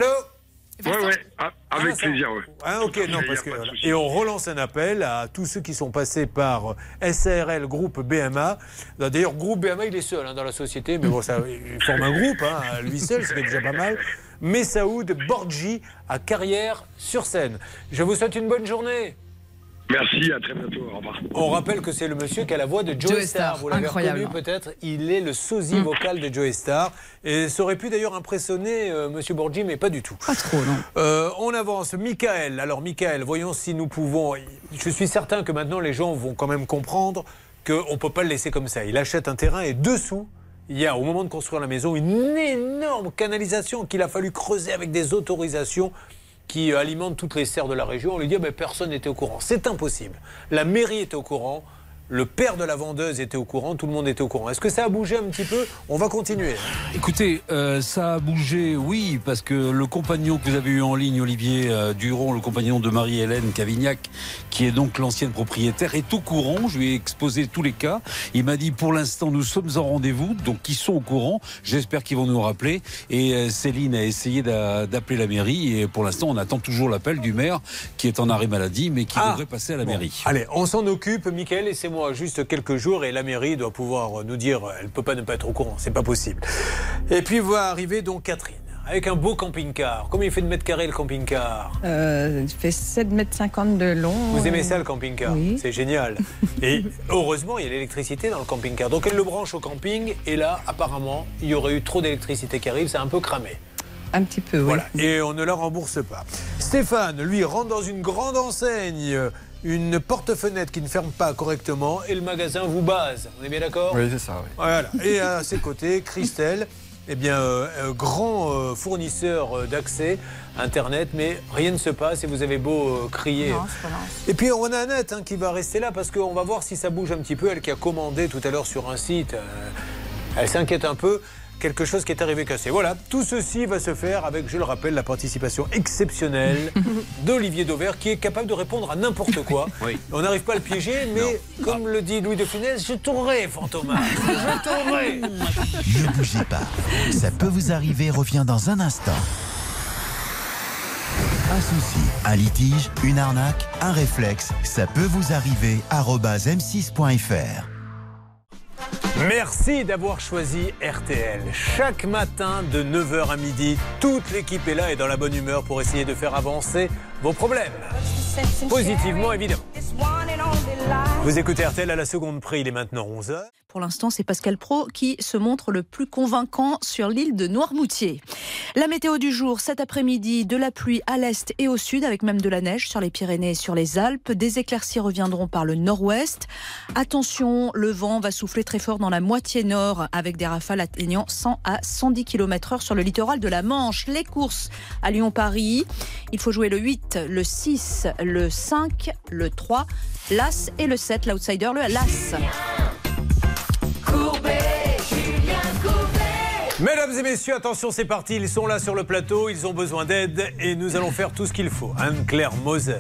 Oui, oui, avec ah, plaisir. Ouais. Ah, ok, non, parce que, voilà. Et on relance un appel à tous ceux qui sont passés par S A R L Groupe B M A. D'ailleurs, Groupe B M A, il est seul hein, dans la société, mais bon, ça, il forme un groupe, hein, lui seul, c'est déjà pas mal. Messaoud Borgi à Carrière-sur-Seine. Je vous souhaite une bonne journée. Merci, à très bientôt. Au revoir. On rappelle que c'est le monsieur qui a la voix de Joe, Joe Star. Vous l'avez reconnu peut-être. Il est le sosie mmh. vocal de Joe Star. Et ça aurait pu d'ailleurs impressionner euh, monsieur Borgi, mais pas du tout. Pas trop, non. Euh, on avance. Michael. Alors, Michael, voyons si nous pouvons. Je suis certain que maintenant les gens vont quand même comprendre qu'on ne peut pas le laisser comme ça. Il achète un terrain et dessous, il y a, au moment de construire la maison, une énorme canalisation qu'il a fallu creuser avec des autorisations qui alimente toutes les serres de la région. On lui dit, ah ben, personne n'était au courant. C'est impossible. La mairie était au courant, le père de la vendeuse était au courant, tout le monde était au courant. Est-ce que ça a bougé un petit peu ? On va continuer. Écoutez, euh, ça a bougé, oui, parce que le compagnon que vous avez eu en ligne, Olivier euh, Duron, le compagnon de Marie-Hélène Cavignac, qui est donc l'ancienne propriétaire, est au courant. Je lui ai exposé tous les cas. Il m'a dit, pour l'instant, nous sommes en rendez-vous, donc ils sont au courant. J'espère qu'ils vont nous rappeler. Et euh, Céline a essayé d'a- d'appeler la mairie. Et pour l'instant, on attend toujours l'appel du maire, qui est en arrêt maladie, mais qui ah, devrait passer à la bon. mairie. Allez, on s'en occupe, Mickaël, laissez-moi juste quelques jours et la mairie doit pouvoir nous dire, elle ne peut pas ne pas être au courant, c'est pas possible. Et puis va arriver donc Catherine. avec un beau camping-car. Combien il fait de mètres carrés le camping-car? Euh, il fait sept mètres cinquante de long. Vous aimez ça le camping-car? Oui. C'est génial. Et heureusement, il y a l'électricité dans le camping-car. Donc elle le branche au camping et là, apparemment, il y aurait eu trop d'électricité qui arrive, c'est un peu cramé. Un petit peu, oui. Voilà, et on ne la rembourse pas. Stéphane, lui, rentre dans une grande enseigne, une porte-fenêtre qui ne ferme pas correctement et le magasin vous base. On est bien d'accord? Oui, c'est ça, oui. Voilà. Et à ses côtés, Christelle, eh bien, euh, euh, grand euh, fournisseur euh, d'accès Internet, mais rien ne se passe et vous avez beau euh, crier. Non, c'est pas grave. Et puis on a Annette hein, qui va rester là parce qu'on va voir si ça bouge un petit peu. Elle qui a commandé tout à l'heure sur un site, euh, elle s'inquiète un peu. Quelque chose qui est arrivé cassé. Voilà, tout ceci va se faire avec, je le rappelle, la participation exceptionnelle d'Olivier Dauvert qui est capable de répondre à n'importe quoi. Oui. On n'arrive pas à le piéger, mais non. Comme le dit Louis de Funès, je tournerai, Fantomas. Je tournerai. Ne bougez pas. Ça peut vous arriver, revient dans un instant. Un souci, un litige, une arnaque, un réflexe, ça peut vous arriver. arobase m six point f r. Merci d'avoir choisi R T L. Chaque matin de neuf heures à midi, toute l'équipe est là et dans la bonne humeur pour essayer de faire avancer vos problèmes. Positivement, évidemment. Vous écoutez R T L à la seconde près, il est maintenant onze heures. Pour l'instant, c'est Pascal Praud qui se montre le plus convaincant sur l'île de Noirmoutier. La météo du jour, cet après-midi, de la pluie à l'est et au sud, avec même de la neige sur les Pyrénées et sur les Alpes. Des éclaircies reviendront par le nord-ouest. Attention, le vent va souffler très fort dans la moitié nord, avec des rafales atteignant cent à cent dix kilomètres heure sur le littoral de la Manche. Les courses à Lyon-Paris, il faut jouer le huit, le six, le cinq, le trois, l'As et le sept, l'outsider, le l'As. Courbet, Julien Courbet. Mesdames et messieurs, attention, c'est parti. Ils sont là sur le plateau, ils ont besoin d'aide et nous allons faire tout ce qu'il faut. Anne-Claire Moser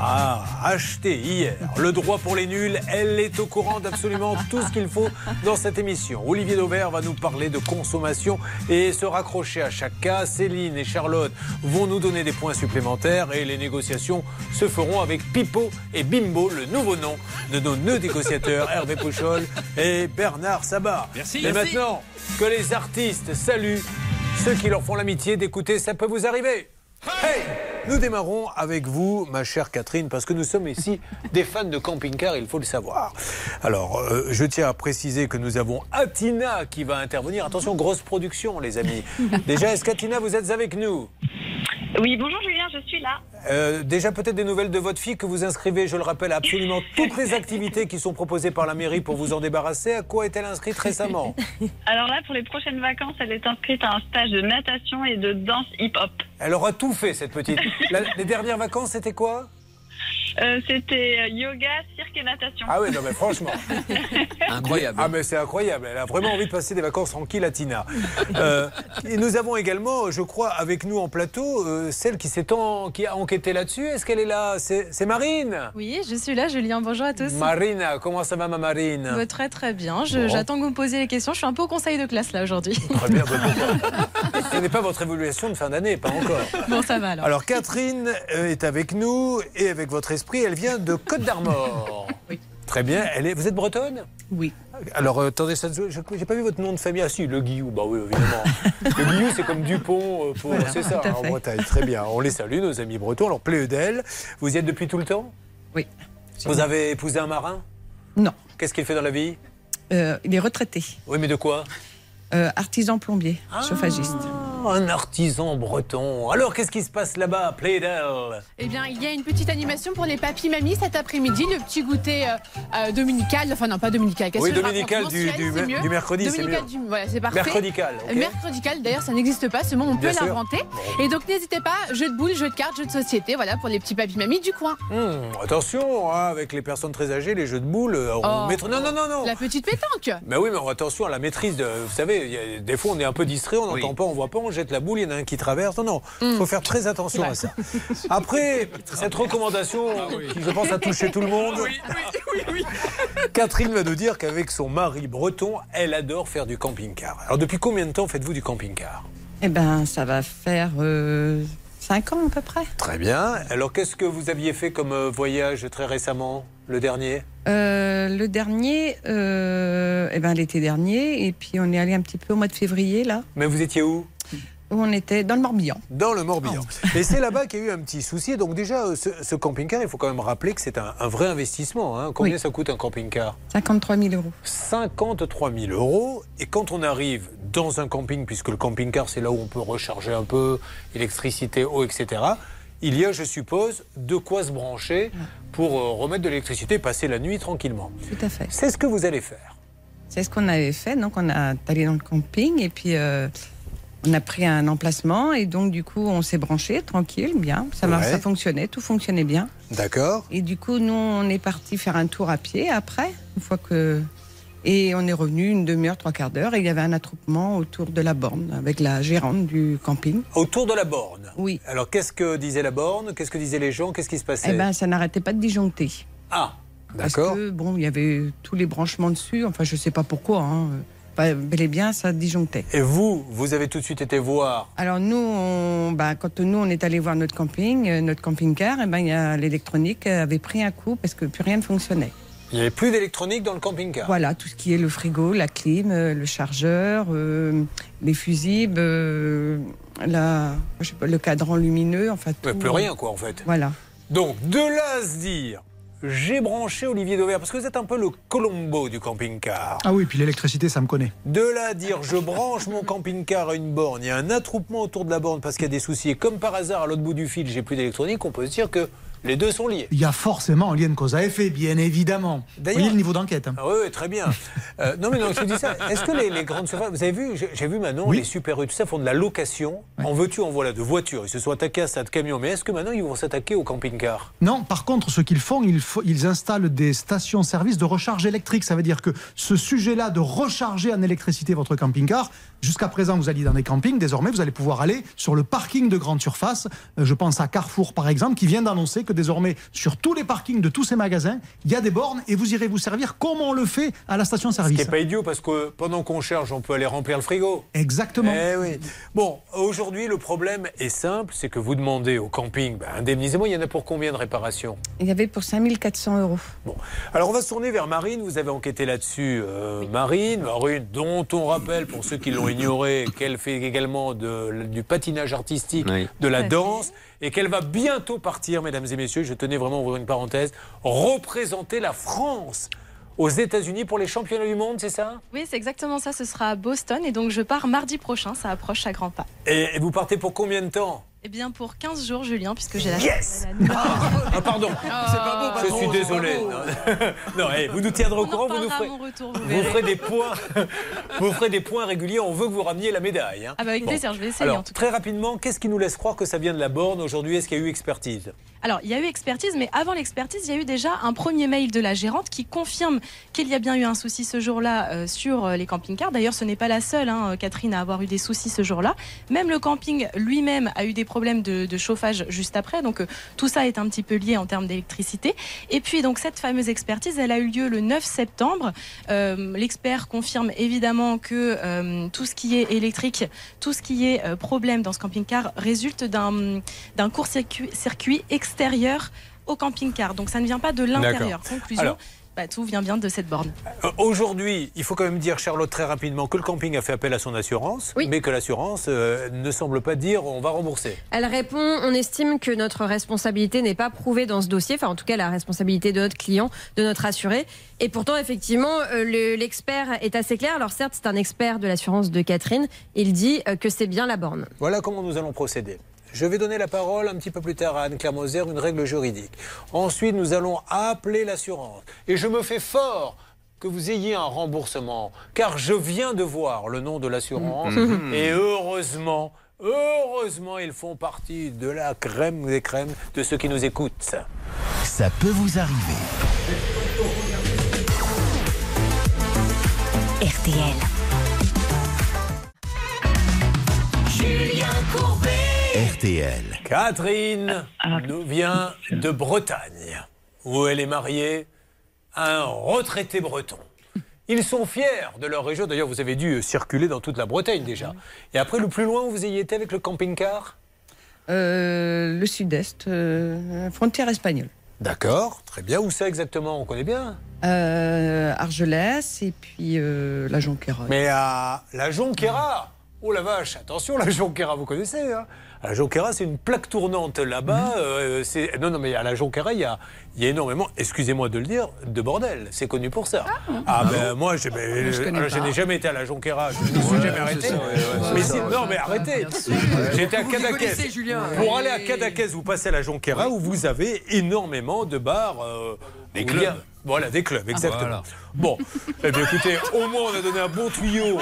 a acheté hier le droit pour les nuls. Elle est au courant d'absolument tout ce qu'il faut dans cette émission. Olivier Dauvert va nous parler de consommation et se raccrocher à chaque cas. Céline et Charlotte vont nous donner des points supplémentaires et les négociations se feront avec Pipo et Bimbo, le nouveau nom de nos deux négociateurs, Hervé Pouchol et Bernard Sabat. Merci. Et Merci. maintenant que les artistes saluent ceux qui leur font l'amitié d'écouter Ça peut vous arriver. Hey, nous démarrons avec vous, ma chère Catherine, parce que nous sommes ici des fans de camping-car, il faut le savoir. Alors, euh, je tiens à préciser que nous avons Atina qui va intervenir. Attention, grosse production, les amis. Déjà, est-ce qu'Atina, vous êtes avec nous? Oui, bonjour Julien, je suis là. Euh, déjà peut-être des nouvelles de votre fille que vous inscrivez, je le rappelle, à absolument toutes les activités qui sont proposées par la mairie pour vous en débarrasser. À quoi est-elle inscrite récemment? Alors là, pour les prochaines vacances, elle est inscrite à un stage de natation et de danse hip-hop. Elle aura tout fait, cette petite. La, les dernières vacances, c'était quoi? Euh, C'était yoga, cirque et natation. Ah oui, non mais franchement. Incroyable. Ah mais c'est incroyable. Elle a vraiment envie de passer des vacances tranquilles à Tina. Euh, et nous avons également, je crois, avec nous en plateau, euh, celle qui s'est en, qui a enquêté là-dessus. Est-ce qu'elle est là? C'est c'est Marine. Oui, je suis là, Julien. Bonjour à tous. Marina, comment ça va ma Marine? Bah, très très bien. Je- Bon. J'attends que vous me posiez les questions. Je suis un peu au conseil de classe là aujourd'hui. Très bien. Bah, ce n'est pas votre évaluation de fin d'année, pas encore. Bon, ça va alors. Alors Catherine euh, est avec nous et avec votre esprit, elle vient de Côte d'Armor. Oui. Très bien. Elle est, vous êtes bretonne? Oui. Alors euh, attendez, ça, je n'ai pas vu votre nom de famille. Ah si, Le Guillou. Bah oui, évidemment. Le Guillou, c'est comme Dupont. euh, pour, Voilà, c'est ça, tout à hein, en fait. Bretagne. Très bien. On les salue, nos amis bretons. Alors Pléudel, vous y êtes depuis tout le temps? Oui. Vous avez épousé un marin? Non. Qu'est-ce qu'il fait dans la vie? Euh, il est retraité. Oui, mais de quoi? Euh, artisan plombier, chauffagiste. Un artisan breton. Alors, qu'est-ce qui se passe là-bas, Plédel? Eh bien, il y a une petite animation pour les papis-mamies cet après-midi, le petit goûter euh, euh, dominical, enfin non, pas dominical. qu'est-ce Oui, que je dominical raconte, du- mensuel, du c'est mer- mieux. du mercredi, c'est Dominical mieux. du- Voilà, c'est parfait. Mercredical, ok. Euh, Mercredical, d'ailleurs, ça n'existe pas, ce mot, on Bien peut sûr. l'inventer. Et donc, n'hésitez pas, jeu de boules, jeu de cartes, jeu de société, voilà, pour les petits papis-mamies du coin. Hum, attention, hein, avec les personnes très âgées, les jeux de boules, euh, on Oh. maîtrise- Non, non, non, non. La petite pétanque. Mais oui, mais attention à la maîtrise de. Vous savez, il y a- des fois, on est un peu distrait, on n'entend pas, on voit pas, on jette la boule, il y en a un qui traverse. Non, non, il faut faire très attention à ça. Après, cette recommandation qui, je pense, a touché tout le monde. Catherine va nous dire qu'avec son mari breton, elle adore faire du camping-car. Alors, depuis combien de temps faites-vous du camping-car? Eh ben, ça va faire euh, cinq ans à peu près. Très bien. Alors, qu'est-ce que vous aviez fait comme euh, voyage très récemment, le dernier? Euh, le dernier, euh, eh ben, l'été dernier, et puis on est allé un petit peu au mois de février là. Mais vous étiez où? Où on était dans le Morbihan. Dans le Morbihan. Oh. Et c'est là-bas qu'il y a eu un petit souci. Donc déjà, ce, ce camping-car, il faut quand même rappeler que c'est un, un vrai investissement. Hein. Combien oui. ça coûte un camping-car ? cinquante-trois mille euros. cinquante-trois mille euros. Et quand on arrive dans un camping, puisque le camping-car, c'est là où on peut recharger un peu, électricité, eau, et cetera, il y a, je suppose, de quoi se brancher pour euh, remettre de l'électricité et passer la nuit tranquillement. Tout à fait. C'est ce que vous allez faire. C'est ce qu'on avait fait. Donc on a allé dans le camping et puis... Euh... On a pris un emplacement et donc du coup on s'est branché tranquille, bien, ça, ouais. ça fonctionnait, tout fonctionnait bien. D'accord. Et du coup nous on est parti faire un tour à pied après, une fois que... Et on est revenu une demi-heure, trois quarts d'heure et il y avait un attroupement autour de la borne avec la gérante du camping. Autour de la borne ? Oui. Alors qu'est-ce que disait la borne ? Qu'est-ce que disaient les gens ? Qu'est-ce qui se passait ? Eh bien ça n'arrêtait pas de disjoncter. Ah, d'accord. Parce que bon, il y avait tous les branchements dessus, enfin je sais pas pourquoi, hein. Bel et bien, ça disjonctait. Et vous, vous avez tout de suite été voir ? Alors nous, on, bah, quand nous on est allé voir notre camping, euh, notre camping-car, et ben il y a l'électronique avait pris un coup parce que plus rien ne fonctionnait. Il n'y avait plus d'électronique dans le camping-car ? Voilà, tout ce qui est le frigo, la clim, euh, le chargeur, euh, les fusibles, euh, la, je sais pas, le cadran lumineux, enfin tout. Mais plus rien quoi en fait. Voilà. Donc de là à se dire. J'ai branché Olivier Dauvert, parce que vous êtes un peu le Colombo du camping-car. Ah oui, puis l'électricité, ça me connaît. De là à dire, je branche mon camping-car à une borne, il y a un attroupement autour de la borne parce qu'il y a des soucis, et comme par hasard, à l'autre bout du fil, j'ai plus d'électronique, on peut se dire que les deux sont liés. Il y a forcément un lien de cause à effet, bien évidemment. D'ailleurs, vous voyez le niveau d'enquête. Hein. Ah oui, oui, très bien. Euh, non, mais non, je vous dis ça. Est-ce que les, les grandes surfaces, vous avez vu, j'ai, j'ai vu maintenant, oui. les Super U, tout ça, font de la location. Ouais. En veux-tu, en voilà, de voitures. Ils se sont attaqués à ça, de camions. Mais est-ce que maintenant, ils vont s'attaquer au camping-car ? Non, par contre, ce qu'ils font, ils, f- ils installent des stations-service de recharge électrique. Ça veut dire que ce sujet-là de recharger en électricité votre camping-car, jusqu'à présent, vous alliez dans des campings. Désormais, vous allez pouvoir aller sur le parking de grande surface. Euh, je pense à Carrefour, par exemple, qui vient d'annoncer que désormais, sur tous les parkings de tous ces magasins, il y a des bornes et vous irez vous servir comme on le fait à la station-service. Ce qui n'est pas idiot parce que pendant qu'on cherche, on peut aller remplir le frigo. Exactement. Eh oui. Bon, aujourd'hui, le problème est simple, c'est que vous demandez au camping, ben, indemnisez-moi, il y en a pour combien de réparations ? Il y avait pour cinq mille quatre cents euros. Bon, alors on va se tourner vers Marine, vous avez enquêté là-dessus. Euh, oui. Marine, Marine, dont on rappelle, pour ceux qui l'ont ignoré, qu'elle fait également de, du patinage artistique, oui. de la danse, et qu'elle va bientôt partir, mesdames et messieurs, je tenais vraiment à ouvrir une parenthèse, représenter la France aux États-Unis pour les championnats du monde, c'est ça ? Oui, c'est exactement ça, ce sera à Boston, et donc je pars mardi prochain, ça approche à grands pas. Et, et vous partez pour combien de temps ? Eh bien, pour quinze jours, Julien, puisque j'ai la... Yes la... Ah, pardon, oh, c'est pas beau, patron, je suis désolé. Non, non hey, vous nous tiendrez au courant, vous nous ferez, retour, vous vous ferez des points, vous ferez des points réguliers. On veut que vous rameniez la médaille. Hein. Ah bah avec bon. plaisir, je vais essayer. Alors, en tout très cas. rapidement, qu'est-ce qui nous laisse croire que ça vient de la borne aujourd'hui ? Est-ce qu'il y a eu expertise ? Alors, il y a eu expertise, mais avant l'expertise, il y a eu déjà un premier mail de la gérante qui confirme qu'il y a bien eu un souci ce jour-là euh, sur les camping-cars. D'ailleurs, ce n'est pas la seule, hein, Catherine, à avoir eu des soucis ce jour-là. Même le camping lui-même a eu des problèmes de, de chauffage juste après. Donc, euh, tout ça est un petit peu lié en termes d'électricité. Et puis, donc, cette fameuse expertise, elle a eu lieu le neuf septembre. Euh, l'expert confirme évidemment que euh, tout ce qui est électrique, tout ce qui est euh, problème dans ce camping-car résulte d'un, d'un court-circuit circuit extérieur extérieur au camping-car. Donc ça ne vient pas de l'intérieur. D'accord. Conclusion, Alors, bah, tout vient bien de cette borne. Euh, aujourd'hui, il faut quand même dire, Charlotte, très rapidement, que le camping a fait appel à son assurance, oui. mais que l'assurance euh, ne semble pas dire on va rembourser. Elle répond, on estime que notre responsabilité n'est pas prouvée dans ce dossier, enfin en tout cas la responsabilité de notre client, de notre assuré. Et pourtant, effectivement, euh, le, l'expert est assez clair. Alors certes, c'est un expert de l'assurance de Catherine. Il dit euh, que c'est bien la borne. Voilà comment nous allons procéder. Je vais donner la parole un petit peu plus tard à Anne-Claire Moser, une règle juridique. Ensuite, nous allons appeler l'assurance. Et je me fais fort que vous ayez un remboursement, car je viens de voir le nom de l'assurance. Mmh. Et heureusement, heureusement, ils font partie de la crème des crèmes de ceux qui nous écoutent. Ça peut vous arriver. R T L. Julien Courbet. R T L. Catherine nous vient de Bretagne, où elle est mariée à un retraité breton. Ils sont fiers de leur région. D'ailleurs, vous avez dû circuler dans toute la Bretagne déjà. Et après, le plus loin où vous ayez été avec le camping-car ? euh, Le sud-est, euh, frontière espagnole. D'accord, très bien. Où ça exactement ? On connaît bien. euh, Argelès et puis euh, la Jonquera. Mais à la Jonquera ? Oh la vache, attention, la Jonquera, vous connaissez, hein. À la Jonquera, c'est une plaque tournante là-bas. Mmh. Euh, c'est... Non, non, mais à la Jonquera, il y a, il y a énormément, excusez-moi de le dire, de bordel. C'est connu pour ça. Ah, ah, ah ben ben moi, je, ben, je, alors, je n'ai jamais été à la Jonquera. Je ne me suis ouais, jamais arrêté. Ça, ouais, ouais, mais si, non, mais arrêtez. J'étais à Cadaqués. Pour aller à Cadaqués, vous passez à la Jonquera où vous avez énormément de bars. Euh, des clubs. A... Voilà, des clubs, exactement. Ah, voilà. Bon, eh bien, écoutez, au moins on a donné un bon tuyau.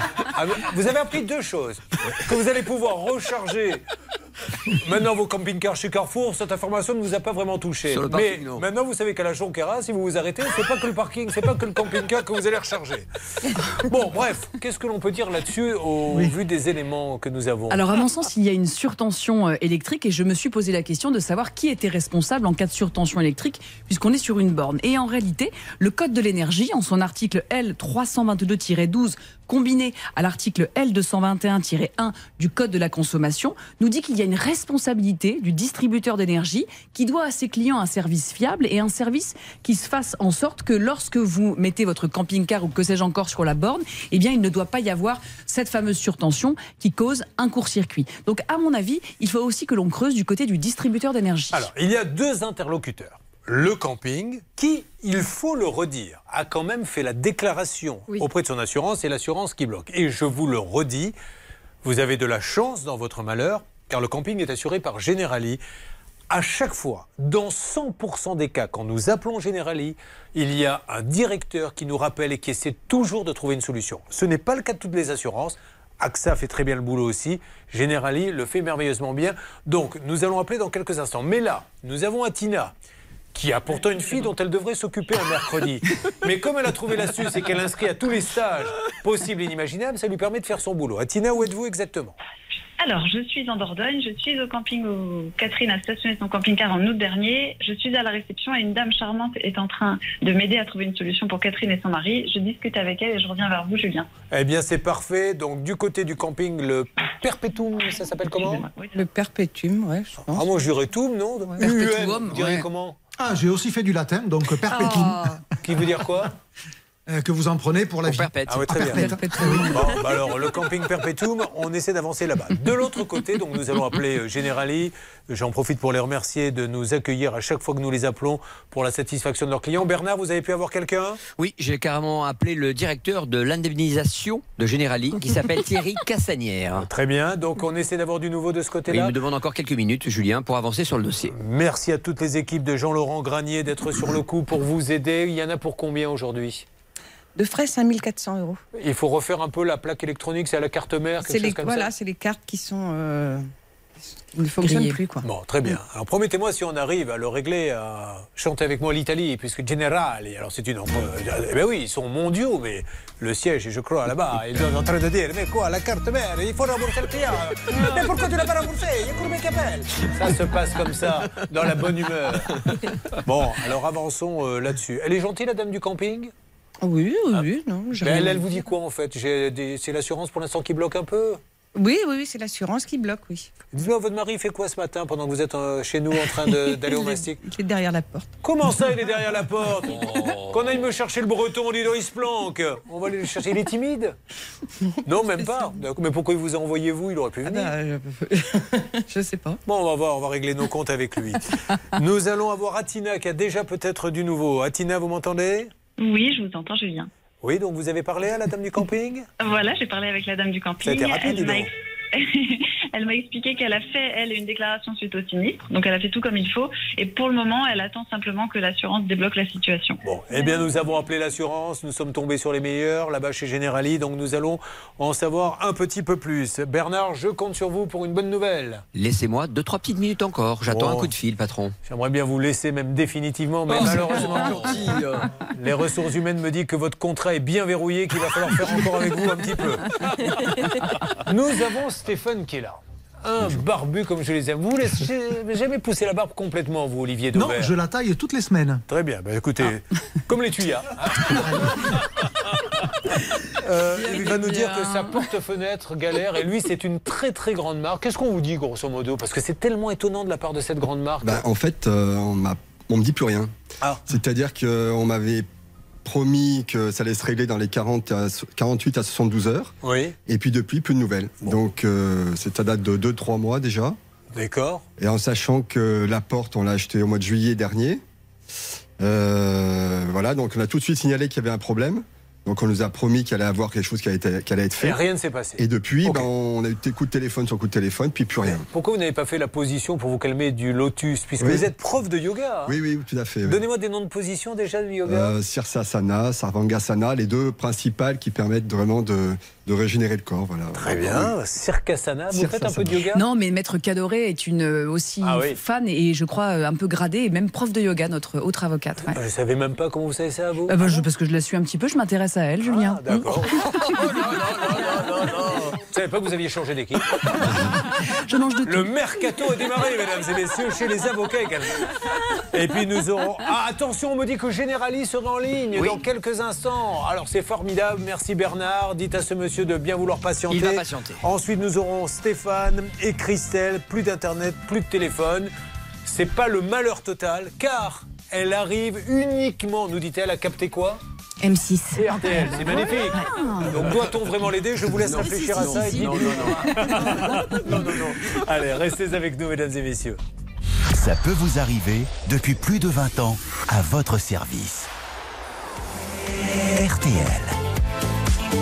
Vous avez appris deux choses. Que vous allez pouvoir recharger maintenant vos camping-cars chez Carrefour. Cette information ne vous a pas vraiment touché. Sur le parking, mais non. Maintenant, vous savez qu'à la Jonquera, si vous vous arrêtez, c'est pas que le parking, c'est pas que le camping-car que vous allez recharger. Bon, bref, qu'est-ce que l'on peut dire là-dessus au oui. vu des éléments que nous avons? Alors, à mon sens, il y a une surtension électrique et je me suis posé la question de savoir qui était responsable en cas de surtension électrique, puisqu'on est sur une borne. Et en réalité, le Code de l'énergie, en son article L trois cent vingt-deux tiret douze, combiné à l'article L deux cent vingt et un tiret un du Code de la consommation, nous dit qu'il y a une responsabilité du distributeur d'énergie qui doit à ses clients un service fiable et un service qui se fasse en sorte que lorsque vous mettez votre camping-car ou que sais-je encore sur la borne, eh bien, il ne doit pas y avoir cette fameuse surtension qui cause un court-circuit. Donc, à mon avis, il faut aussi que l'on creuse du côté du distributeur d'énergie. Alors, il y a deux interlocuteurs. Le camping, qui, il faut le redire, a quand même fait la déclaration oui. auprès de son assurance et l'assurance qui bloque. Et je vous le redis, vous avez de la chance dans votre malheur, car le camping est assuré par Generali. À chaque fois, dans cent pour cent des cas, quand nous appelons Generali, il y a un directeur qui nous rappelle et qui essaie toujours de trouver une solution. Ce n'est pas le cas de toutes les assurances. A X A fait très bien le boulot aussi. Generali le fait merveilleusement bien. Donc, nous allons appeler dans quelques instants. Mais là, nous avons Atina, qui a pourtant une fille dont elle devrait s'occuper un mercredi. Mais comme elle a trouvé l'astuce et qu'elle inscrit à tous les stages possibles et inimaginables, ça lui permet de faire son boulot. Atina, où êtes-vous exactement? Alors, je suis en Dordogne, je suis au camping où Catherine a stationné son camping-car en août dernier. Je suis à la réception et une dame charmante est en train de m'aider à trouver une solution pour Catherine et son mari. Je discute avec elle et je reviens vers vous, Julien. Eh bien, c'est parfait. Donc, du côté du camping, le Perpétuum, ça s'appelle comment? Oui, le Perpétuum, ouais, je pense. Ah, moi, je dirais Toum, non? Ouais. Perpétuum, vous diriez ouais. comment? Ah, j'ai aussi fait du latin, donc Perpétuum. Oh. Qui veut dire quoi? Euh, que vous en prenez pour la pour vie. Perpète. Ah oui, très ah, bien. Perpète. Bon, bah alors, le camping Perpétuum, on essaie d'avancer là-bas. De l'autre côté, donc nous allons appeler Generali. J'en profite pour les remercier de nous accueillir à chaque fois que nous les appelons pour la satisfaction de leurs clients. Bernard, vous avez pu avoir quelqu'un? Oui, j'ai carrément appelé le directeur de l'indemnisation de Generali, qui s'appelle Thierry Cassanière. Très bien, donc on essaie d'avoir du nouveau de ce côté-là. Il me demande encore quelques minutes, Julien, pour avancer sur le dossier. Merci à toutes les équipes de Jean-Laurent Granier d'être sur le coup pour vous aider. Il y en a pour combien aujourd'hui? De frais, cinq mille quatre cents euros. Il faut refaire un peu la plaque électronique, c'est à la carte mère, quelque c'est chose les, comme voilà, ça. c'est les cartes qui sont euh, qui ne fonctionnent Grillé. plus, quoi. Bon, très bien. Alors promettez-moi si on arrive à le régler, à chanter avec moi l'Italie, puisque Generali, alors c'est une... Eh bien oui, ils sont mondiaux, mais le siège, je crois, là-bas, ils sont en train de dire, mais quoi, la carte mère, il faut rembourser le client. Mais pourquoi tu l'as pas remboursé? Il y a Courbet qui appelle. Ça se passe comme ça, dans la bonne humeur. Bon, alors avançons euh, là-dessus. Elle est gentille, la dame du camping? Oui, oui, ah. oui. Non, mais elle, elle vous dit quoi en fait? Des... C'est l'assurance pour l'instant qui bloque un peu? Oui, oui, oui, c'est l'assurance qui bloque, oui. Dites-moi, votre mari fait quoi ce matin pendant que vous êtes euh, chez nous en train d'aller au mastic? Il est derrière la porte. Comment ça, il est derrière la porte? Oh. Qu'on aille me chercher le breton, Lido, il se planque. On va aller le chercher. Il est timide? Non, même pas. Mais pourquoi il vous a envoyé, vous? Il aurait pu venir. Ah bah, je... je sais pas. Bon, on va voir, on va régler nos comptes avec lui. Nous allons avoir Atina qui a déjà peut-être du nouveau. Atina, vous m'entendez? Oui, je vous entends, Julien. Oui, donc vous avez parlé à la dame du camping? Voilà, j'ai parlé avec la dame du camping. Ça a été rapide, elle m'a ex... Elle m'a expliqué qu'elle a fait, elle, une déclaration suite au sinistre. Donc, elle a fait tout comme il faut. Et pour le moment, elle attend simplement que l'assurance débloque la situation. Bon, eh bien, nous avons appelé l'assurance. Nous sommes tombés sur les meilleurs, là-bas chez Generali. Donc, nous allons en savoir un petit peu plus. Bernard, je compte sur vous pour une bonne nouvelle. Laissez-moi deux, trois petites minutes encore. J'attends oh. un coup de fil, patron. J'aimerais bien vous laisser, même définitivement. Mais oh, malheureusement, les ressources humaines me disent que votre contrat est bien verrouillé, qu'il va falloir faire encore avec vous un petit peu. Nous avons Stéphane qui est là. Un barbu comme je les aime. Vous ne jamais poussé la barbe complètement, vous, Olivier Daubert? Non, je la taille toutes les semaines. Très bien. Bah, écoutez, ah. comme les tuyas. euh, il va nous dire que sa porte-fenêtre galère. Et lui, c'est une très très grande marque. Qu'est-ce qu'on vous dit, grosso modo? Parce que c'est tellement étonnant de la part de cette grande marque. Bah, en fait, euh, on m'a, on me dit plus rien. Ah. C'est-à-dire qu'on m'avait promis que ça allait se régler dans les quarante à, quarante-huit à soixante-douze heures. Oui. Et puis depuis, plus de nouvelles. Bon. Donc, euh, c'est à date de deux trois mois déjà. D'accord. Et en sachant que la porte, on l'a achetée au mois de juillet dernier. Euh, voilà, donc on a tout de suite signalé qu'il y avait un problème. Donc on nous a promis qu'il allait avoir quelque chose qui allait être, qui allait être fait. Et rien ne s'est passé. Et depuis, okay. ben, on a eu des coups de téléphone sur coups de téléphone, puis plus rien. Pourquoi vous n'avez pas fait la position pour vous calmer du lotus, puisque oui. vous êtes prof de yoga? Hein. Oui, oui, tout à fait. Oui. Donnez-moi des noms de positions déjà de yoga. Euh, Sirsasana, Sarvangasana, les deux principales qui permettent vraiment de, de régénérer le corps. Voilà. Très bien. Oui. Sirsasana, vous faites un peu de yoga? Non, mais Maître Cadoré est une aussi ah, oui. fan et je crois un peu gradée et même prof de yoga, notre autre avocate. Ouais. Je ne savais même pas comment vous savez ça, vous. Euh, bah, je, parce que je la suis un petit peu, je m'intéresse à elle, Julien. Ah, d'accord. Oh, non, non, non, non, non. Vous ne savez pas que vous aviez changé d'équipe? Je mange de tout. Le mercato a démarré, mesdames et messieurs, chez les avocats également. Et puis nous aurons... Ah, attention, on me dit que Generali sera en ligne oui. dans quelques instants. Alors c'est formidable, merci Bernard. Dites à ce monsieur de bien vouloir patienter. Il va patienter. Ensuite, nous aurons Stéphane et Christelle. Plus d'internet, plus de téléphone. C'est pas le malheur total, car elle arrive uniquement, nous dit-elle, à capter quoi? M six. Et R T L, c'est magnifique. Donc doit-on vraiment l'aider? Je vous laisse non, réfléchir si, si, à ça. Si, et non, non, non. non, non, non. Allez, restez avec nous, mesdames et messieurs. Ça peut vous arriver depuis plus de vingt ans à votre service. R T L.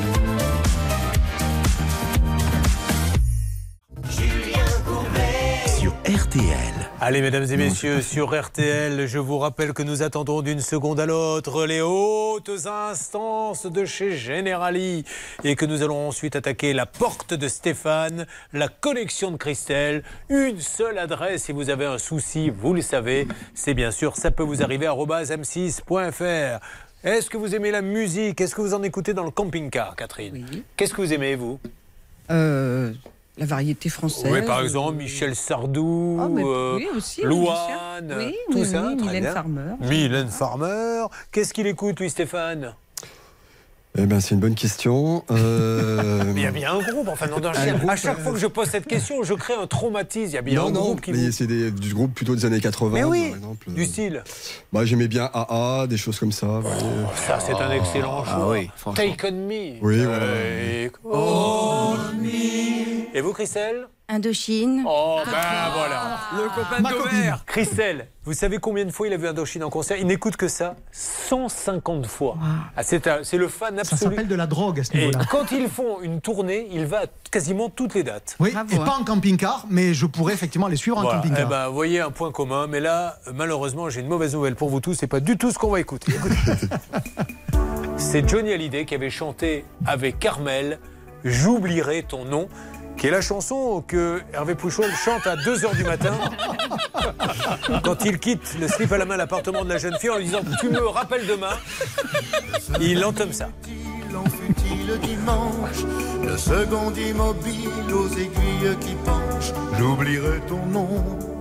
Julien Courbet. Sur R T L. Allez, mesdames et messieurs, sur R T L, je vous rappelle que nous attendons d'une seconde à l'autre les hautes instances de chez Generali et que nous allons ensuite attaquer la porte de Stéphane, la connexion de Christelle, une seule adresse si vous avez un souci, vous le savez, c'est bien sûr, ça peut vous arriver, arobase m six point f r. Est-ce que vous aimez la musique? Est-ce que vous en écoutez dans le camping-car, Catherine? Oui. Qu'est-ce que vous aimez, vous? Euh... La variété française. Oui, par exemple, Michel Sardou, oh, euh, oui, aussi, Louane, oui, tout oui, ça. Oui, très Mylène bien. Farmer. Mylène Farmer. Qu'est-ce qu'il écoute, lui, Stéphane? Eh ben, c'est une bonne question. Euh... Mais il y a bien un groupe. Enfin, non, non, groupe, à chaque euh... fois que je pose cette question, je crée un traumatisme. Il y a bien non, un non, groupe qui. Mais vous... c'est des, du groupe plutôt des années quatre-vingts. Mais oui, par exemple. Du style. Bah, j'aimais bien A A, des choses comme ça. Oh, ça, c'est un excellent choix. Ah, oui, Take on me. Oui, Take on me. Et vous, Christelle? Indochine. Oh, ben ah, voilà. Le copain d'Omer. Christelle, vous savez combien de fois il a vu Indochine en concert? Il n'écoute que ça cent cinquante fois. Wow. Ah, c'est, un, c'est le fan absolu. Ça s'appelle de la drogue à ce niveau-là. Et quand ils font une tournée, il va à quasiment toutes les dates. Oui, Bravo, et hein. pas en camping-car, mais je pourrais effectivement les suivre voilà. en camping-car. Eh ben, vous voyez un point commun, mais là, malheureusement, j'ai une mauvaise nouvelle pour vous tous. C'est pas du tout ce qu'on va écouter. C'est Johnny Hallyday qui avait chanté avec Carmel « J'oublierai ton nom ». Qui est la chanson que Hervé Pouchol chante à deux heures du matin quand il quitte le slip à la main l'appartement de la jeune fille en lui disant « Tu me rappelles demain ». Il entame ça. En fut-il dimanche, le second immobile aux aiguilles qui penchent, j'oublierai ton nom.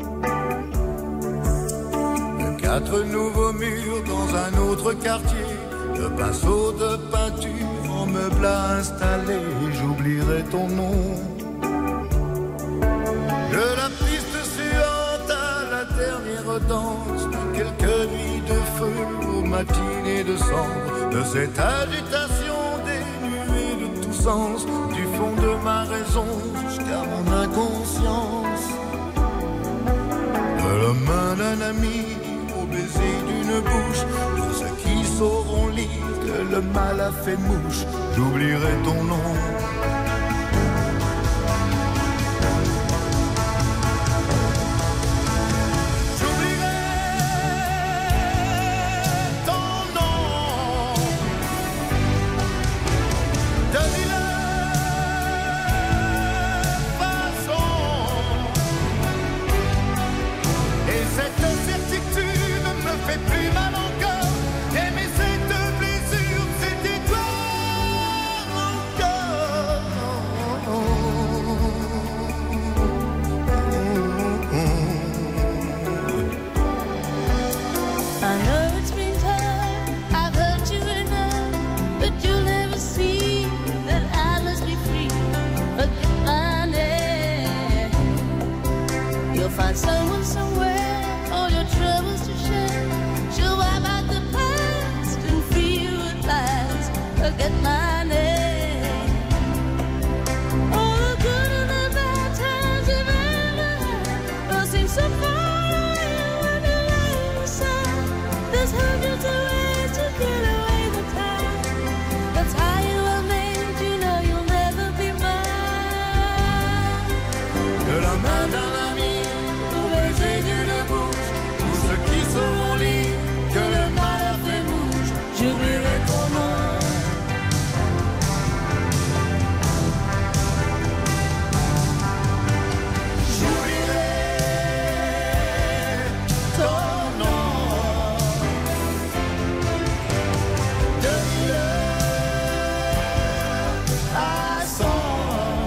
De quatre nouveaux murs dans un autre quartier, le pinceau de peinture en meuble à installer, j'oublierai ton nom. De la piste suivante à la dernière danse, de quelques nuits de feu aux matinées de cendre, de cette agitation dénuée de tout sens, du fond de ma raison jusqu'à mon inconscience. De la main d'un ami au baiser d'une bouche, pour ceux qui sauront lire que le mal a fait mouche, j'oublierai ton nom. forget my name. All the good and the bad times you've ever had all seem so far away when you lay aside. There's hundreds of ways to get away the time. That's how you were made, you know you'll never be mine. De la main d'un ami, au baiser d'une bouche, tous ceux qui seront libres, que le malheur fait bouge, j'oublierai ton nom. J'oublierai ton nom. De mille à cent.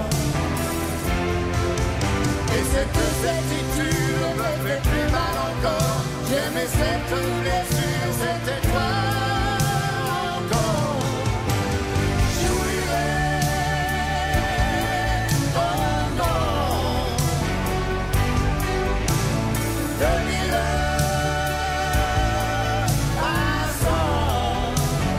Et cette certitude me fait plus mal encore. J'aimais cette blessure, c'était toi encore. J'oublierai ton nom. De mille à cent.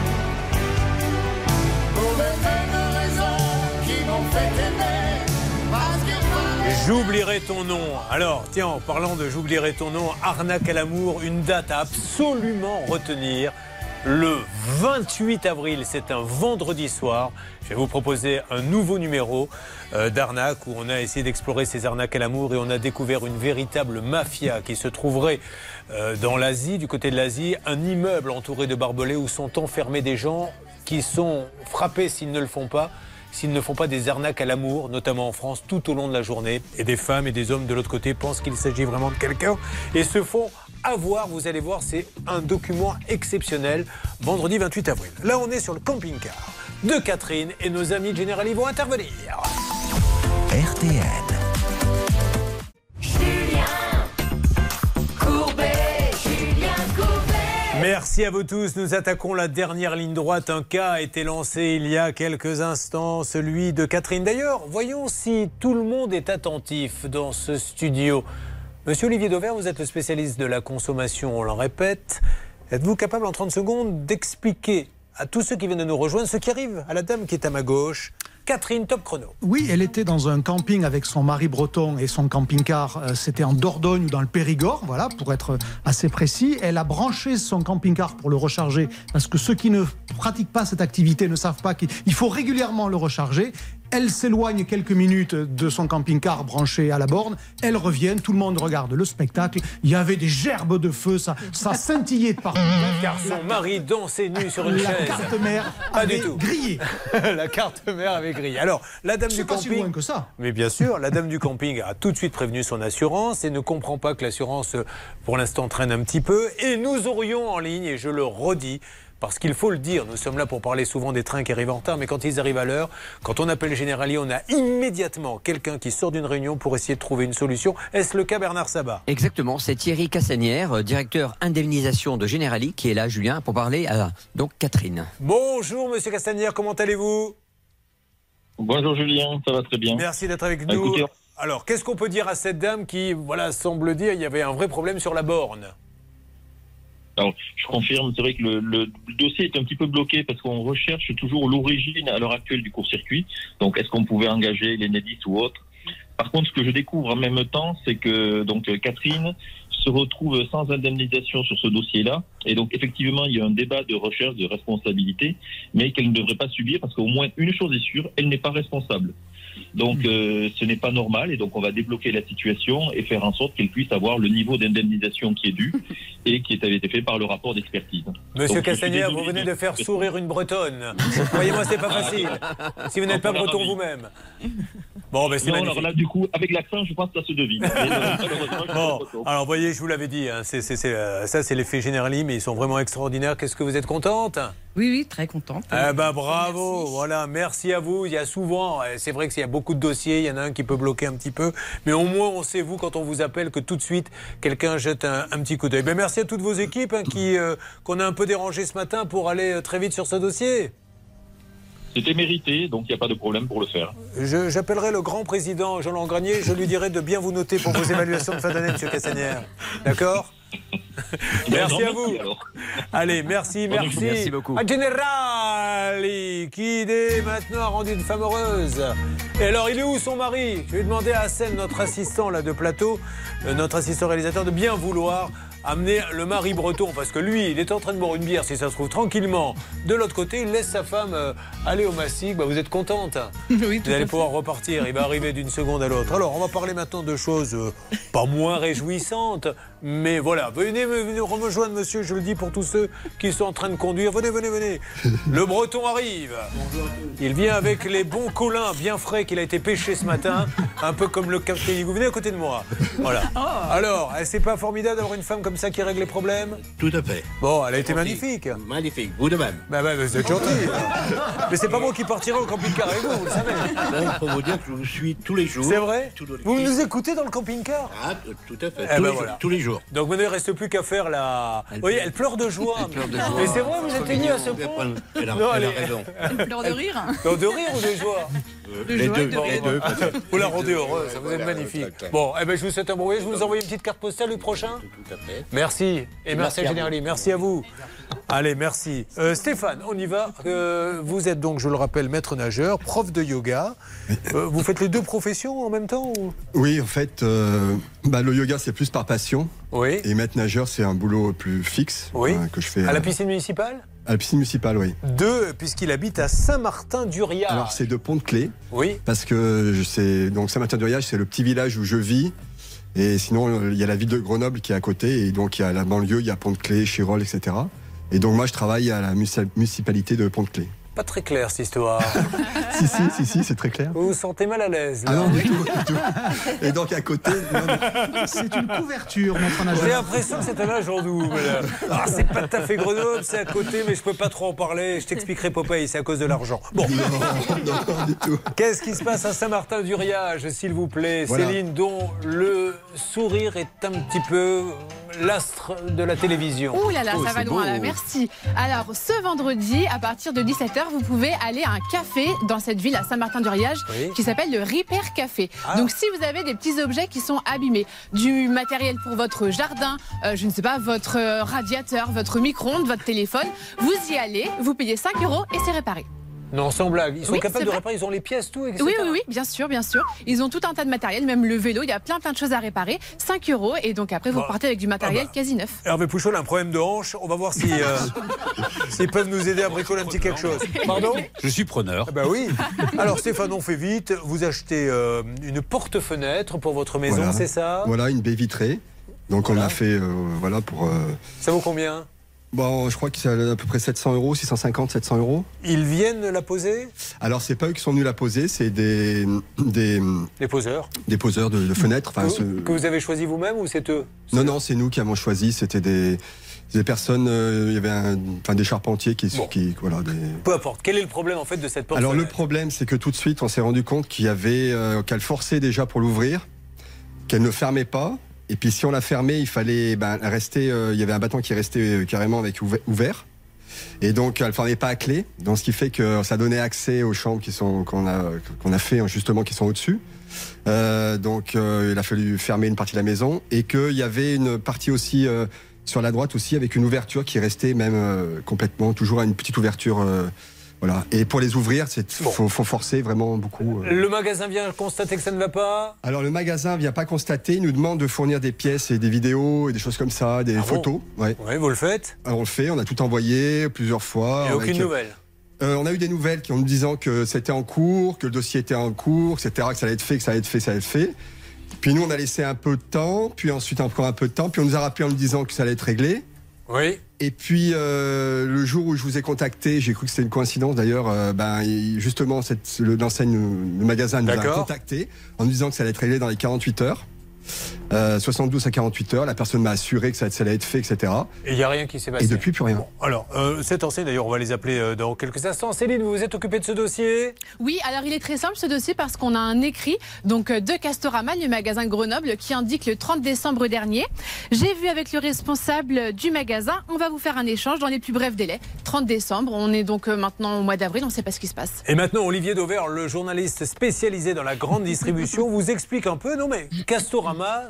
Pour les mêmes raisons qui m'ont fait aimer. Parce qu'il fallait. J'oublierai ton nom. Alors, tiens, en parlant de J'oublierai ton nom, arnaque à l'amour, une date à absolument retenir. Le vingt-huit avril, c'est un vendredi soir. Je vais vous proposer un nouveau numéro euh, d'arnaque où on a essayé d'explorer ces arnaques à l'amour et on a découvert une véritable mafia qui se trouverait euh, dans l'Asie, du côté de l'Asie, un immeuble entouré de barbelés où sont enfermés des gens qui sont frappés s'ils ne le font pas. S'ils ne font pas des arnaques à l'amour, notamment en France, tout au long de la journée. Et des femmes et des hommes de l'autre côté pensent qu'il s'agit vraiment de quelqu'un et se font avoir. Vous allez voir, c'est un document exceptionnel. Vendredi vingt-huit avril. Là, on est sur le camping-car de Catherine et nos amis de Generali vont intervenir. R T L. Merci à vous tous. Nous attaquons la dernière ligne droite. Un cas a été lancé il y a quelques instants, celui de Catherine. D'ailleurs, voyons si tout le monde est attentif dans ce studio. Monsieur Olivier Dauvert, vous êtes le spécialiste de la consommation, on le répète. Êtes-vous capable en trente secondes d'expliquer à tous ceux qui viennent de nous rejoindre ce qui arrive à la dame qui est à ma gauche? Catherine, top chrono. Oui, elle était dans un camping avec son mari breton et son camping-car. Euh, C'était en Dordogne ou dans le Périgord, voilà, pour être assez précis. Elle a branché son camping-car pour le recharger parce que ceux qui ne pratiquent pas cette activité ne savent pas qu'il faut régulièrement le recharger. Elle s'éloigne quelques minutes de son camping-car branché à la borne. Elle revient, tout le monde regarde le spectacle. Il y avait des gerbes de feu, ça, ça scintillait de partout. Car son mari dansait nu sur une la chaise. La carte mère pas avait du tout. grillé. La carte mère avait grillé. Alors, la dame C'est du pas camping... si loin que ça. Mais bien sûr, la dame du camping a tout de suite prévenu son assurance et ne comprend pas que l'assurance, pour l'instant, traîne un petit peu. Et nous aurions en ligne, et je le redis, parce qu'il faut le dire, nous sommes là pour parler souvent des trains qui arrivent en retard, mais quand ils arrivent à l'heure, quand on appelle Generali, on a immédiatement quelqu'un qui sort d'une réunion pour essayer de trouver une solution. Est-ce le cas, Bernard Sabat? Exactement, c'est Thierry Cassanière, directeur indemnisation de Generali, qui est là, Julien, pour parler à donc Catherine. Bonjour Monsieur Cassanière, comment allez-vous? Bonjour Julien, ça va très bien. Merci d'être avec bah, nous. Écoutez, alors, qu'est-ce qu'on peut dire à cette dame qui, voilà, semble dire qu'il y avait un vrai problème sur la borne? Alors, je confirme, c'est vrai que le, le dossier est un petit peu bloqué parce qu'on recherche toujours l'origine à l'heure actuelle du court-circuit. Donc, est-ce qu'on pouvait engager l'Enedis ou autre? Par contre, ce que je découvre en même temps, c'est que donc Catherine se retrouve sans indemnisation sur ce dossier-là. Et donc, effectivement, il y a un débat de recherche de responsabilité, mais qu'elle ne devrait pas subir parce qu'au moins une chose est sûre, elle n'est pas responsable. Donc, euh, ce n'est pas normal et donc on va débloquer la situation et faire en sorte qu'elle puisse avoir le niveau d'indemnisation qui est dû et qui avait été fait par le rapport d'expertise. Monsieur Castagnère, vous venez de faire sourire une Bretonne. Croyez-moi, c'est pas facile. Si vous n'êtes pas breton vous-même. Bon, ben c'est non, magnifique. alors là, du coup, avec l'accent, je pense que ça se devine. Bon, alors voyez, je vous l'avais dit, hein, c'est, c'est, c'est, euh, ça c'est l'effet Generali, mais ils sont vraiment extraordinaires. Qu'est-ce que vous êtes contente? Oui, oui, très contente. Eh ben bravo, merci. Voilà, merci à vous. Il y a souvent, c'est vrai qu'il y a beaucoup de dossiers, il y en a un qui peut bloquer un petit peu, mais au moins on sait, vous, quand on vous appelle, que tout de suite, quelqu'un jette un, un petit coup d'œil. Ben, merci à toutes vos équipes hein, qui, euh, qu'on a un peu dérangé ce matin pour aller très vite sur ce dossier. C'était mérité, donc il n'y a pas de problème pour le faire. Je, j'appellerai le grand président Jean-Laurent Granier, je lui dirai de bien vous noter pour vos évaluations de fin d'année, monsieur Castagnère. D'accord ? Merci à vous. Allez, merci, merci. Merci beaucoup. À Generali, qui dès maintenant a rendu une femme heureuse. Et alors, il est où son mari? Je vais demander à Hassel, notre assistant là, de plateau, euh, notre assistant réalisateur, de bien vouloir amener le mari breton, parce que lui, il est en train de boire une bière, si ça se trouve, tranquillement. De l'autre côté, il laisse sa femme euh, aller au massif. Bah, vous êtes contente? Oui, vous allez pouvoir repartir. Il va arriver d'une seconde à l'autre. Alors, on va parler maintenant de choses euh, pas moins réjouissantes, mais voilà. Venez me venez me rejoindre, monsieur, je le dis pour tous ceux qui sont en train de conduire. Venez, venez, venez. Le breton arrive. Il vient avec les bons colins bien frais qu'il a été pêché ce matin, un peu comme le capitaine. Vous venez à côté de moi. Voilà. Alors, c'est pas formidable d'avoir une femme comme ça qui règle les problèmes? Tout à fait. Bon, elle a été magnifique. Magnifique, vous de même. Bah, bah, vous êtes gentil. Mais c'est pas moi qui partirai au camping-car avec vous, vous le savez. Il faut vous dire que je vous suis tous les jours. C'est vrai? Vous nous écoutez dans le camping-car? Ah, tout à fait. Eh tous, ben les voilà. jours, tous les jours. Donc maintenant, il ne reste plus qu'à faire la... Elle oui, elle pleure de joie. Elle pleure de joie. Mais c'est vrai, vous êtes ému à ce point? Elle a, non, elle elle a est... raison. Elle pleure de rire. Non, de rire ou de joie? Euh, les, deux, les deux. Vous la rendez heureuse, vous êtes magnifique. Bon, eh ben, je vous souhaite un bon voyage. Je vous envoie une petite carte postale le prochain. Tout à fait. Merci. Et merci, merci à Générali. Merci à vous. Allez, merci. Euh, Stéphane, on y va. Euh, vous êtes donc, je le rappelle, maître nageur, prof de yoga. Euh, vous faites les deux professions en même temps ou... Oui, en fait, euh, bah, le yoga, c'est plus par passion. Oui. Et maître nageur, c'est un boulot plus fixe. Oui. euh, que je fais. À la euh, piscine municipale? À la piscine municipale, oui. Deux, puisqu'il habite à Saint-Martin-du-Riage. Alors, c'est de Pont-de-Clé. Oui. Parce que je sais, donc Saint-Martin-du-Riage, c'est le petit village où je vis. Et sinon, il y a la ville de Grenoble qui est à côté. Et donc, il y a la banlieue, il y a Pont-de-Clé, Chirol, et cetera. Et donc, moi, je travaille à la municipalité de Pont-de-Clé. Pas très clair, cette histoire. si, si, si, si, c'est très clair. Vous vous sentez mal à l'aise, là? Ah non, du tout, du tout. Et donc, à côté... C'est une couverture, mon frère. J'ai l'impression que c'est un agent double. Ah, c'est pas tout à fait Grenoble, c'est à côté, mais je peux pas trop en parler. Je t'expliquerai, Popeye, c'est à cause de l'argent. Bon. Non, non, du tout. Qu'est-ce qui se passe à Saint-Martin-du-Riage, s'il vous plaît, voilà. Céline, dont le sourire est un petit peu l'astre de la télévision. Ouh là là, oh, ça va loin beau. Là, merci. Alors, ce vendredi, à partir de dix-sept heures, vous pouvez aller à un café dans cette ville, à Saint-Martin-du-Riage, oui. qui s'appelle le Repair Café. Ah. Donc, si vous avez des petits objets qui sont abîmés, du matériel pour votre jardin, euh, je ne sais pas, votre euh, radiateur, votre micro-ondes, votre téléphone, vous y allez, vous payez cinq euros et c'est réparé. Non, sans blague. Ils sont oui, capables de réparer, ils ont les pièces, tout, et cetera. Oui, oui, oui, bien sûr, bien sûr. Ils ont tout un tas de matériel, même le vélo, il y a plein, plein de choses à réparer. cinq euros, et donc après, vous bah, partez avec du matériel ah bah. quasi neuf. Hervé Pouchol a un problème de hanche. On va voir si, euh, s'ils peuvent nous aider à bricoler un petit quelque chose. Pardon? Je suis preneur. Ah bah oui. Alors, Stéphane, on fait vite. Vous achetez euh, une porte-fenêtre pour votre maison, voilà. c'est ça? Voilà, une baie vitrée. Donc, voilà. on a fait, euh, voilà, pour... Euh... Ça vaut combien? Bon, je crois que c'est à peu près sept cents euros, six cent cinquante, sept cents euros. Ils viennent la poser? Alors, c'est pas eux qui sont venus la poser, c'est des... Des, des poseurs? Des poseurs de, de fenêtres. Que, ce... que vous avez choisi vous-même ou c'est eux? Non, non, c'est nous qui avons choisi. C'était des, des personnes... Euh, il y avait un, enfin, des charpentiers qui... Bon. qui voilà, des... Peu importe. Quel est le problème, en fait, de cette porte? Alors, le problème, c'est que tout de suite, on s'est rendu compte qu'il y avait... Euh, qu'elle forçait déjà pour l'ouvrir, qu'elle ne fermait pas. Et puis si on l'a fermé, il fallait ben, rester. Euh, il y avait un battant qui restait euh, carrément avec ouvert. Et donc elle ne fermait pas à clé. Donc ce qui fait que ça donnait accès aux chambres qui sont qu'on a qu'on a fait justement qui sont au-dessus. Euh, donc euh, il a fallu fermer une partie de la maison et qu'il y avait une partie aussi euh, sur la droite aussi avec une ouverture qui restait même euh, complètement toujours à une petite ouverture. Euh, Voilà. Et pour les ouvrir, il bon. faut, faut forcer vraiment beaucoup. Euh... Le magasin vient constater que ça ne va pas? Alors le magasin vient pas constater, il nous demande de fournir des pièces et des vidéos et des choses comme ça, des ah photos. Bon ouais. ouais, vous le faites? Alors on le fait, on a tout envoyé plusieurs fois. Et aucune avec... nouvelle? euh, On a eu des nouvelles qui en nous disant que c'était en cours, que le dossier était en cours, et cetera, que ça allait être fait, que ça allait être fait, ça allait être fait. Puis nous on a laissé un peu de temps, puis ensuite encore un peu de temps, puis on nous a rappelé en nous disant que ça allait être réglé. Oui. Et puis euh, le jour où je vous ai contacté, j'ai cru que c'était une coïncidence d'ailleurs, euh, ben, justement cette, le, l'enseigne, le magasin nous a contacté en nous disant que ça allait être réglé dans les quarante-huit heures. Euh, soixante-douze à quarante-huit heures, la personne m'a assuré que ça, ça allait être fait, et cetera. Et il n'y a rien qui s'est passé? Et depuis, plus rien. Bon, alors, euh, cette enseigne, d'ailleurs, on va les appeler euh, dans quelques instants. Céline, vous vous êtes occupée de ce dossier? Oui, alors il est très simple ce dossier parce qu'on a un écrit donc de Castorama, le magasin de Grenoble, qui indique le trente décembre dernier. J'ai vu avec le responsable du magasin, on va vous faire un échange dans les plus brefs délais. trente décembre, on est donc maintenant au mois d'avril, on ne sait pas ce qui se passe. Et maintenant, Olivier Dauvert, le journaliste spécialisé dans la grande distribution, vous explique un peu, non mais Castorama,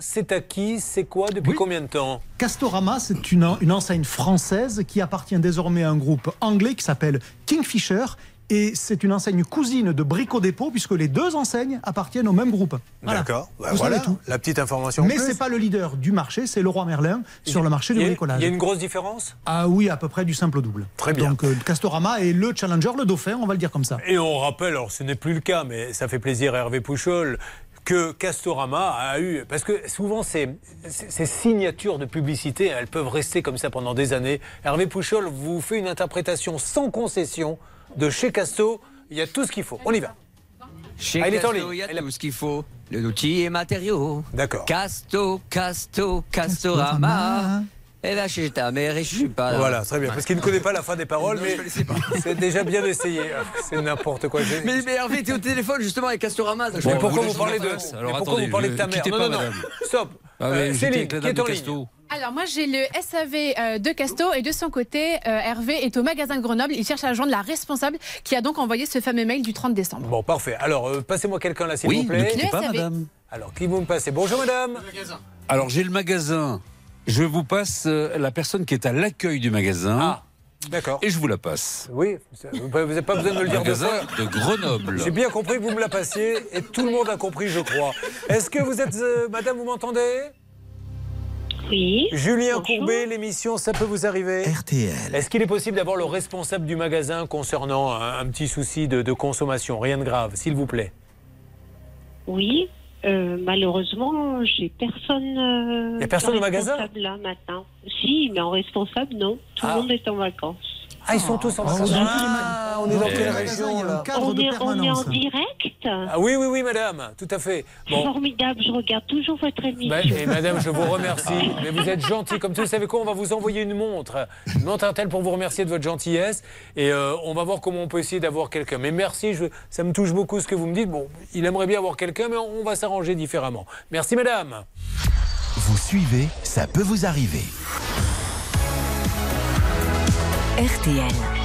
c'est à qui, c'est quoi, depuis Oui. combien de temps? Castorama, c'est une, une enseigne française qui appartient désormais à un groupe anglais qui s'appelle Kingfisher. Et c'est une enseigne cousine de Brico Dépôt, puisque les deux enseignes appartiennent au même groupe. Voilà. D'accord, bah Vous voilà, savez tout. la petite information. en Mais plus. c'est pas le leader du marché, c'est Leroy Merlin sur le marché Il du y a- bricolage. Il y a une grosse différence? Ah oui, à peu près du simple au double. Très bien. Donc euh, Castorama est le challenger, le dauphin, on va le dire comme ça. Et on rappelle, alors ce n'est plus le cas, mais ça fait plaisir à Hervé Pouchol, que Castorama a eu... Parce que souvent, ces, ces, ces signatures de publicité, elles peuvent rester comme ça pendant des années. Hervé Pouchol vous fait une interprétation sans concession de chez Casto. Il y a tout ce qu'il faut. On y va. Chez Ah, il est en Casto, ligne. il y a tout ce qu'il faut. Les outils et matériaux. D'accord. Casto, Casto, Castorama. Et là, chez ta mère et je suis pas là. Voilà, très bien. Parce qu'il ne connaît pas la fin des paroles, Non, mais je connaissais pas. c'est déjà bien essayé. C'est n'importe quoi. J'ai- Mais, mais Hervé était au téléphone justement avec Castorama. donc je Mais vais pourquoi vous vous parlez de, laisser mais Alors, pourquoi attendez, vous parlez de ta ne mère? quittez Non, pas, non, non. madame. Stop. Ah, Euh, mais j'étais Céline, avec la qui est dame en de ligne. Casto. Alors moi j'ai le S A V euh, de Casto et de son côté euh, Hervé est au magasin de Grenoble. Il cherche à joindre la responsable qui a donc envoyé ce fameux mail du trente décembre. Bon, parfait. Alors, euh, passez-moi quelqu'un là, s'il Oui, vous ne plaît. quittez Le pas, S A V. madame. Alors, qui vous me passez? Bonjour, madame. Alors, j'ai le magasin. Je vous passe euh, la personne qui est à l'accueil du magasin. Ah, d'accord. Et je vous la passe. Oui, vous n'avez pas besoin de me le dire deux Magasin fois. de Grenoble. J'ai bien compris que vous me la passiez et tout le monde a compris, je crois. Est-ce que vous êtes, euh, madame, vous m'entendez? Oui. Julien Bonjour. Courbet, l'émission Ça peut vous arriver. R T L. Est-ce qu'il est possible d'avoir le responsable du magasin concernant un, un petit souci de, de consommation? Rien de grave, s'il vous plaît. Oui. Euh, malheureusement, j'ai personne. Euh, Y a personne de au magasin responsable là maintenant. Si, mais en responsable, non. Tout Ah. le monde est en vacances. Ah, ils sont tous en vacances. Ah, on est dans quelle région là? On est, on est en direct. Ah oui, oui, oui, madame, tout à fait. Bon. Formidable, je regarde toujours votre émission. Bah, et madame, je vous remercie. Mais vous êtes gentil. Comme tout, vous savez quoi, on va vous envoyer une montre. Une montre Intel pour vous remercier de votre gentillesse. Et euh, on va voir comment on peut essayer d'avoir quelqu'un. Mais merci, je, ça me touche beaucoup ce que vous me dites. Bon, il aimerait bien avoir quelqu'un, mais on, on va s'arranger différemment. Merci, madame. Vous suivez, ça peut vous arriver. R T L.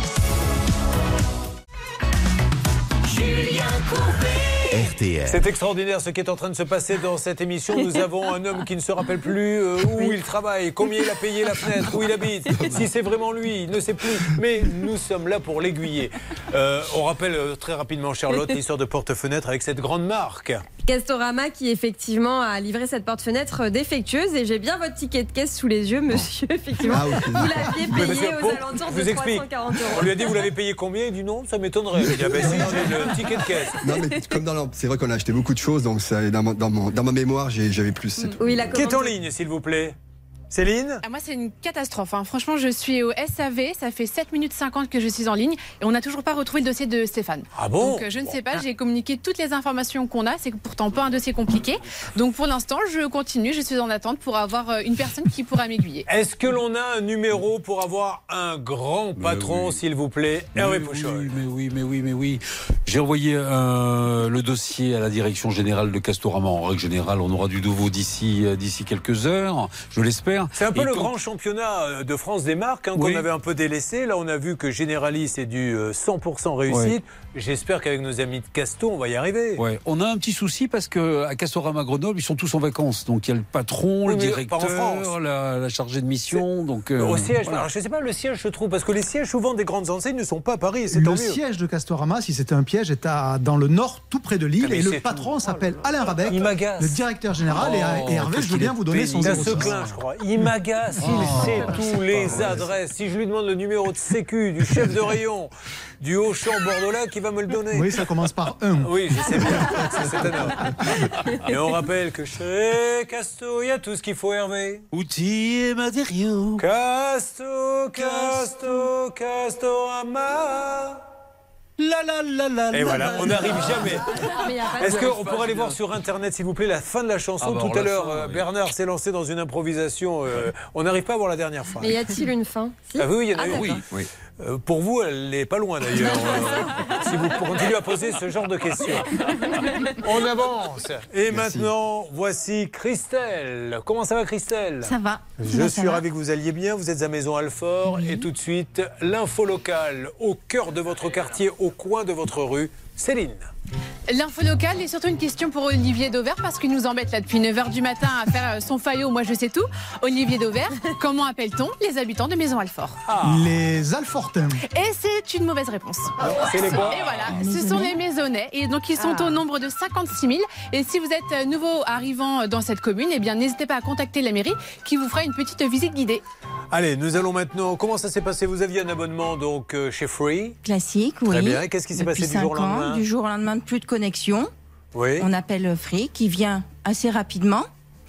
Julien Courbet. R T L. C'est extraordinaire ce qui est en train de se passer dans cette émission. Nous avons un homme qui ne se rappelle plus euh, où il travaille, combien il a payé la fenêtre, où il habite, si c'est vraiment lui, il ne sait plus. Mais nous sommes là pour l'aiguiller. Euh, on rappelle euh, très rapidement, Charlotte, l'histoire de porte-fenêtre avec cette grande marque. Castorama qui effectivement a livré cette porte-fenêtre défectueuse et j'ai bien votre ticket de caisse sous les yeux, monsieur. Effectivement, Ah oui. vous l'aviez Mais payé parce que, aux bon, alentours je de vous explique. trois cent quarante euros. On lui a dit, vous l'avez payé combien? Il dit non, ça m'étonnerait. Il dit, ah ben si, j'ai le ticket de caisse. Non, mais comme dans la- c'est vrai qu'on a acheté beaucoup de choses, donc ça, dans, mon- dans, mon- dans ma mémoire, j'ai- j'avais plus. c'est tout. Oui, la Qui est en ligne, s'il vous plaît? Céline? Ah, moi, c'est une catastrophe. hein. Franchement, je suis au S A V. Ça fait sept minutes cinquante que je suis en ligne et on n'a toujours pas retrouvé le dossier de Stéphane. Ah bon? Donc, euh, je ne sais pas. J'ai communiqué toutes les informations qu'on a. C'est pourtant pas un dossier compliqué. Donc, pour l'instant, je continue. Je suis en attente pour avoir euh, une personne qui pourra m'aiguiller. Est-ce que l'on a un numéro pour avoir un grand patron, s'il vous plaît? Hervé Mais Pouchol. oui, mais oui, mais oui, mais oui. J'ai envoyé euh, le dossier à la direction générale de Castorama. En règle générale, on aura du nouveau d'ici euh, d'ici quelques heures, je l'espère. C'est un peu Et le quand- grand championnat de France des marques hein, Oui. qu'on avait un peu délaissé. Là, on a vu que Generali, c'est du euh, cent pour cent réussite. Ouais. J'espère qu'avec nos amis de Casto, on va y arriver. Ouais, on a un petit souci parce que à Castorama Grenoble, ils sont tous en vacances. Donc il y a le patron, Oui, le mais pas en directeur, France. la, la chargée de mission. Donc euh, Au siège, voilà. alors je sais pas, le siège, je trouve, parce que les sièges, souvent, des grandes enseignes ne sont pas à Paris. C'est tant Le mieux. siège de Castorama, si c'était un piège, est à, dans le nord, tout près de Lille. Ah, mais Et le c'est patron s'appelle Alain Rabec, Il m'agace. le directeur général. et- Oh, et, Hervé, qu'est-ce je veux qu'il bien est vous donner son pénible. zéro Il six. se plaint, je crois. Il m'agace, il sait tous les adresses. Si je lui demande le numéro de sécu du chef de rayon du Auchan Bordeaux-là, qui va me le donner. Oui, ça commence par un. Oui, je sais bien. Ça, c'est énorme. Et on rappelle que chez Casto, il y a tout ce qu'il faut, Hervé. Outils et matériaux. Casto, Casto, Castorama. La la la la. Et voilà, on n'arrive jamais. Mais y a pas de- Est-ce qu'on pourrait aller voir sur Internet, s'il vous plaît, la fin de la chanson? Ah bah, Tout alors à la l'heure, fin, euh, oui. Bernard s'est lancé dans une improvisation. euh, on n'arrive pas à voir la dernière fin. Mais y a-t-il une fin? Si. Ah oui, il y en a Ah, une. d'accord. Oui, oui. Euh, pour vous, elle n'est pas loin d'ailleurs. euh, si vous continuez à poser ce genre de questions. On avance. Et Merci. maintenant, voici Christelle. Comment ça va, Christelle? Ça va. Je Ça va, ça suis va. ravi que vous alliez bien. Vous êtes à Maison Alfort. Et tout de suite, l'info locale au cœur de votre quartier, au coin de votre rue. Céline. L'info locale est surtout une question pour Olivier Dauvert parce qu'il nous embête là depuis neuf heures du matin à faire son faillot. Moi, je sais tout. Olivier Dauvert, comment appelle-t-on les habitants de Maison-Alfort? Ah. Les Alfortins. Et c'est une mauvaise réponse. C'est les quoi? Et voilà, ce sont les Maisonnais. Et donc, ils sont Ah. au nombre de cinquante-six mille. Et si vous êtes nouveau arrivant dans cette commune, eh bien, n'hésitez pas à contacter la mairie qui vous fera une petite visite guidée. Allez, nous allons maintenant. Comment ça s'est passé? Vous aviez un abonnement donc euh, chez Free. Classique, oui. Très bien. Et qu'est-ce qui s'est Depuis passé du jour au cinq ans, lendemain? Du jour au lendemain, plus de connexion. Oui. On appelle Free qui vient assez rapidement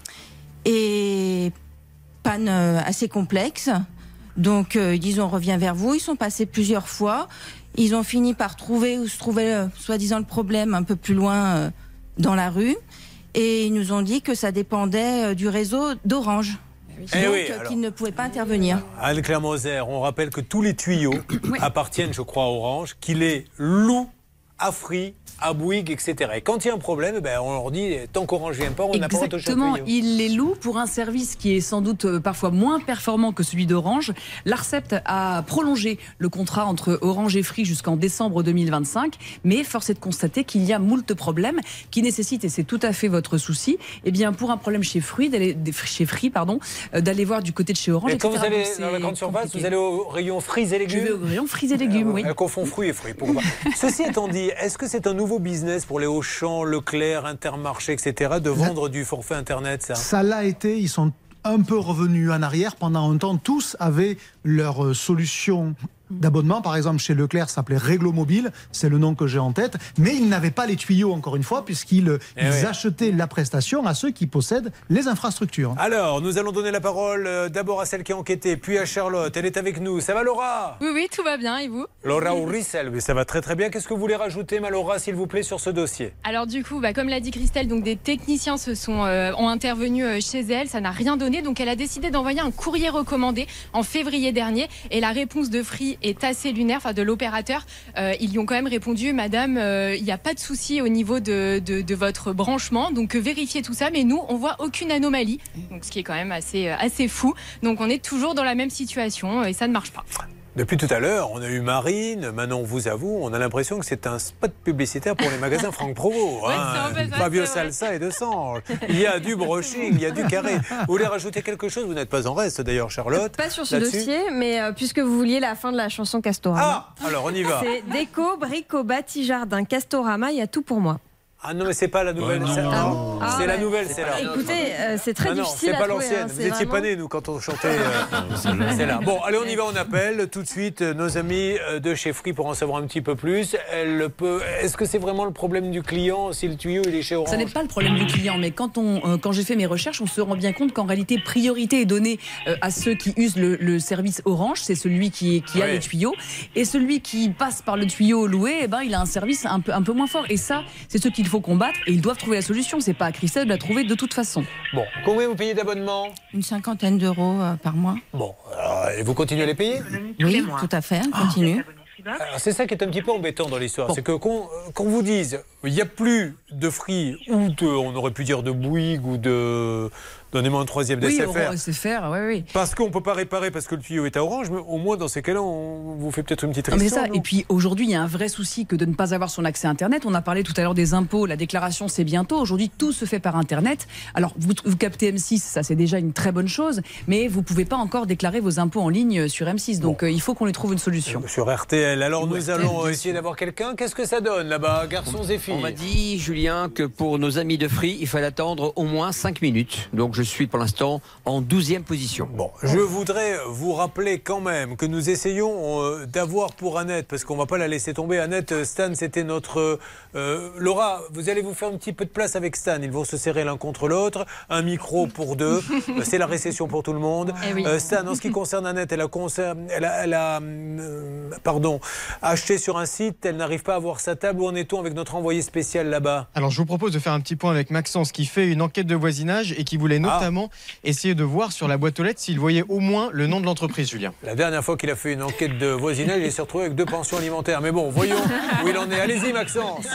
et panne euh, assez complexe. Donc euh, ils disent on revient vers vous. Ils sont passés plusieurs fois. Ils ont fini par trouver où se trouvait euh, soi-disant le problème un peu plus loin euh, dans la rue. Et ils nous ont dit que ça dépendait euh, du réseau d'Orange. Eh Donc, oui, euh, alors. qu'ils ne pouvaient pas intervenir. Anne-Claire Moser, on rappelle que tous les tuyaux appartiennent, je crois, à Orange, qui les louent à Free, à Bouygues, et cetera. Et quand il y a un problème, ben, on leur dit, tant qu'Orange ne vient pas, on n'a pas retouché un Exactement, tuyau. il les loue pour un service qui est sans doute euh, parfois moins performant que celui d'Orange. L'Arcep a prolongé le contrat entre Orange et Free jusqu'en décembre deux mille vingt-cinq, mais force est de constater qu'il y a moult problèmes qui nécessitent, et c'est tout à fait votre souci, eh bien pour un problème chez Free, d'aller chez Free, pardon, euh, d'aller voir du côté de chez Orange. Et quand et cetera. vous allez Donc, dans la c'est grande surface, compliqué. vous allez au rayon fruits et légumes? Je vais au rayon fruits et légumes, oui. Elle confond fruits et fruits, pourquoi pas. Ceci étant dit, est-ce que c'est un nouveau business pour les Auchan, Leclerc, Intermarché, et cetera, de vendre du forfait Internet, ça? Ça l'a été, ils sont un peu revenus en arrière. Pendant un temps, tous avaient leur euh, solution d'abonnement. Par exemple, chez Leclerc, ça s'appelait Réglo Mobile, c'est le nom que j'ai en tête. Mais ils n'avaient pas les tuyaux, encore une fois, puisqu'ils Eh ils oui. achetaient la prestation à ceux qui possèdent les infrastructures. Alors, nous allons donner la parole euh, d'abord à celle qui a enquêté, puis à Charlotte. Elle est avec nous. Ça va, Laura? Oui, oui, tout va bien, et vous? Laura Ourissel, mais ça va très très bien. Qu'est-ce que vous voulez rajouter, ma Laura, s'il vous plaît, sur ce dossier? Alors du coup, bah, comme l'a dit Christelle, donc des techniciens se sont, euh, ont intervenu euh, chez elle, ça n'a rien donné, donc elle a décidé d'envoyer un courrier recommandé en février dernier, et la réponse de Free est assez lunaire, enfin de l'opérateur. Euh, ils lui ont quand même répondu, madame, euh, il n'y a pas de souci au niveau de, de, de votre branchement, donc euh, vérifiez tout ça, mais nous, on voit aucune anomalie, donc ce qui est quand même assez, euh, assez fou. Donc on est toujours dans la même situation, euh, et ça ne marche pas. Depuis tout à l'heure, on a eu Marine, Manon vous avoue, on a l'impression que c'est un spot publicitaire pour les magasins Franck Provost. Ouais, hein. c'est un peu ça, Fabio c'est vrai. Salsa et de Sange. Il y a du brushing, il y a du carré. Vous voulez rajouter quelque chose? Vous n'êtes pas en reste d'ailleurs, Charlotte. Pas sur ce là-dessus dossier, mais euh, puisque vous vouliez la fin de la chanson Castorama. Ah, alors on y va. C'est déco, brico, bâti, jardin, Castorama, il y a tout pour moi. Ah non, mais c'est pas la nouvelle. Ouais, non, c'est non, ah, non. Ah, c'est la ouais. nouvelle, c'est là. Écoutez, euh, c'est très Ah non, difficile c'est à pas trouver, l'ancienne. hein, Vous c'est étiez pas vraiment- nés, nous, quand on chantait. euh, c'est là. Bon, allez, on y va, on appelle tout de suite euh, nos amis euh, de chez Free pour en savoir un petit peu plus. Elle peut... Est-ce que c'est vraiment le problème du client si le tuyau il est chez Orange? Ça n'est pas le problème du client, mais quand, on, euh, quand j'ai fait mes recherches, on se rend bien compte qu'en réalité, priorité est donnée euh, à ceux qui usent le, le service Orange, c'est celui qui, qui a Ouais. le tuyau, et celui qui passe par le tuyau loué, eh ben, il a un service un peu, un peu moins fort. Et ça, c'est ce qu'il faut combattre, et ils doivent trouver la solution. C'est pas à Christelle de la trouver de toute façon. Bon, combien vous payez d'abonnement? Une cinquantaine d'euros euh, par mois. Bon, alors, et vous continuez à les payer? Oui, tout à fait, on continue. Alors, c'est ça qui est un petit peu embêtant dans l'histoire, c'est que qu'on qu'on vous dise il n'y a plus de Free ou de, on aurait pu dire de Bouygues ou de, donnez-moi un troisième Oui, d'S F R. Orange S F R, oui, oui. Parce qu'on ne peut pas réparer parce que le tuyau est à Orange, mais au moins dans ces cas-là, on vous fait peut-être une petite Non, mais révision. ça. Et puis aujourd'hui, il y a un vrai souci que de ne pas avoir son accès Internet. On a parlé tout à l'heure des impôts, la déclaration c'est bientôt. Aujourd'hui, tout se fait par Internet. Alors, vous, vous captez M six, ça c'est déjà une très bonne chose, mais vous ne pouvez pas encore déclarer vos impôts en ligne sur M six. Donc, euh, il faut qu'on lui trouve une solution. Sur R T L. Alors, nous R T L, allons bien essayer sûr. d'avoir quelqu'un. Qu'est-ce que ça donne là-bas, garçons et filles? On m'a dit, Julien, que pour nos amis de Free, il fallait attendre au moins cinq minutes. Donc je suis pour l'instant en douzième position. Bon, je voudrais vous rappeler quand même que nous essayons euh, d'avoir pour Annette, parce qu'on ne va pas la laisser tomber. Annette, euh, Stan, c'était notre... euh, Laura, vous allez vous faire un petit peu de place avec Stan. Ils vont se serrer l'un contre l'autre. Un micro pour deux. Euh, C'est la récession pour tout le monde. Eh oui. Euh, Stan, en ce qui concerne Annette, elle a, conser- elle a, elle a, euh, pardon, acheté sur un site. Elle n'arrive pas à voir sa table. Où en est-on avec notre envoyé spécial là-bas? Alors je vous propose de faire un petit point avec Maxence qui fait une enquête de voisinage et qui voulait notamment essayer de voir sur la boîte aux lettres s'il voyait au moins le nom de l'entreprise, Julien. La dernière fois qu'il a fait une enquête de voisinage, il s'est retrouvé avec deux pensions alimentaires. Mais bon, voyons où il en est. Allez-y, Maxence.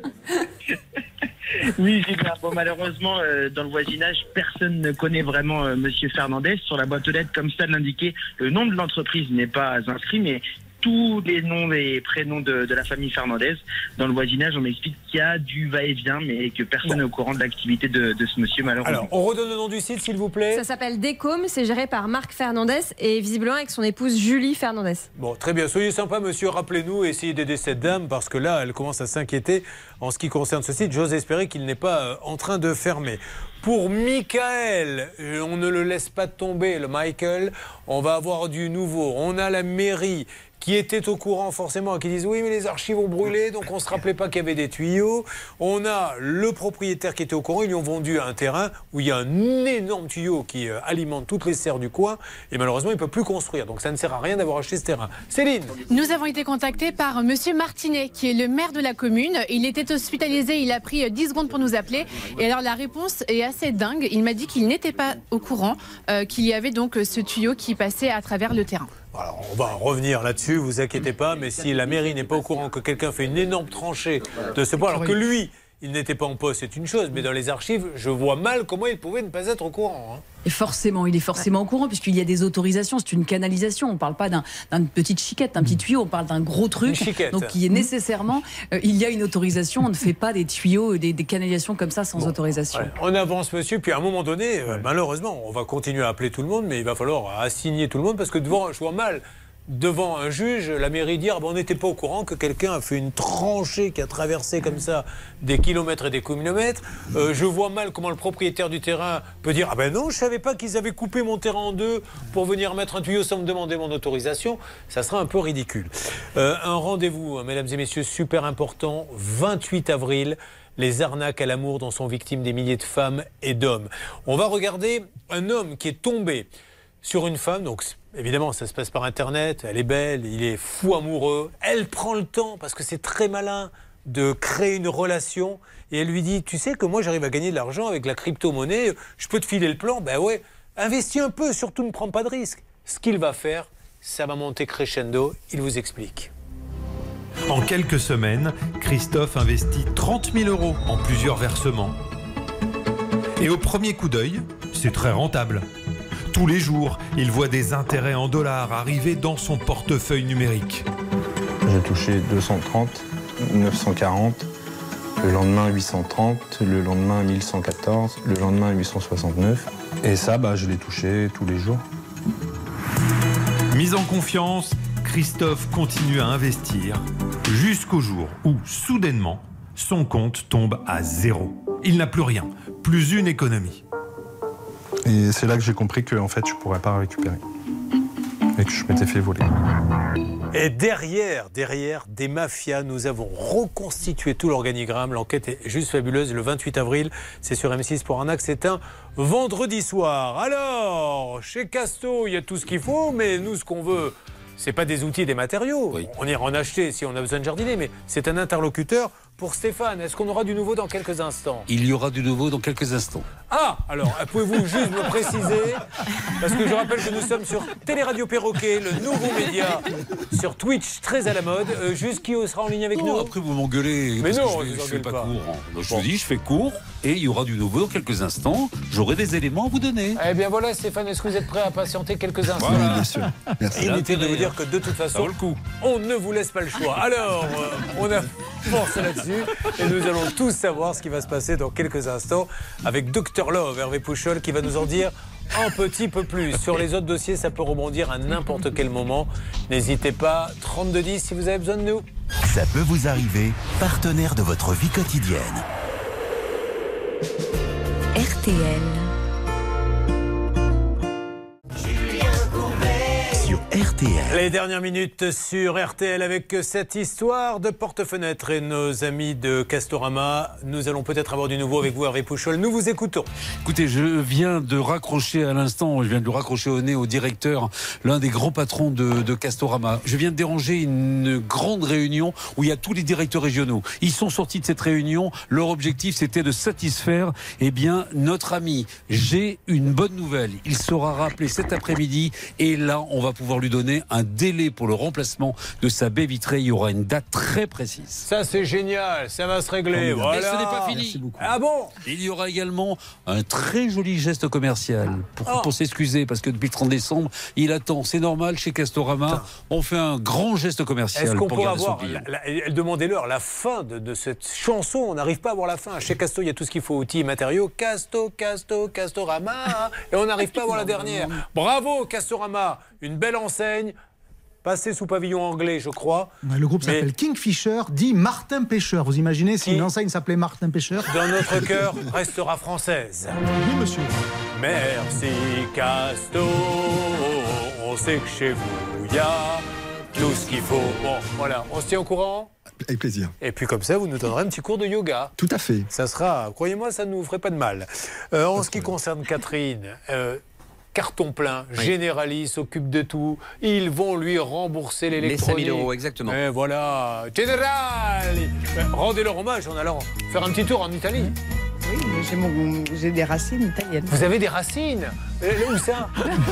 Oui, Gilbert. Bon, malheureusement, euh, dans le voisinage, personne ne connaît vraiment euh, Monsieur Fernandez. Sur la boîte aux lettres, comme ça l'indiquait, le nom de l'entreprise n'est pas inscrit, mais tous les noms et prénoms de, de la famille Fernandez. Dans le voisinage, on m'explique qu'il y a du va-et-vient, mais que personne n'est bon. au courant de l'activité de, de ce monsieur, malheureusement. Alors, on redonne le nom du site, s'il vous plaît. Ça s'appelle Decom, c'est géré par Marc Fernandez et visiblement avec son épouse Julie Fernandez. Bon, très bien. Soyez sympa, monsieur. Rappelez-nous, essayez d'aider cette dame parce que là, elle commence à s'inquiéter en ce qui concerne ce site. J'ose espérer qu'il n'est pas euh, en train de fermer. Pour Michael, on ne le laisse pas tomber, le Michael. On va avoir du nouveau. On a la mairie qui était au courant forcément, qui disent oui mais les archives ont brûlé, donc on ne se rappelait pas qu'il y avait des tuyaux. On a le propriétaire qui était au courant, ils lui ont vendu un terrain où il y a un énorme tuyau qui euh, alimente toutes les serres du coin et malheureusement il ne peut plus construire, donc ça ne sert à rien d'avoir acheté ce terrain. Céline. Nous avons été contactés par monsieur Martinet qui est le maire de la commune. Il était hospitalisé, il a pris dix secondes pour nous appeler et alors la réponse est assez dingue. Il m'a dit qu'il n'était pas au courant euh, qu'il y avait donc ce tuyau qui passait à travers le terrain. Alors, on va revenir là-dessus, vous inquiétez pas, mais si la mairie n'est pas au courant que quelqu'un fait une énorme tranchée de ce point, alors que lui, il n'était pas en poste, c'est une chose, mais dans les archives, je vois mal comment il pouvait ne pas être au courant. Hein. Et forcément, il est forcément au courant, puisqu'il y a des autorisations, c'est une canalisation. On ne parle pas d'un, d'une petite chiquette, d'un petit tuyau, on parle d'un gros truc. Donc, il est nécessairement, euh, il y a une autorisation, on ne fait pas des tuyaux, des, des canalisations comme ça sans bon, autorisation. Ouais. On avance, monsieur, puis à un moment donné, euh, malheureusement, on va continuer à appeler tout le monde, mais il va falloir assigner tout le monde, parce que devant, je vois mal. Devant un juge, la mairie dire bon, on n'était pas au courant que quelqu'un a fait une tranchée qui a traversé comme ça des kilomètres et des kilomètres. Euh, je vois mal comment le propriétaire du terrain peut dire ah ben non, je savais pas qu'ils avaient coupé mon terrain en deux pour venir mettre un tuyau sans me demander mon autorisation. Ça sera un peu ridicule. Euh, un rendez-vous, mesdames et messieurs, super important, vingt-huit avril. Les arnaques à l'amour dont sont victimes des milliers de femmes et d'hommes. On va regarder un homme qui est tombé sur une femme, donc évidemment ça se passe par internet, elle est belle, il est fou amoureux, elle prend le temps parce que c'est très malin de créer une relation et elle lui dit tu sais que moi j'arrive à gagner de l'argent avec la crypto-monnaie, je peux te filer le plan, ben ouais, investis un peu, surtout ne prends pas de risques. Ce qu'il va faire, ça va monter crescendo, il vous explique. En quelques semaines, Christophe investit trente mille euros en plusieurs versements. Et au premier coup d'œil, c'est très rentable. Tous les jours, il voit des intérêts en dollars arriver dans son portefeuille numérique. J'ai touché deux cent trente, neuf cent quarante, le lendemain huit cent trente, le lendemain mille cent quatorze, le lendemain huit cent soixante-neuf. Et ça, bah, je l'ai touché tous les jours. Mis en confiance, Christophe continue à investir jusqu'au jour où, soudainement, son compte tombe à zéro. Il n'a plus rien, plus une économie. Et c'est là que j'ai compris que en fait, je ne pourrais pas récupérer. Et que je m'étais fait voler. Et derrière, derrière des mafias, nous avons reconstitué tout l'organigramme. L'enquête est juste fabuleuse. Le vingt-huit avril, c'est sur M six pour Arnaque. C'est un vendredi soir. Alors, chez Casto, il y a tout ce qu'il faut, mais nous, ce qu'on veut, c'est pas des outils et des matériaux. Oui. On ira en acheter si on a besoin de jardiner, mais c'est un interlocuteur pour Stéphane. Est-ce qu'on aura du nouveau dans quelques instants ? Il y aura du nouveau dans quelques instants. Ah, alors, pouvez-vous juste me préciser ? Parce que je rappelle que nous sommes sur Téléradio Perroquet, le nouveau média, sur Twitch, très à la mode. Euh, juste qui sera en ligne avec non, nous ? Après, vous m'engueulez. Mais non, je, je, je fais pas, pas court. Donc, je bon. vous dis, je fais court et il y aura du nouveau dans quelques instants. J'aurai des éléments à vous donner. Eh bien voilà, Stéphane, est-ce que vous êtes prêt à patienter quelques instants ? Voilà, bien sûr. Merci. Inutile de vous dire que de toute façon, le coup. on ne vous laisse pas le choix. Alors, euh, on a force là-dessus et nous allons tous savoir ce qui va se passer dans quelques instants avec docteur Love, Hervé Pouchol, qui va nous en dire un petit peu plus. Sur les autres dossiers, ça peut rebondir à n'importe quel moment. N'hésitez pas, trente-deux dix si vous avez besoin de nous. Ça peut vous arriver, partenaire de votre vie quotidienne. R T L. R T L. Les dernières minutes sur R T L avec cette histoire de porte-fenêtre et nos amis de Castorama. Nous allons peut-être avoir du nouveau avec vous, Hervé Pouchol. Nous vous écoutons. Écoutez, je viens de raccrocher à l'instant, je viens de le raccrocher au nez au directeur, l'un des grands patrons de, de Castorama. Je viens de déranger une grande réunion où il y a tous les directeurs régionaux. Ils sont sortis de cette réunion. Leur objectif, c'était de satisfaire eh bien, notre ami. J'ai une bonne nouvelle. Il sera rappelé cet après-midi et là, on va pouvoir lui donner donné un délai pour le remplacement de sa baie vitrée. Il y aura une date très précise. Ça, c'est génial. Ça va se régler. Voilà. Mais ce n'est pas fini. Ah bon? Il y aura également un très joli geste commercial pour, oh. pour s'excuser parce que depuis le trente décembre, il attend. C'est normal, chez Castorama, Putain. on fait un grand geste commercial. Est-ce qu'on pour peut garder avoir, son client. la, la, demandez-leur la fin de, de cette chanson. On n'arrive pas à avoir la fin. Chez Casto, il y a tout ce qu'il faut, outils et matériaux. Casto, Casto, Castorama. Et on n'arrive pas à avoir la dernière. Bravo, Castorama. Une belle enseigne. Passé sous pavillon anglais, je crois. Le groupe Mais... s'appelle Kingfisher, dit Martin Pêcheur. Vous imaginez si Qui, une enseigne s'appelait Martin Pêcheur? Dans notre cœur, restera française. Oui, monsieur. Merci, Casto. On sait que chez vous, il y a tout ce qu'il faut. Bon, voilà, on se tient au courant? Avec plaisir. Et puis comme ça, vous nous donnerez un petit cours de yoga. Tout à fait. Ça sera, croyez-moi, ça ne nous ferait pas de mal. Euh, en ce qui concerne Catherine... Euh, carton plein, oui. Généralise, s'occupe de tout. Ils vont lui rembourser l'électronique. Les cinq mille euros, exactement. Et voilà, Generali. Rendez-leur hommage en allant faire un petit tour en Italie. Oui, j'ai, mon, j'ai des racines italiennes. Vous avez des racines? Où ça?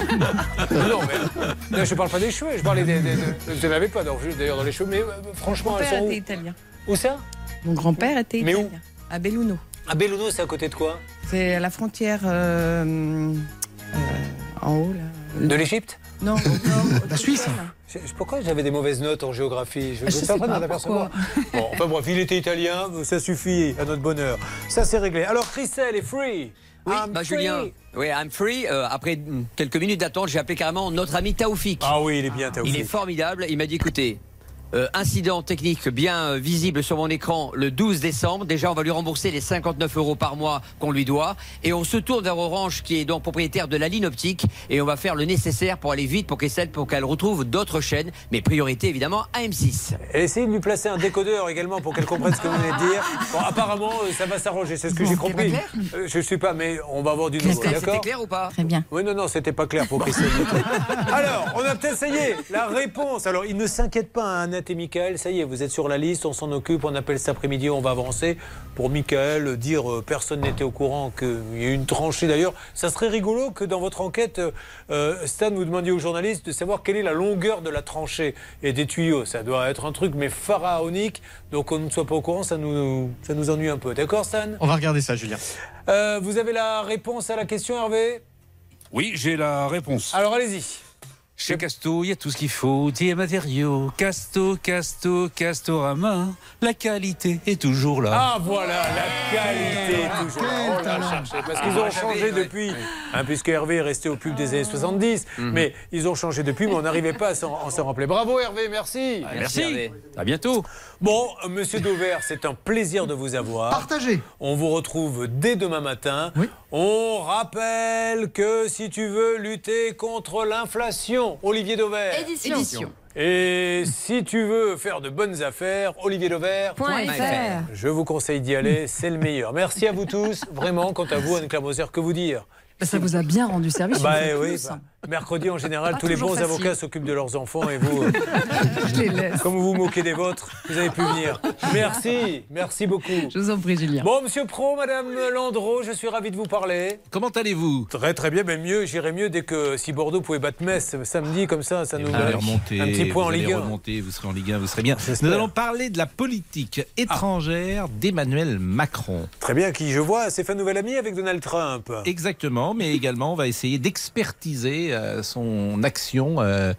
Non, mais là, je ne parle pas des cheveux, je parlais des... des, des vous n'en avez pas d'ailleurs dans les cheveux, mais euh, franchement, mon elles père sont était où? Italien. Où ça? Mon grand-père était mais italien. Où? À Belluno. À Belluno, c'est à côté de quoi? C'est à la frontière... Euh, euh, en haut, là. De l'Égypte? Non, non, la Suisse. Je, pourquoi j'avais des mauvaises notes en géographie? Je ne sais pas pourquoi. Bon, enfin bref, il était italien, ça suffit à notre bonheur. Ça, c'est réglé. Alors, Christelle est free. Oui, I'm bah free. Julien, oui, I'm free. Euh, après quelques minutes d'attente, j'ai appelé carrément notre ami Taoufik. Ah oui, il est bien, Taoufik. Il est formidable. Il m'a dit, écoutez, Euh, incident technique bien euh, visible sur mon écran le douze décembre. Déjà, on va lui rembourser les cinquante-neuf euros par mois qu'on lui doit. Et on se tourne vers Orange, qui est donc propriétaire de la ligne optique. Et on va faire le nécessaire pour aller vite pour qu'elle, pour qu'elle retrouve d'autres chaînes. Mais priorité, évidemment, à M six. Et essayez de lui placer un décodeur également pour qu'elle comprenne ce que vous venez de dire. Bon, apparemment, ça va s'arranger. C'est ce que bon, j'ai compris. Euh, je ne sais pas, mais on va avoir du nouveau. D'accord ? C'était clair ou pas ? Très bien. Oui, non, non, c'était pas clair pour Christelle. Alors, on a peut-être essayé la réponse. Alors, il ne s'inquiète pas, hein, Annette et Michael. Ça y est, vous êtes sur la liste, on s'en occupe, on appelle cet après-midi, on va avancer. Pour Michael, dire euh, personne n'était au courant qu'il y a eu une tranchée. D'ailleurs, ça serait rigolo que dans votre enquête, euh, Stan, vous demandiez aux journalistes de savoir quelle est la longueur de la tranchée et des tuyaux. Ça doit être un truc, mais pharaonique. Donc, qu'on ne soit pas au courant, ça nous, ça nous ennuie un peu. D'accord, Stan ? On va regarder ça, Julien. Euh, vous avez la réponse à la question, Hervé ? Oui, j'ai la réponse. Alors, allez-y. Chez Casto, il y a tout ce qu'il faut, outils et matériaux. Casto, Casto, Castorama, la qualité est toujours là. Ah voilà, la qualité est toujours là. On l'a cherché. Parce qu'ils ont changé depuis, hein, puisque Hervé est resté au pub des années soixante-dix, mm-hmm. mais ils ont changé depuis, mais on n'arrivait pas à s'en, s'en rappeler. Bravo Hervé, merci. Ah, merci. Hervé. À bientôt. Bon, Monsieur Dauvert, c'est un plaisir de vous avoir. Partagez. On vous retrouve dès demain matin. Oui. On rappelle que si tu veux lutter contre l'inflation, Olivier Dauvert. Édition. Édition. Et si tu veux faire de bonnes affaires, olivier dauvert point f r. Je vous conseille d'y aller, c'est le meilleur. Merci à vous tous. Vraiment, quant à vous, Anne-Claire Moser, que vous dire ? Bah, ça vous a bien rendu service. Bah, oui, bah, mercredi, en général, pas tous les bons facile. avocats s'occupent de leurs enfants et vous, euh, je les laisse. Comme vous vous moquez des vôtres, vous avez pu venir. Merci, merci beaucoup. Je vous en prie, Julien. Bon, Monsieur Pro, Madame Landreau, je suis ravi de vous parler. Comment allez-vous ? Très très bien, mais mieux, j'irai mieux dès que si Bordeaux pouvait battre Metz samedi, comme ça, ça nous vous allez remonter, un petit point vous en allez Ligue un. Remonter, vous serez en Ligue un, vous serez bien. J'espère. Nous allons parler de la politique étrangère ah. d'Emmanuel Macron. Très bien, qui, je vois, s'est fait un nouvel ami avec Donald Trump. Exactement, mais également, on va essayer d'expertiser euh, son action euh,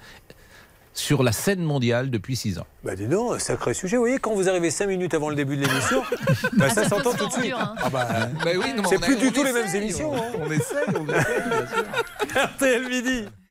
sur la scène mondiale depuis six ans. Bah dis donc, sacré sujet. Vous voyez, quand vous arrivez cinq minutes avant le début de l'émission, bah, ça, ça s'entend tout de suite. Hein. Ah bah, bah oui, non, c'est plus a, du tout essaye, les mêmes émissions. On, hein. on essaye, on essaye. R T L Midi.